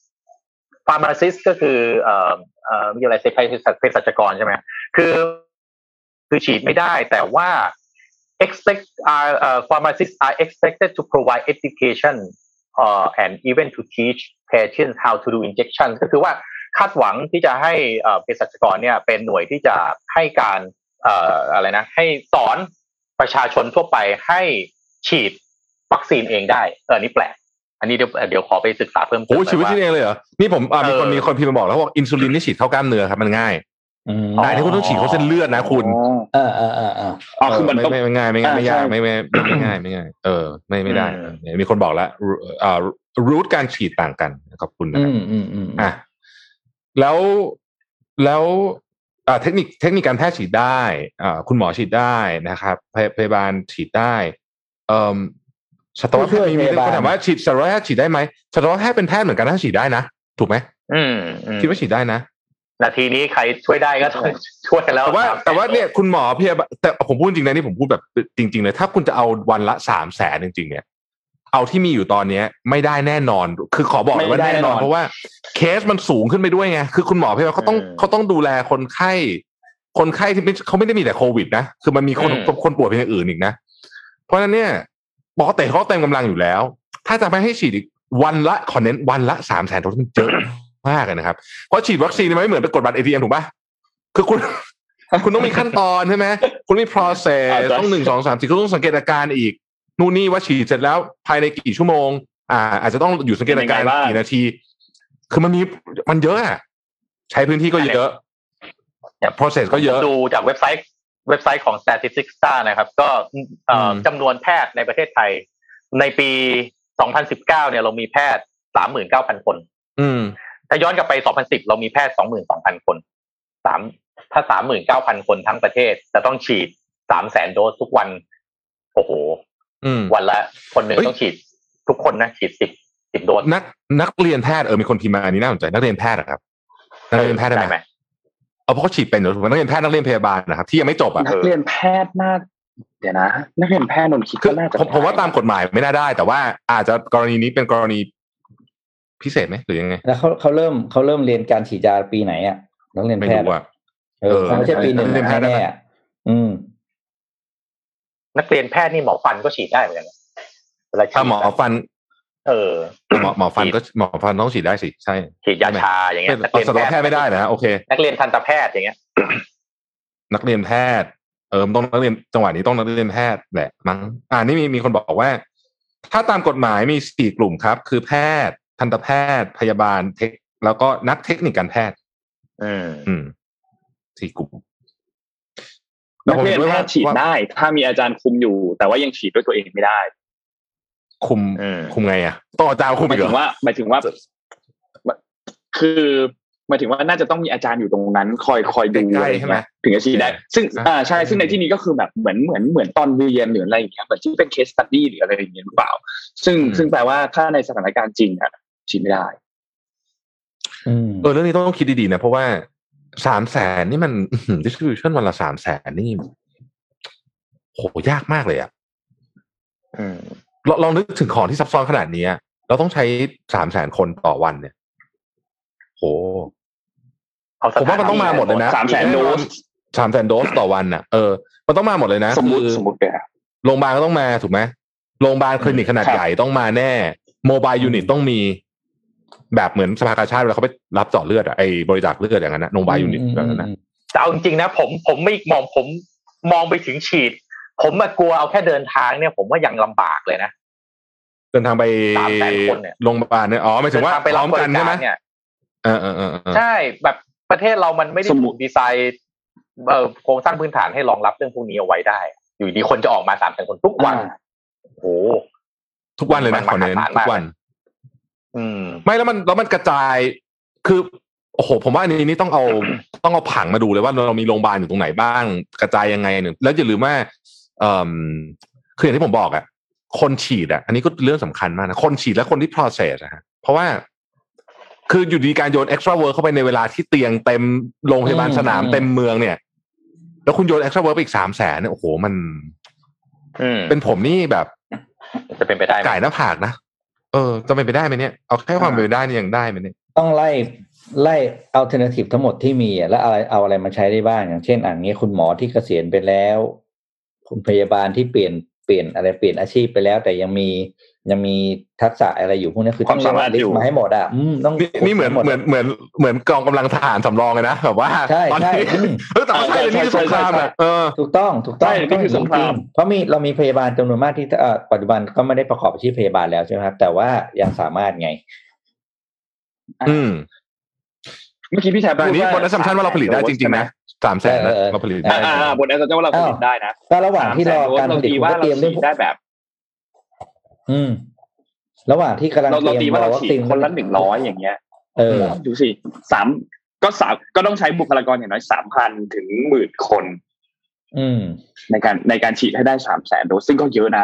pharmacist ก็คือเอ่อเอ่อมีอะไรเภสัชกรใช่ไหมคือคือฉีดไม่ได้แต่ว่า expect are uh, pharmacists are expected to provide education uh, and even to teach patients how to do injection ก็คือว่าคาดหวังที่จะให้เภสัชกรเนี่ยเป็นหน่วยที่จะให้การเอ่ออะไรนะให้สอนประชาชนทั่วไปให้ฉีดวัคซีนเองได้เออนี่แปลกอันนี้เดี๋ยวเดี๋ยวขอไปศึกษาเพิ่มเติมโอ้ฉีดวัคซีนเองเลยเหรอนี่ผมมีคนมีคนพิมพ์มาบอกแล้วว่าอินซูลินนี่ฉีดเข้ากล้ามเนื้อครับมันง่ายแต่ที่คุณต้องฉีดเข้าเส้นเลือดนะคุณเออเออเออเอออ๋อคือมันไม่ไม่ง่ายไม่ง่ายไม่ยากไม่ไม่ไม่ง่ายไม่ง่ายเออไม่ไม่ได้มีคนบอกแล้วอ่ารูทการฉีดต่างกันขอบคุณนะครับอ่ะแล้วแล้วอ่าเทคนิคเทคนิคการแพทย์ฉีดได้อ่าคุณหมอฉีดได้นะครับพยาบาลฉีดได้เอ่อสัตวแพทย์มีคนถามว่าฉีดสัตวแพทย์ฉีดได้ไหมสัตวแพทย์เป็นแพทย์เหมือนกันถ้าฉีดได้นะถูกไหมอืมคิดว่าฉีดได้นะนาทีนี้ใครช่วยได้ก็ต้องช่วยแล้วแต่ว่าแต่ว่าเนี่ยคุณหมอพยาบาลแต่ผมพูดจริงนะนี่ผมพูดแบบจริงๆเลยถ้าคุณจะเอาวันละสามแสนจริงๆเนี่ยเอาที่มีอยู่ตอนนี้ไม่ได้แน่นอนคือขอบอกว่าแน่นอนเพราะว่าเคสมันสูงขึ้นไปด้วยไงคือคุณหมอพยาบาลเขาต้องเขาต้องดูแลคนไข้คนไข้ที่เขาไม่ได้มีแต่โควิดนะคือมันมีคนคนป่วยเป็นอย่างอื่นอีกนะเพราะฉะนั้นเนี่ยปกติเขาเต็มกำลังอยู่แล้วถ้าจะไม่ให้ฉีดอีกวันละขอเน้นวันละสามแสนโดสมันเยอะมากเลยนะครับเพราะฉีดวัคซีนมันไม่เหมือนไปกดบัตร เอ ที เอ็ม ถูกป่ะคือคุณคุณต้องมีขั้นตอนใช่ไหมคุณมี process ต้องหนึ่งสองสามสี่คุณต้องสังเกตอาการอีกนู่นนี่ว่าฉีดเสร็จแล้วภายในกี่ชั่วโมงอ่าอาจจะต้องอยู่สังเกตอาการกี่นาทีคือมันมีมันเยอะอะใช้พื้นที่ก็เยอะ process ก็เยอะดูจากเว็บไซต์เว็บไซต์ของ Statistics นะครับก็จำนวนแพทย์ในประเทศไทยในปีสองพันสิบเก้าเนี่ยเรามีแพทย์ สามหมื่นเก้าพัน คนอืมถ้าย้อนกลับไปสองพันสิบเรามีแพทย์ สองหมื่นสองพัน คนสามถ้า สามหมื่นเก้าพัน คนทั้งประเทศจะต้องฉีด สามแสน โดสทุกวันโอ้โหวันละคนหนึ่งต้องฉีดทุกคนนะฉีดสิบ สิบโดสนักนักเรียนแพทย์เออมีคนพิมพ์มาอันนี้น่าสนใจนักเรียนแพทย์ครับนักเรียนแพทย์ได้ไหมเอาเพราะเขาฉีดเป็นหรือนักเรียนแพทย์นักเรียนพยาบาลนะครับที่ยังไม่จบอ่ะนักเรียนแพทย์น่าเดี๋ยวนะนักเรียนแพทย์นนคิดก็น่าจะผมว่าตามกฎหมายไม่น่าได้แต่ว่าอาจจะกรณีนี้เป็นกรณีพิเศษไหมหรือยังไงแล้วเขาเขาเริ่มเขาเริ่มเรียนการฉีดยาปีไหนอ่ะนักเรียนแพทย์เออไม่ใช่ปีหนึ่งแน่ๆอืมนักเรียนแพทย์นี่หมอฟันก็ฉีดได้เหมือนกันเวลาฉีดหมอฟันเออหมอหมอฟันก็หมอฟันต้องฉีดได้สิใช่ฉีดยาชาอย่างเงี้ยนักเรียนแพทย์ไม่ได้นะโอเคนักเรียนทันตแพทย์อย่างเงี้ยนักเรียนแพทย์เออต้องนักเรียนจังหวะนี้ต้องนักเรียนแพทย์แหละมั้งอ่านี่มีมีคนบอกว่าถ้าตามกฎหมายมีสี่กลุ่มครับคือแพทย์ทันตแพทย์พยาบาลเทคแล้วก็นักเทคนิคการแพทย์อืมอืมสี่กลุ่มนักเรียนแพทย์ฉีดได้ถ้ามีอาจารย์คุมอยู่แต่ว่ายังฉีดด้วยตัวเองไม่ได้คุมคุมไงอ่ะต้องอาจารย์คุมหมายถึงว่าหมายถึงว่าคือหมายถึงว่าน่าจะต้องมีอาจารย์อยู่ตรงนั้นคอยคอยดูใช่ไหมถึงจะฉีดได้ซึ่งอ่าใช่ซึ่งในที่นี้ก็คือแบบเหมือนเหมือนเหมือนตอนเรียนหรืออะไรอย่างเงี้ยเหมือนที่เป็น case study หรืออะไรอย่างเงี้ยหรือเปล่าซึ่งซึ่งแปลว่าถ้าในสถานการณ์จริงอ่ะฉีดไม่ได้เออเรื่องนี้ต้องคิดดีๆนะเพราะว่าสามแสนนี่มัน distribution วันละสามแสนนี่โหยากมากเลยอ่ะลองนึกถึงของที่ซับซ้อนขนาดนี้เราต้องใช้สามแสนคนต่อวันเนี่ยโหผมว่ามันต้องมาหมดเลยนะสามแสนโดสสามแสนโดสต่อวันน่ะเออมันต้องมาหมดเลยนะสมมติสมมติแกโรงพยาบาลก็ต้องมาถูกไหมโรงพยาบาลคลินิกขนาดใหญ่ต้องมาแน่โมบายยูนิตต้องมีแบบเหมือนสภากาชาดเวลาเขาไปรับเจาะเลือดอะไอบริจาคเลือดอย่างนั้นนะโมบายยูนิตแบบนั้นนะแต่เอาจริงๆนะผมผมไม่มองผมมองไปถึงฉีดผมมากลัวเอาแค่เดินทางเนี่ยผมว่ายังลำบากเลยนะเดินทางไปโรงพยาบาลเนี่ยอ๋อหมายถึงว่าไปพร้อมกันใช่ไหมเออเออเออใช่แบบประเทศเรามันไม่ได้ถูกดีไซน์เอ่อโครงสร้างพื้นฐานให้รองรับเรื่องพวกนี้เอาไว้ได้อยู่ดีคนจะออกมาสามแสนคนทุกวันโอ้ทุกวันเลยนะขอเน้นทุกวันอืมไม่แล้วมันแล้วมันกระจายคือโอ้โหผมว่าอันนี้นี่ต้องเอาต้องเอาผังมาดูเลยว่าเรามีโรงพยาบาลอยู่ตรงไหนบ้างกระจายยังไงหนึ่งแล้วอย่าลืมว่าเอ่อคืออย่างที่ผมบอกอ่ะคนฉีดอ่ะอันนี้ก็เรื่องสำคัญมากนะคนฉีดและคนที่ process อะฮะเพราะว่าคืออยู่ดีการโยน extra work เข้าไปในเวลาที่เตียงเต็มโรงพยาบาลสนามเต็มเมืองเนี่ยแล้วคุณโยน extra work ไปอีกสามแสนเนี่ยโอ้โหมันเป็นผมนี่แบบจะเป็นไปได้ไก่หน้าผากนะเออจะเป็นไปได้ไหมเนี่ยเอาแค่ความเป็นไปได้นี่ยังได้ไหมเนี่ยต้องไล่ไล่ alternative ทั้งหมดที่มีแล้วอะไรเอาอะไรมาใช้ได้บ้างอย่างเช่นอย่างนี้คุณหมอที่เกษียณไปแล้วคุณพยาบาลที่เปลี่ยนเปลี่ยนอะไรเปลี่ยนอาชีพไปแล้วแต่ยังมียังมีทักษะอะไรอยู่พวกนี้คือต้องสามารถลิสต์มาให้หมดอ่ะต้องนี่เหมือนเหมือนเหมือนเหมือนกองกำลังทหารสำรองเลยนะแบบว่าตอนนี้เออแต่ไม่ใช่นี่คือสงครามอ่ะเออถูกต้องถูกต้องนี่คือสงครามเพราะมีเรามีพยาบาลจำนวนมากที่ปัจจุบันก็ไม่ได้ประกอบอาชีพพยาบาลแล้วใช่ไหมครับแต่ว่ายังสามารถไงอืมเมื่อกี้พี่แทบพูดว่าบนแอสซัมชันว่าเราผลิตได้จริงๆนะสามแสนนะเราผลิตได้อ่าบนแอสซัมชันว่าเราผลิตได้นะก็ระหว่างที่รอการผลิตว่าเตรียมได้แบบอืมระหว่างที่กำลังเราตีว่าเราฉีดคนละหนึ่งร้อยอย่างเงี้ยเออดูสิสามก็สามก็ต้องใช้บุคลากรอย่างน้อยสามพันถึงหมื่นคนอืมในการในการฉีดให้ได้สามแสนโดสซึ่งก็เยอะนะ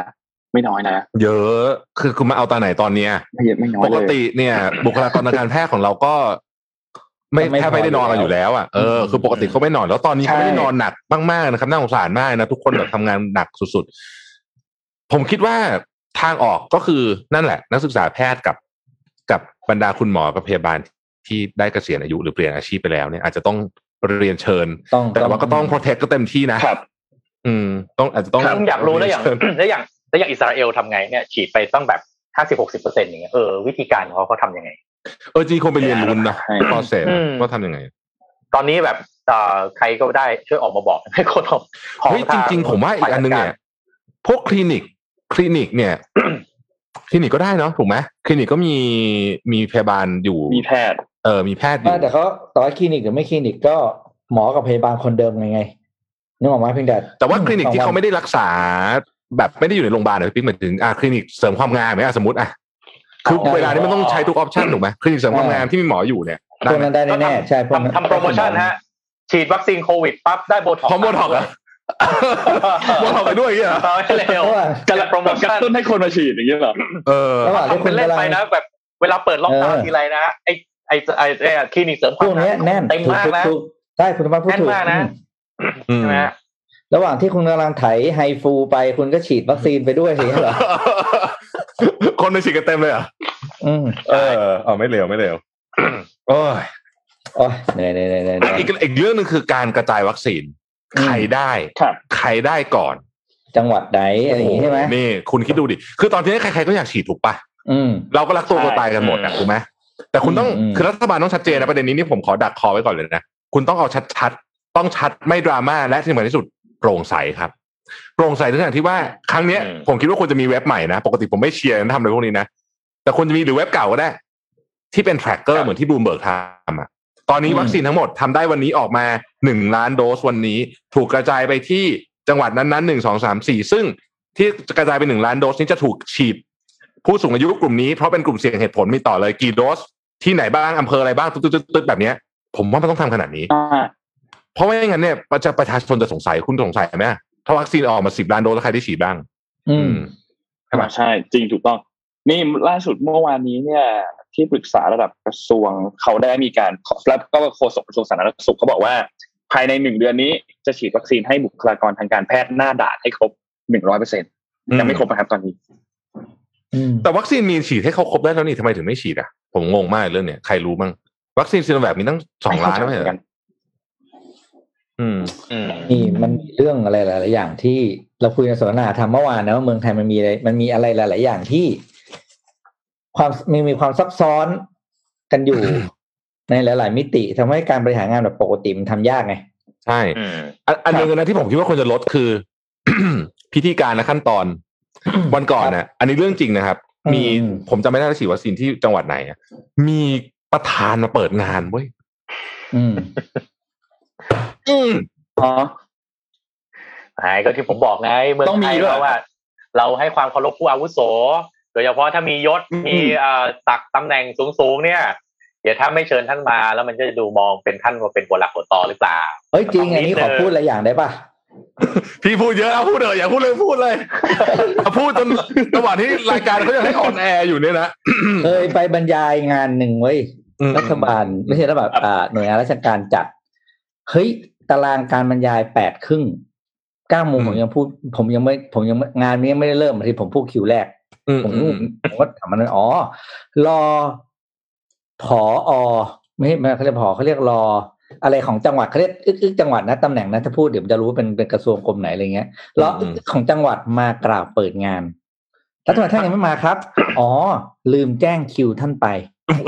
ไม่น้อยนะเยอะคือคุณมาเอาตาไหนตอนเนี้ยไม่เยอะไม่น้อยปกติเนี่ยบุคลากรทางการแพทย์ของเราก็ไม่แทบไม่ได้นอนกันอยู่แล้วอ่ะเออคือปกติเขาไม่นอนแล้วตอนนี้เขาไม่ได้นอนหนักมากๆนะครับน่าสงสารมากนะทุกคนแบบทำงานหนักสุดๆผมคิดว่าทางออกก็คือนั่นแหละนักศึกษาแพทย์กับกับบรรดาคุณหมอกับพยาบาลที่ได้เกษียณอายุหรือเปลี่ยนอาชีพไปแล้วเนี่ยอาจจะต้องเรียนเชิญแต่ว่าก็ต้องโปรเทคก็เต็มที่นะครับอืมต้องอาจจะต้องอยากรู้ได้อย่างได้อย่างได้อย่างอิสราเอลทำไงเนี่ยฉีดไปต้องแบบห้าสิบหกสิบเปอร์เซ็นต์อย่างเงี้ยเออวิธีการเขาเขาทำยังไงเออจริงคงไปเรียนรู้นะพอเสร็จว่าทำยังไงตอนนี้แบบใครก็ได้ช่วยออกมาบอกให้คนของเฮ้ยจริงๆผมว่าอีกอันนึงเนี่ยพวกคลินิกคลินิกเนี่ยคลินิกก็ได้เนาะถูกไหมคลินิกก็มีมีพยาบาลอยู่มีแพทย์เออมีแพทย์อยู่แต่เขาต่อคลินิกหรือไม่คลินิกก็หมอกับพยาบาลคนเดิมไงไงนึกออกไหมเพียงแต่แต่ว่าคลินิกที่เขาไม่ได้รักษาแบบไม่ได้อยู่ในโรงพยาบาลนะพี่หมายถึงอ่ะคลินิกเสริมความงามไหมอ่ะสมมติอ่ะคือเวลานี้มันต้องใช้ทุกออปชั่นถูกไหมคลินิกเสริมความงามที่มีหมออยู่เนี่ยพวกนั้นได้แน่ๆใช่ทำโปรโมชั่นฮะฉีดวัคซีนโควิดปั๊บได้โบท็อกซ์พร้อมโบท็อกซ์อ่ะโบท็อกซ์ไปด้วยอย่างเงี้ยต่อให้เร็วจะโปรโมชั่นกระตุ้นให้คนมาฉีดอย่างเงี้ยเหรอเออทำเป็นเล่นไปนะแบบเวลาเปิดล็อกดาวน์ทีไรนะไอ้ไอ้ไอ้คลินิกเสริมความงามแน่นเต็มมากนะใช่คุณภาพพูดถูกนะใช่ไหมระหว่างที่คุณกำลังไถไฮฟูไปคุณก็ฉีดวัคซีนไปด้วยสิเหรอคนไปฉีดกันเต็มเลยอ่ะอืมเอออ๋อไม่เร็วไม่เร็วโอ้ยโอ้ยเหนื่อยเหนื่อยเหนื่อยอีกอีกเรื่องนึงคือการกระจายวัคซีนใครได้ใครได้ก่อนจังหวัดไหนอะไรอย่างงี้ใช่ไหมนี่คุณคิดดูดิคือตอนนี้ใครๆก็อยากฉีดถูกป่ะอืมเราก็รักตัวตัวตายกันหมดอ่ะถูกไหมแต่คุณต้องคือรัฐบาลต้องชัดเจนนะประเด็นนี้นี่ผมขอดักคอไว้ก่อนเลยนะคุณต้องเอาชัดๆต้องชัดไม่ดราม่าและที่สำคัญที่สุดโปร่งใสครับโปร่งใสในขณะที่ว่าครั้งนี้ผมคิดว่าควรจะมีเว็บใหม่นะปกติผมไม่เชียร์ทำอะไรพวกนี้นะแต่ควรจะมีหรือเว็บเก่าก็ได้ที่เป็น tracker เหมือนที่บลูมเบิร์กทำอ่ะตอนนี้วัคซีนทั้งหมดทำได้วันนี้ออกมาหนึ่งล้านโดสวันนี้ถูกกระจายไปที่จังหวัดนั้นๆหนึ่ง สอง สาม สี่ซึ่งที่กระจายไปหนึ่งล้านโดสนี้จะถูกฉีดผู้สูงอายุกลุ่มนี้เพราะเป็นกลุ่มเสี่ยงเหตุผลมีต่อเลยกี่โดสที่ไหนบ้างอำเภออะไรบ้างตึ๊ดๆๆแบบนี้ผมว่ามันต้องทำขนาดนี้เพราะว่าอย่างนั้นเนี่ยประประชาชนจะสงสัยคุณสงสัยไหมถ้าวัคซีนออกมาสิบล้านโดสแล้วใครได้ฉีดบ้างอืมใช่ไหมใช่จริงถูกต้องนี่ล่าสุดเมื่อวานนี้เนี่ยที่ปรึกษาระดับกระทรวงเขาได้มีการแล้วก็โฆษกกระทรวงสาธารณสุขเขาบอกว่าภายในหนึ่งเดือนนี้จะฉีดวัคซีนให้บุคลากรทางการแพทย์หน้าด่านให้ครบหนึ่งร้อยเปอร์เซ็นต์ยังไม่ครบนะครับตอนนี้แต่วัคซีนมีฉีดให้เขาครบได้แล้วนี่ทำไมถึงไม่ฉีดอ่ะผมงงมากเรื่องเนี้ยใครรู้บ้างวัคซีนซีโนแวคมีตั้งสองล้านแล้วไม่ใช่เหรออืมนี่มันมีเรื่องอะไรหลายๆอย่างที่เราคุยในสนทนาธรรมเมื่อวานนะว่าเมืองไทยมันมีอะไรมันมีอะไรหลายๆอย่างที่ความมีมีความซับซ้อนกันอยู่ ในหลายๆมิติทำให้การบริหารงานแบบปกติมันทำยากไงใช่อันนึงนะที่ผมคิดว่าควรจะลดคือ พิธีการและขั้นตอน วันก่อนนะอันนี้เรื่องจริงนะครับมีผมจำไม่ได้ว่าฉีดวัคซีนที่จังหวัดไหนมีประธานมาเปิดงานเว้ยอืมอืมอ๋อไอ้ก็ที่ผมบอกไงเมืองไทยเราว่าเราให้ความเคารพผู้อาวุโสโดยเฉพาะถ้ามียศมีอ่าตักตำแหน่งสูงๆเนี่ยเดี๋ยวถ้าไม่เชิญท่านมาแล้วมันจะดูมองเป็นท่านว่าเป็นหัวหลักหัวตอหรือเปล่าเฮ้ยจริงอันนี้ขอพูดอะไรอย่างได้ป่ะพี่พูดเยอะแล้วพูดเลยอย่าพูดเลยพูดเลยพูดจนจังหวะที่รายการเขายังให้ออนแอร์อยู่เนี่ยนะเคยไปบรรยายงานหนึ่งเว้ยรัฐบาลไม่ใช่รัฐบาลอ่าหน่วยงานราชการจัดเฮ้ยตารางการบรรยายแปดครึ่งเก้าโมงผมยังพูดผมยังไม่ผมยังงานนี้ยังไม่ได้เริ่มที่ผมพูดคิวแรกผมผมก็ถามมันอ๋อรอผอไม่ไม่เขาเรียกผอเขาเรียกรออะไรของจังหวัดเขาเรียกอึกอึกจังหวัดนะตำแหน่งนะถ้าพูดเดี๋ยวจะรู้เป็นเป็นกระทรวงกรมไหนอะไรเงี้ยรออึกของจังหวัดมากราบเปิดงานแล้วทำไมท่านยังไม่มาครับอ๋อลืมแจ้งคิวท่านไป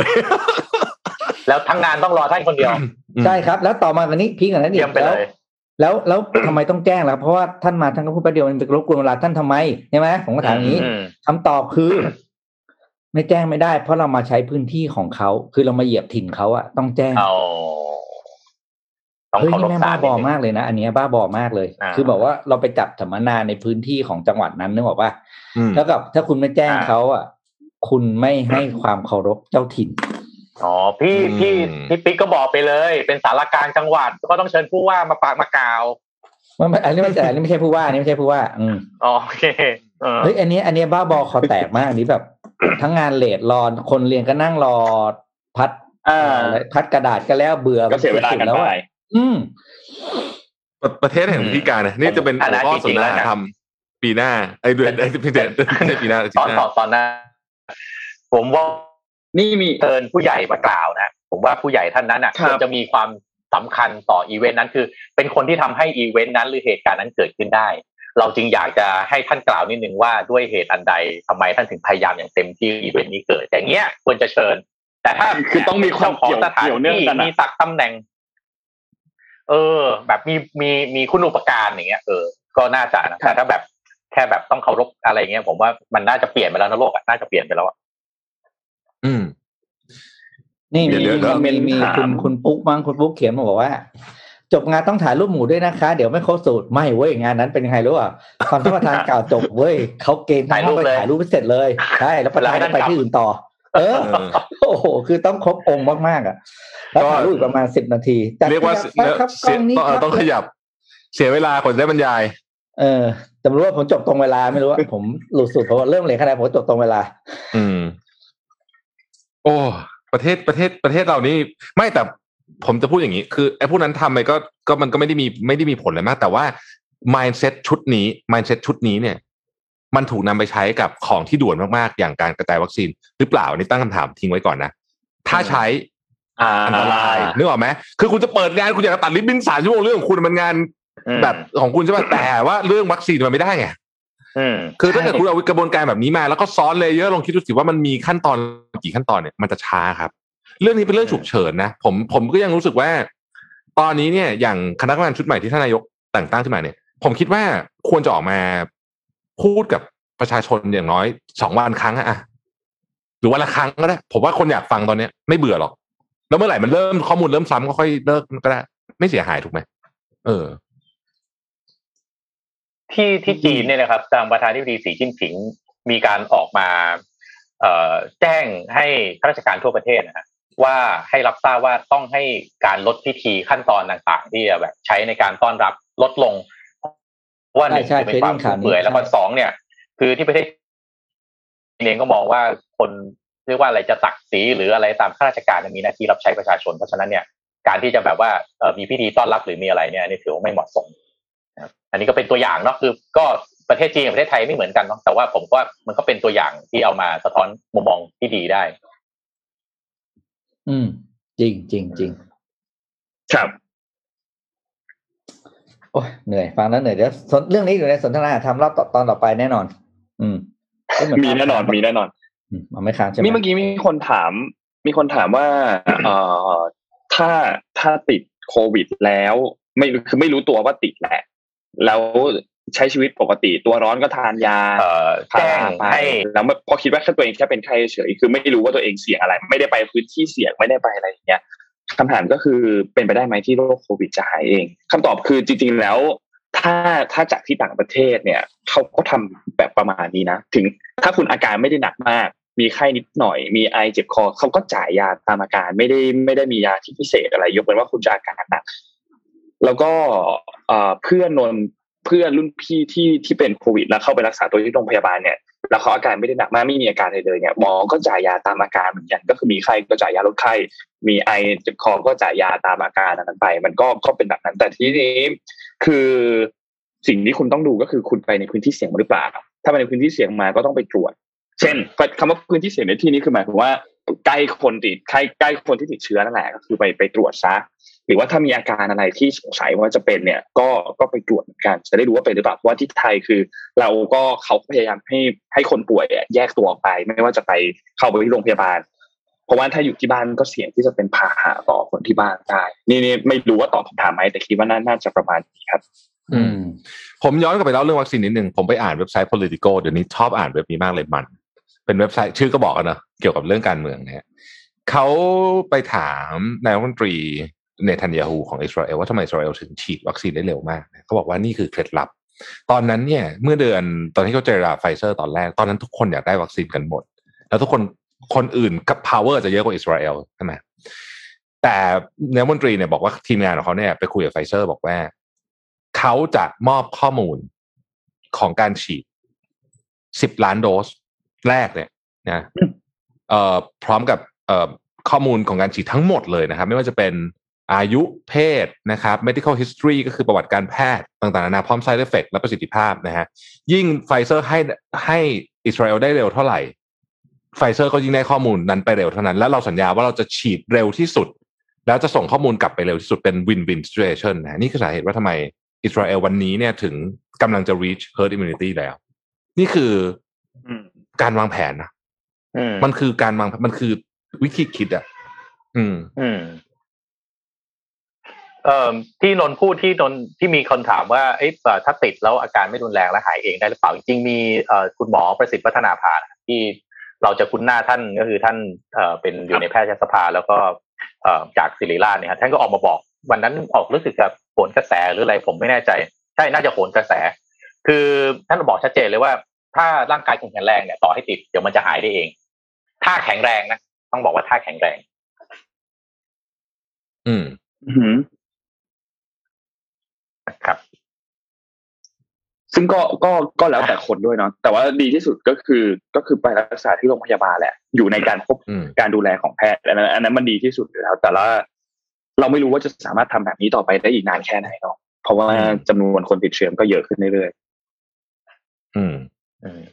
แล้วทั้งงานต้องรอท่านคนเดียวใช่ครับแล้วต่อมาวันนี้พี่กับนั่นอีกแล้วแล้วแล้วทำไมต้องแจ้งล่ะเพราะว่าท่านมาท่านก็พูดแป๊บเดียวมันเป็นรบกวนเวลาท่านทำไมใช่ไหมผมก็ถามอย่างนี้คำตอบคือไม่แจ้งไม่ได้เพราะเรามาใช้พื้นที่ของเขาคือเรามาเหยียบถิ่นเขาอะต้องแจ้งเฮ้ยนี่แม่บ้าบอมากเลยนะอันนี้บ้าบอมากเลยคือบอกว่าเราไปจัดสัมมนาในพื้นที่ของจังหวัดนั้นนึกออกป่ะเท่ากับถ้าคุณไม่แจ้งเขาอะคุณไม่ให้ความเคารพเจ้าถิ่นอ๋อพี่พี่พี่ปิ๊กก็บอกไปเลยเป็นศาลากลางจังหวัดก็ต้องเชิญผู้ว่ามาปากมากล่าวว่าอันนี้ไม่ใช่อันนี้ไม่ใช่ผู้ว่าอันนี้ไม่ใช่ผู้ว่าอืมอ๋อโอเคเฮ้ยอันนี้อันนี้บ้าบอคอแตกมากอันนี้แบบทั้งงานเลทรอคนเรียนก็นั่งรอพัดพัดกระดาษก็แล้วเบื่อก็เสียเวลากันไปอืมประเทศแห่งพิการเนี่ยนี่จะเป็นหัวข้อสนทนาธรรมปีหน้าไอ้เดือนไอ้ปีเดือนในปีหน้าตอนต่อตอนหน้าผมว่านี่มีเชิญผู้ใหญ่มากล่าวนะผมว่าผู้ใหญ่ท่านนั้นอ่ะควรจะมีความสำคัญต่ออีเวนต์นั้นคือเป็นคนที่ทำให้อีเวนต์นั้นหรือเหตุการณ์นั้นเกิดขึ้นได้เราจึงอยากจะให้ท่านกล่าวนิดนึงว่าด้วยเหตุอันใดทำไมท่านถึงพยายามอย่างเต็มที่อีเวนต์นี้เกิดอย่างเงี้ยควรจะเชิญแต่ถ้าคือต้องมีความเกี่ยวเกี่ยวเนื่องกันมีศักดิ์ตำแหน่งเออแบบมีมีมีคุณูปการอย่างเงี้ยเออก็น่าจะนะแต่ถ้าแบบแค่แบบต้องเคารพอะไรเงี้ยผมว่ามันน่าจะเปลี่ยนไปแล้วนะโลกอ่ะน่าจะเปลี่ยนไปแล้วอ่ะอืมนี่มีมีมีคุณคุณปุ๊กมั้งคุณปุ๊กเขียนมาบอกว่าจบงานต้องถ่ายรูปหมู่ด้วยนะคะเดี๋ยวไม่ครบสูตรไม่เว้ยงานนั้นเป็นยังไงรู้อ่ะตอนท่านประธานกล่าวจบเว้ยเขาเกณฑ์ถ่ายรูปไปถ่ายรูปไปเสร็จเลยใช่แล้วประธานไปที่อื่นต่อเออโอ้โหคือต้องครบองค์มากๆอ่ะแล้วถ่ายรูปประมาณสิบนาทีเรียกว่าต้องขยับเสียเวลาคนได้บรรยายเออแต่ไม่รู้ว่าผมจบตรงเวลาไม่รู้ว่าผมหลุดสุดเพราะว่าเริ่มเลยขนาดผมจบตรงเวลาอืมโอ้ประเทศประเทศประเทศเรานี่ไม่แต่ผมจะพูดอย่างนี้คือไอ้พวกนั้นทำไปก็ก็มันก็ไม่ได้มีไม่ได้มีผลอะไรมากแต่ว่า mindset ชุดนี้ mindset ชุดนี้เนี่ยมันถูกนำไปใช้กับของที่ด่วนมากๆอย่างการกระจายวัคซีนหรือเปล่านี่ตั้งคำถามทิ้งไว้ก่อนนะถ้าใช้อันตรายนึกออกไหมคือคุณจะเปิดงานคุณอยากจะตัดลิฟต์บิ้นสามชั่วโมงเรื่องของคุณมันงานแบบของคุณใช่ไหมแต่ว่าเรื่องวัคซีนมันไม่ได้ไงคือถ้าเกิดคุณเอากระบวนการแบบนี้มาแล้วก็ซ้อนเลเยอร์ลองคิดดูสิว่ามันมีขั้นตอนกี่ขั้นตอนเนี่ยมันจะช้าครับเรื่องนี้เป็นเรื่องฉุกเฉินนะผมผมก็ยังรู้สึกว่าตอนนี้เนี่ยอย่างคณะกรรมการชุดใหม่ที่ท่านนายกแต่งตั้งขึ้นมาเนี่ยผมคิดว่าควรจะออกมาพูดกับประชาชนอย่างน้อยสองวันครั้งอะหรือวันละครั้งก็ได้ผมว่าคนอยากฟังตอนนี้ไม่เบื่อหรอกแล้วเมื่อไหร่มันเริ่มข้อมูลเริ่มซ้ำก็ค่อยเลิกก็ได้ไม่เสียหายถูกไหมเออที่ที่จีนเนี่ยนะครับทางประธานาธิบดีสีจิ้นผิงมีการออกมาเอ่อแจ้งให้ข้าราชการทั่วประเทศนะฮะว่าให้รับทราบว่าต้องให้การลดพิธีขั้นตอนต่างๆที่แบบใช้ในการต้อนรับลดลงว่าหนึ่งเป็นความฟุ่มเฟือยแล้วก็สองเนี่ยคือที่ประเทศเองก็มองว่าคนเรียกว่าอะไรจะตักสีหรืออะไรตามข้าราชการมีหน้าที่รับใช้ประชาชนเพราะฉะนั้นเนี่ยการที่จะแบบว่าเอ่อมีพิธีต้อนรับหรือมีอะไรเนี่ยนี่ถือว่าไม่เหมาะสมนะครับอันนี้ก็เป็นตัวอย่างเนาะคือก็ประเทศจีนกับประเทศไทยไม่เหมือนกันเนาะแต่ว่าผมว่ามันก็เป็นตัวอย่างที่เอามาสะท้อนมุมมองที่ดีได้อืมจริงจริงจริงครับโอ้ยเหนื่อยฟังแล้วเหนื่อยเดี๋ยวเรื่องนี้อยู่ในสนทนาธรรมรอบตอนต่อไปแน่นอนอืมมีแน่นอนมีแน่นอนอืมมันไม่ค้างใช่ไหมมีเมื่อกี้มีคนถามมีคนถามว่าเอ่อถ้าถ้าติดโควิดแล้วไม่คือไม่รู้ตัวว่าติดแหละแล้วใช้ชีวิตปกติตัวร้อนก็ทานยาแจ้งไปแล้วพอคิดว่าแค่ตัวเองแค่เป็นไข้เฉยคือไม่รู้ว่าตัวเองเสี่ยงอะไรไม่ได้ไปพื้นที่เสี่ยงไม่ได้ไปอะไรอย่างเงี้ยคำถามก็คือเป็นไปได้ไหมที่โรคโควิดจะหายเองคำตอบคือจริงๆแล้วถ้าถ้าจากที่ต่างประเทศเนี่ยเขาก็ทำแบบประมาณนี้นะถึงถ้าคุณอาการไม่ได้หนักมากมีไข้นิดหน่อยมีไอเจ็บคอเขาก็จ่ายยาตามอาการไม่ได้ไม่ได้มียาที่พิเศษอะไรยกเว้นว่าคุณจะอาการหนักแล้วก็เพื่อนนนเพื่อนรุ่นพี่ที่ที่เป็นโควิดแล้วเข้าไปรักษาตัวที่โรงพยาบาลเนี่ยแล้วเขาอาการไม่ได้หนักมากไม่มีอาการอะไรเลยเนี่ยหมอก็จ่ายยาตามอาการเหมือนกันก็คือมีไข้ก็จ่ายยาลดไข้มีไอเจ็บคอก็จ่ายยาตามอาการนั้นไปมันก็ก็เป็นแบบนั้นแต่ทีนี้คือสิ่งที่คุณต้องดูก็คือคุณไปในพื้นที่เสี่ยงหรือเปล่าถ้าไปในพื้นที่เสี่ยงมาก็ต้องไปตรวจเช่นคำว่าพื้นที่เสี่ยงในที่นี้คือหมายถึงว่าใกล้คนติดใกล้ใกล้คนที่ติดเชื้อนั่นแหละก็คือไปไปตรวจซะหรือว่าถ้ามีอาการอะไรที่สงสัยว่าจะเป็นเนี่ยก็ก็ไปตรวจเหมือนกันจะได้รู้ว่าเป็นหรือเปล่าเพราะว่าที่ไทยคือเราก็เขาพยายามให้ให้คนป่วยแยกตัวออกไปไม่ว่าจะไปเข้าไปที่โรงพยาบาลเพราะว่าถ้าอยู่ที่บ้านก็เสี่ยงที่จะเป็นพาหะต่อคนที่บ้านได้นี่นี่ไม่รู้ว่าตอบคำถามไหมแต่คิดว่าน่าจะประมาณนี้ครับอืมผมย้อนกลับไปเล่าเรื่องวัคซีนนิดนึงผมไปอ่านเว็บไซต์ Politico เดี๋ยวนี้ชอบอ่านเว็บนี้มากเลยมันเป็นเว็บไซต์ชื่อก็บอกกันเนอะเกี่ยวกับเรื่องการเมืองเนี่ยเขาไปถามนายกรัฐมนตรีเนทันยาฮูของอิสราเอลว่าทำไมอิสราเอลถึงฉีดวัคซีนได้เร็วมากเขาบอกว่านี่คือเคล็ดลับตอนนั้นเนี่ยเมื่อเดือนตอนที่เขาเจรจาไฟเซอร์ตอนแรกตอนนั้นทุกคนอยากได้วัคซีนกันหมดแล้วทุกคนคนอื่นกับ power จะเยอะกว่าอิสราเอลใช่ไหมแต่นายกรัฐมนตรีเนี่ยบอกว่าทีมงานของเขาเนี่ยไปคุยกับไฟเซอร์บอกว่าเขาจะมอบข้อมูลของการฉีดสิบล้านโดสแรกเนี่ยนะเอ่อพร้อมกับเอ่อข้อมูลของการฉีดทั้งหมดเลยนะครับไม่ว่าจะเป็นอายุเพศนะครับ medical history ก็คือประวัติการแพทย์ต่างๆนานาพร้อม side effect และประสิทธิภาพนะฮะยิ่งไฟเซอร์ให้ให้อิสราเอลได้เร็วเท่าไหร่ไฟเซอร์ก็ยิ่งได้ข้อมูลนั้นไปเร็วเท่านั้นแล้วเราสัญญาว่าเราจะฉีดเร็วที่สุดแล้วจะส่งข้อมูลกลับไปเร็วที่สุดเป็น win-win situation นะนี่คือสาเหตุว่าทำไมอิสราเอลวันนี้เนี่ยถึงกำลังจะ reach herd immunity แล้วนี่คือการวางแผนนะมันคือการวางมันคือวิธีคิดอ่ะอืมอืมเอ่อที่นนพูดที่นนที่มีคนถามว่าเอ๊ะถ้าติดแล้วอาการไม่รุนแรงแล้วหายเองได้หรือเปล่าจริงๆมีเอ่อคุณหมอประสิทธิ์พัฒนาภาที่เราจะคุ้นหน้าท่านก็คือท่านเอ่อเป็นอยู่ในแพทยสภาแล้วก็เอ่อจากศิริราชเนี่ยท่านก็ออกมาบอกวันนั้นออกรู้สึกกับโหนกระแสหรืออะไรผมไม่แน่ใจใช่น่าจะโหนกระแสคือท่านบอกชัดเจนเลยว่าถ้าร่างกายแข็งแรงเนี่ยต่อให้ติดเดี๋ยวมันจะหายได้เองถ้าแข็งแรงนะต้องบอกว่าถ้าแข็งแรงอืมอืมครับซึ่งก็ก็ก็แล้วแต่คนด้วยเนาะแต่ว่าดีที่สุดก็คือก็คือไปรักษาที่โรงพยาบาลแหละอยู่ในการควบการดูแลของแพทย์อันนั้นอันนั้นมันดีที่สุดอยู่แล้วแต่ละเราไม่รู้ว่าจะสามารถทำแบบนี้ต่อไปได้อีกนานแค่ไหนเนาะเพราะว่าจำนวนคนติดเชื้อก็เยอะขึ้นเรื่อยๆอืมอืม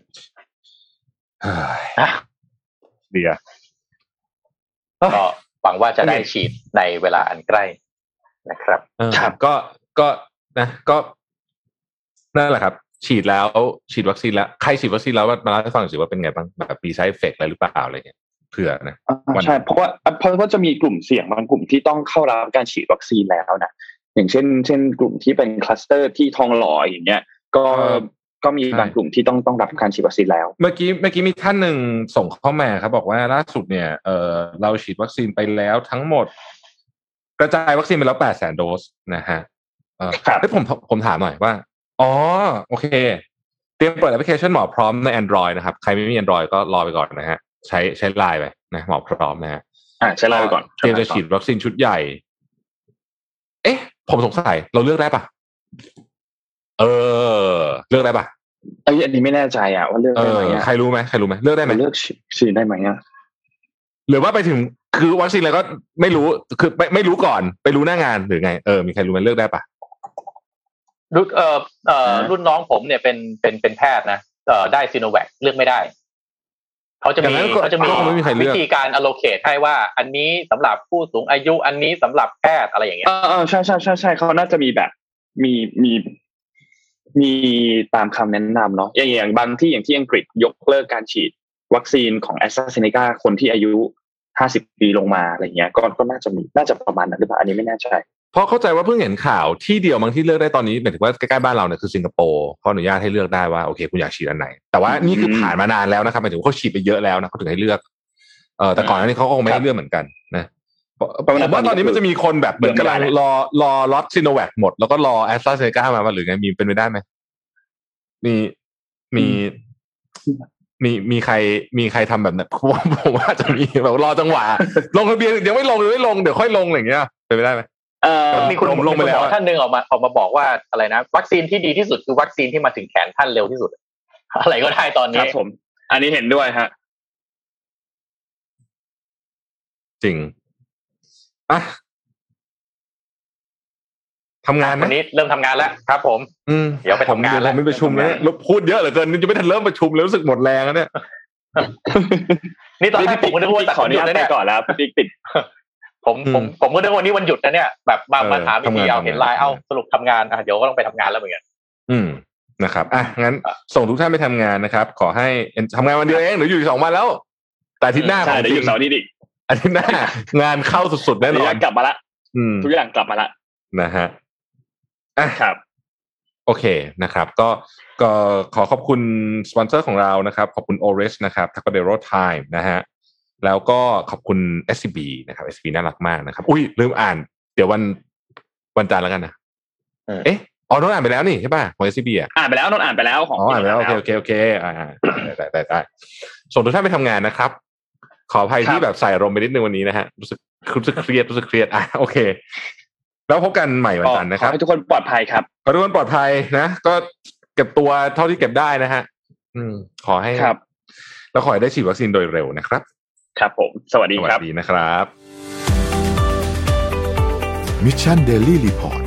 ดีอ่ะก็หวังว่าจะได้ฉีดในเวลาอันใกล้นะครับครับก็ก็นะก็นั่นแหละครับฉีดแล้วฉีดวัคซีนแล้วใครฉีดวัคซีนแล้วมาเล่าให้ฟังหน่อยสิว่าเป็นไงบ้างแบบมี side effect อะไรหรือเปล่าอะไรเงี้ยเผื่อนะใช่เพราะว่าเพราะว่าจะมีกลุ่มเสี่ยงบางกลุ่มที่ต้องเข้ารับการฉีดวัคซีนแล้วนะอย่างเช่นเช่นกลุ่มที่เป็นคลัสเตอร์ที่ทองหล่ออย่างเงี้ยก็ก็มีบางกลุ่มที่ต้องต้องรับการฉีดวัคซีนแล้วเมื่อกี้เมื่อกี้มีท่านหนึ่งส่งเข้ามาครับบอกว่าล่าสุดเนี่ยเออเราฉีดวัคซีนไปแล้วทั้งหมดกระจายวัคซีนไปแล้วแปดแสนโดสนะฮะเออให้ผมผมถามหน่อยว่าอ๋อโอเคเตรียมเปิดแอปพลิเคชันหมอพร้อมใน Android นะครับใครไม่มี Android ก็รอไปก่อนนะฮะใช้ใช้ ไลน์ ไปนะหมอพร้อมนะฮะอ่าใช้ ไลน์ ไปก่อนเตรียมจะฉีดวัคซีนชุดใหญ่เอ๊ะผมสงสัยเราเลือกได้ปะเออเลือกได้ปะไอ้อันนี้ไม่แน่ใจอ่ะว่าเลือกได้ไหมใครรู้ไหมใครรู้ไหมเลือกได้ไหมเลือกฉีดได้ไหมอ่ะหรือว่าไปถึงคือวัคซีนอะไรก็ไม่รู้คือไม่ไม่รู้ก่อนไปรู้หน้างานหรือไงเออมีใครรู้ไหมเลือกได้ปะรุ่นเอ่อเอ่อรุ่นน้องผมเนี่ยเป็นเป็นเป็นแพทย์นะเอ่อได้ซีโนแวคเลือกไม่ได้เขาจะมีเขาจะมีวิธีการ allocate ให้ว่าอันนี้สำหรับผู้สูงอายุอันนี้สำหรับแพทย์อะไรอย่างเงี้ยเออใช่ใช่ใช่ใช่เขาน่าจะมีแบบมีมีมีตามคำแนะนำเนาะอย่างอย่างบางที่อย่างที่อังกฤษยกเลิกการฉีดวัคซีนของ AstraZeneca คนที่อายุห้าสิบปีลงมาอะไรเงี้ยก็ก็น่าจะมีน่าจะประมาณนั้นหรือเปล่าอันนี้ไม่แน่ใจเพราะเข้าใจว่าเพิ่งเห็นข่าวที่เดียวบางที่เลือกได้ตอนนี้หมายถึงว่าใกล้ๆบ้านเราเนี่ยคือสิงคโปร์เขาอนุญาตให้เลือกได้ว่าโอเคคุณอยากฉีดอันไหนแต่ว่านี่คือผ่านมานานแล้วนะครับหมายถึงเขาฉีดไปเยอะแล้วนะเขาถึงให้เลือกเออแต่ก่อนหน้านี้เขาก็คงไม่ให้เลือกเหมือนกันนะผมว่าตอนนี้มันจะมีคนแบบเหมือนกำลังรอรอล็อตซิโนแวคหมดแล้วก็รอแอสตราเซเนกามาหรือไงมีเป็นไปได้ไหมมีมีมีมีใครมีใครทำแบบนั้นผมว่าจะมีแบบรอจังหวะลงทะเบียนเดี๋ยวไม่ลงเดี๋ยวไม่ลงเดี๋ยวค่อยลงอย่างเงี้ยเป็นไปได้ไหมเอ่อมีคุณลงไปแล้วท่านนึงออกมาออกมาบอกว่าอะไรนะวัคซีนที่ดีที่สุดคือวัคซีนที่มาถึงแขนท่านเร็วที่สุดอะไรก็ได้ตอนนี้ครับผมอันนี้เห็นด้วยฮะจริงอ่ะทำงานวันนี้เริ่มทำงานแล้วครับผมเดี๋ยวไปทำงานแล้วไม่ประชุมแล้วพูดเยอะเหลือเกินนี่จะไม่ทันเริ่มประชุมแล้วรู้สึกหมดแรงแล้วเนี่ยนี่ตอนแรกผมก็นึกว่าขออนุญาตไปก่อนแล้วติ๊กติดผมผมผมก็นึกว่าวันนี้วันหยุดนะเนี่ยแบบมามาถามอีกทีเอาเห็นไลน์เอาสรุปทำงานอ่ะเดี๋ยวก็ต้องไปทำงานแล้วเหมือนกันอืมนะครับอ่ะงั้นส่งทุกท่านไปทำงานนะครับขอให้ทำงานวันเดียวเองหรืออยู่สองวันแล้วแต่อาทิตย์หน้าของจริงเสาร์นี้ดิอาทิตย์หน้างานเข้าสุดๆแน่นอนกลับมาละทุกอย่างกลับมาละนะฮะอ่ะครับโอเคนะครับก็ก็ขอขอบคุณสปอนเซอร์ของเรานะครับขอบคุณ Orange นะครับ Tacodero Time นะฮะแล้วก็ขอบคุณ เอส ซี บี นะครับ เอส ซี บี น่ารักมากนะครับอุ้ยลืมอ่านเดี๋ยววันวันจันทร์แล้วกันนะเอ๊ะอ๋อนนอ่านไปแล้วนี่ใช่ป่ะของ เอส ซี บี อ่ะอ่านไปแล้วนนอ่านไปแล้วของอ๋ออ่านไปแล้วโอเคโอเคโอเคอ่าได้ได้ได้ส่งทุกท่านไปทำงานนะครับขออภัยที่แบบใส่อารมณ์ไปนิดนึงวันนี้นะฮะรู้สึกรู้สึกเครียดรู้สึกเครียดอ่ะโอเคแล้วพบกันใหม่วันจันทร์นะครับขอให้ทุกคนปลอดภัยครับขอทุกคนปลอดภัยนะก็เก็บตัวเท่าที่เก็บได้นะฮะอืมขอให้ครับแล้วขอให้ได้ฉีดวัคซีนโดยเร็วนะครับครับผมสวัสดีครับสวัสดีนะครับ Mission Daily Report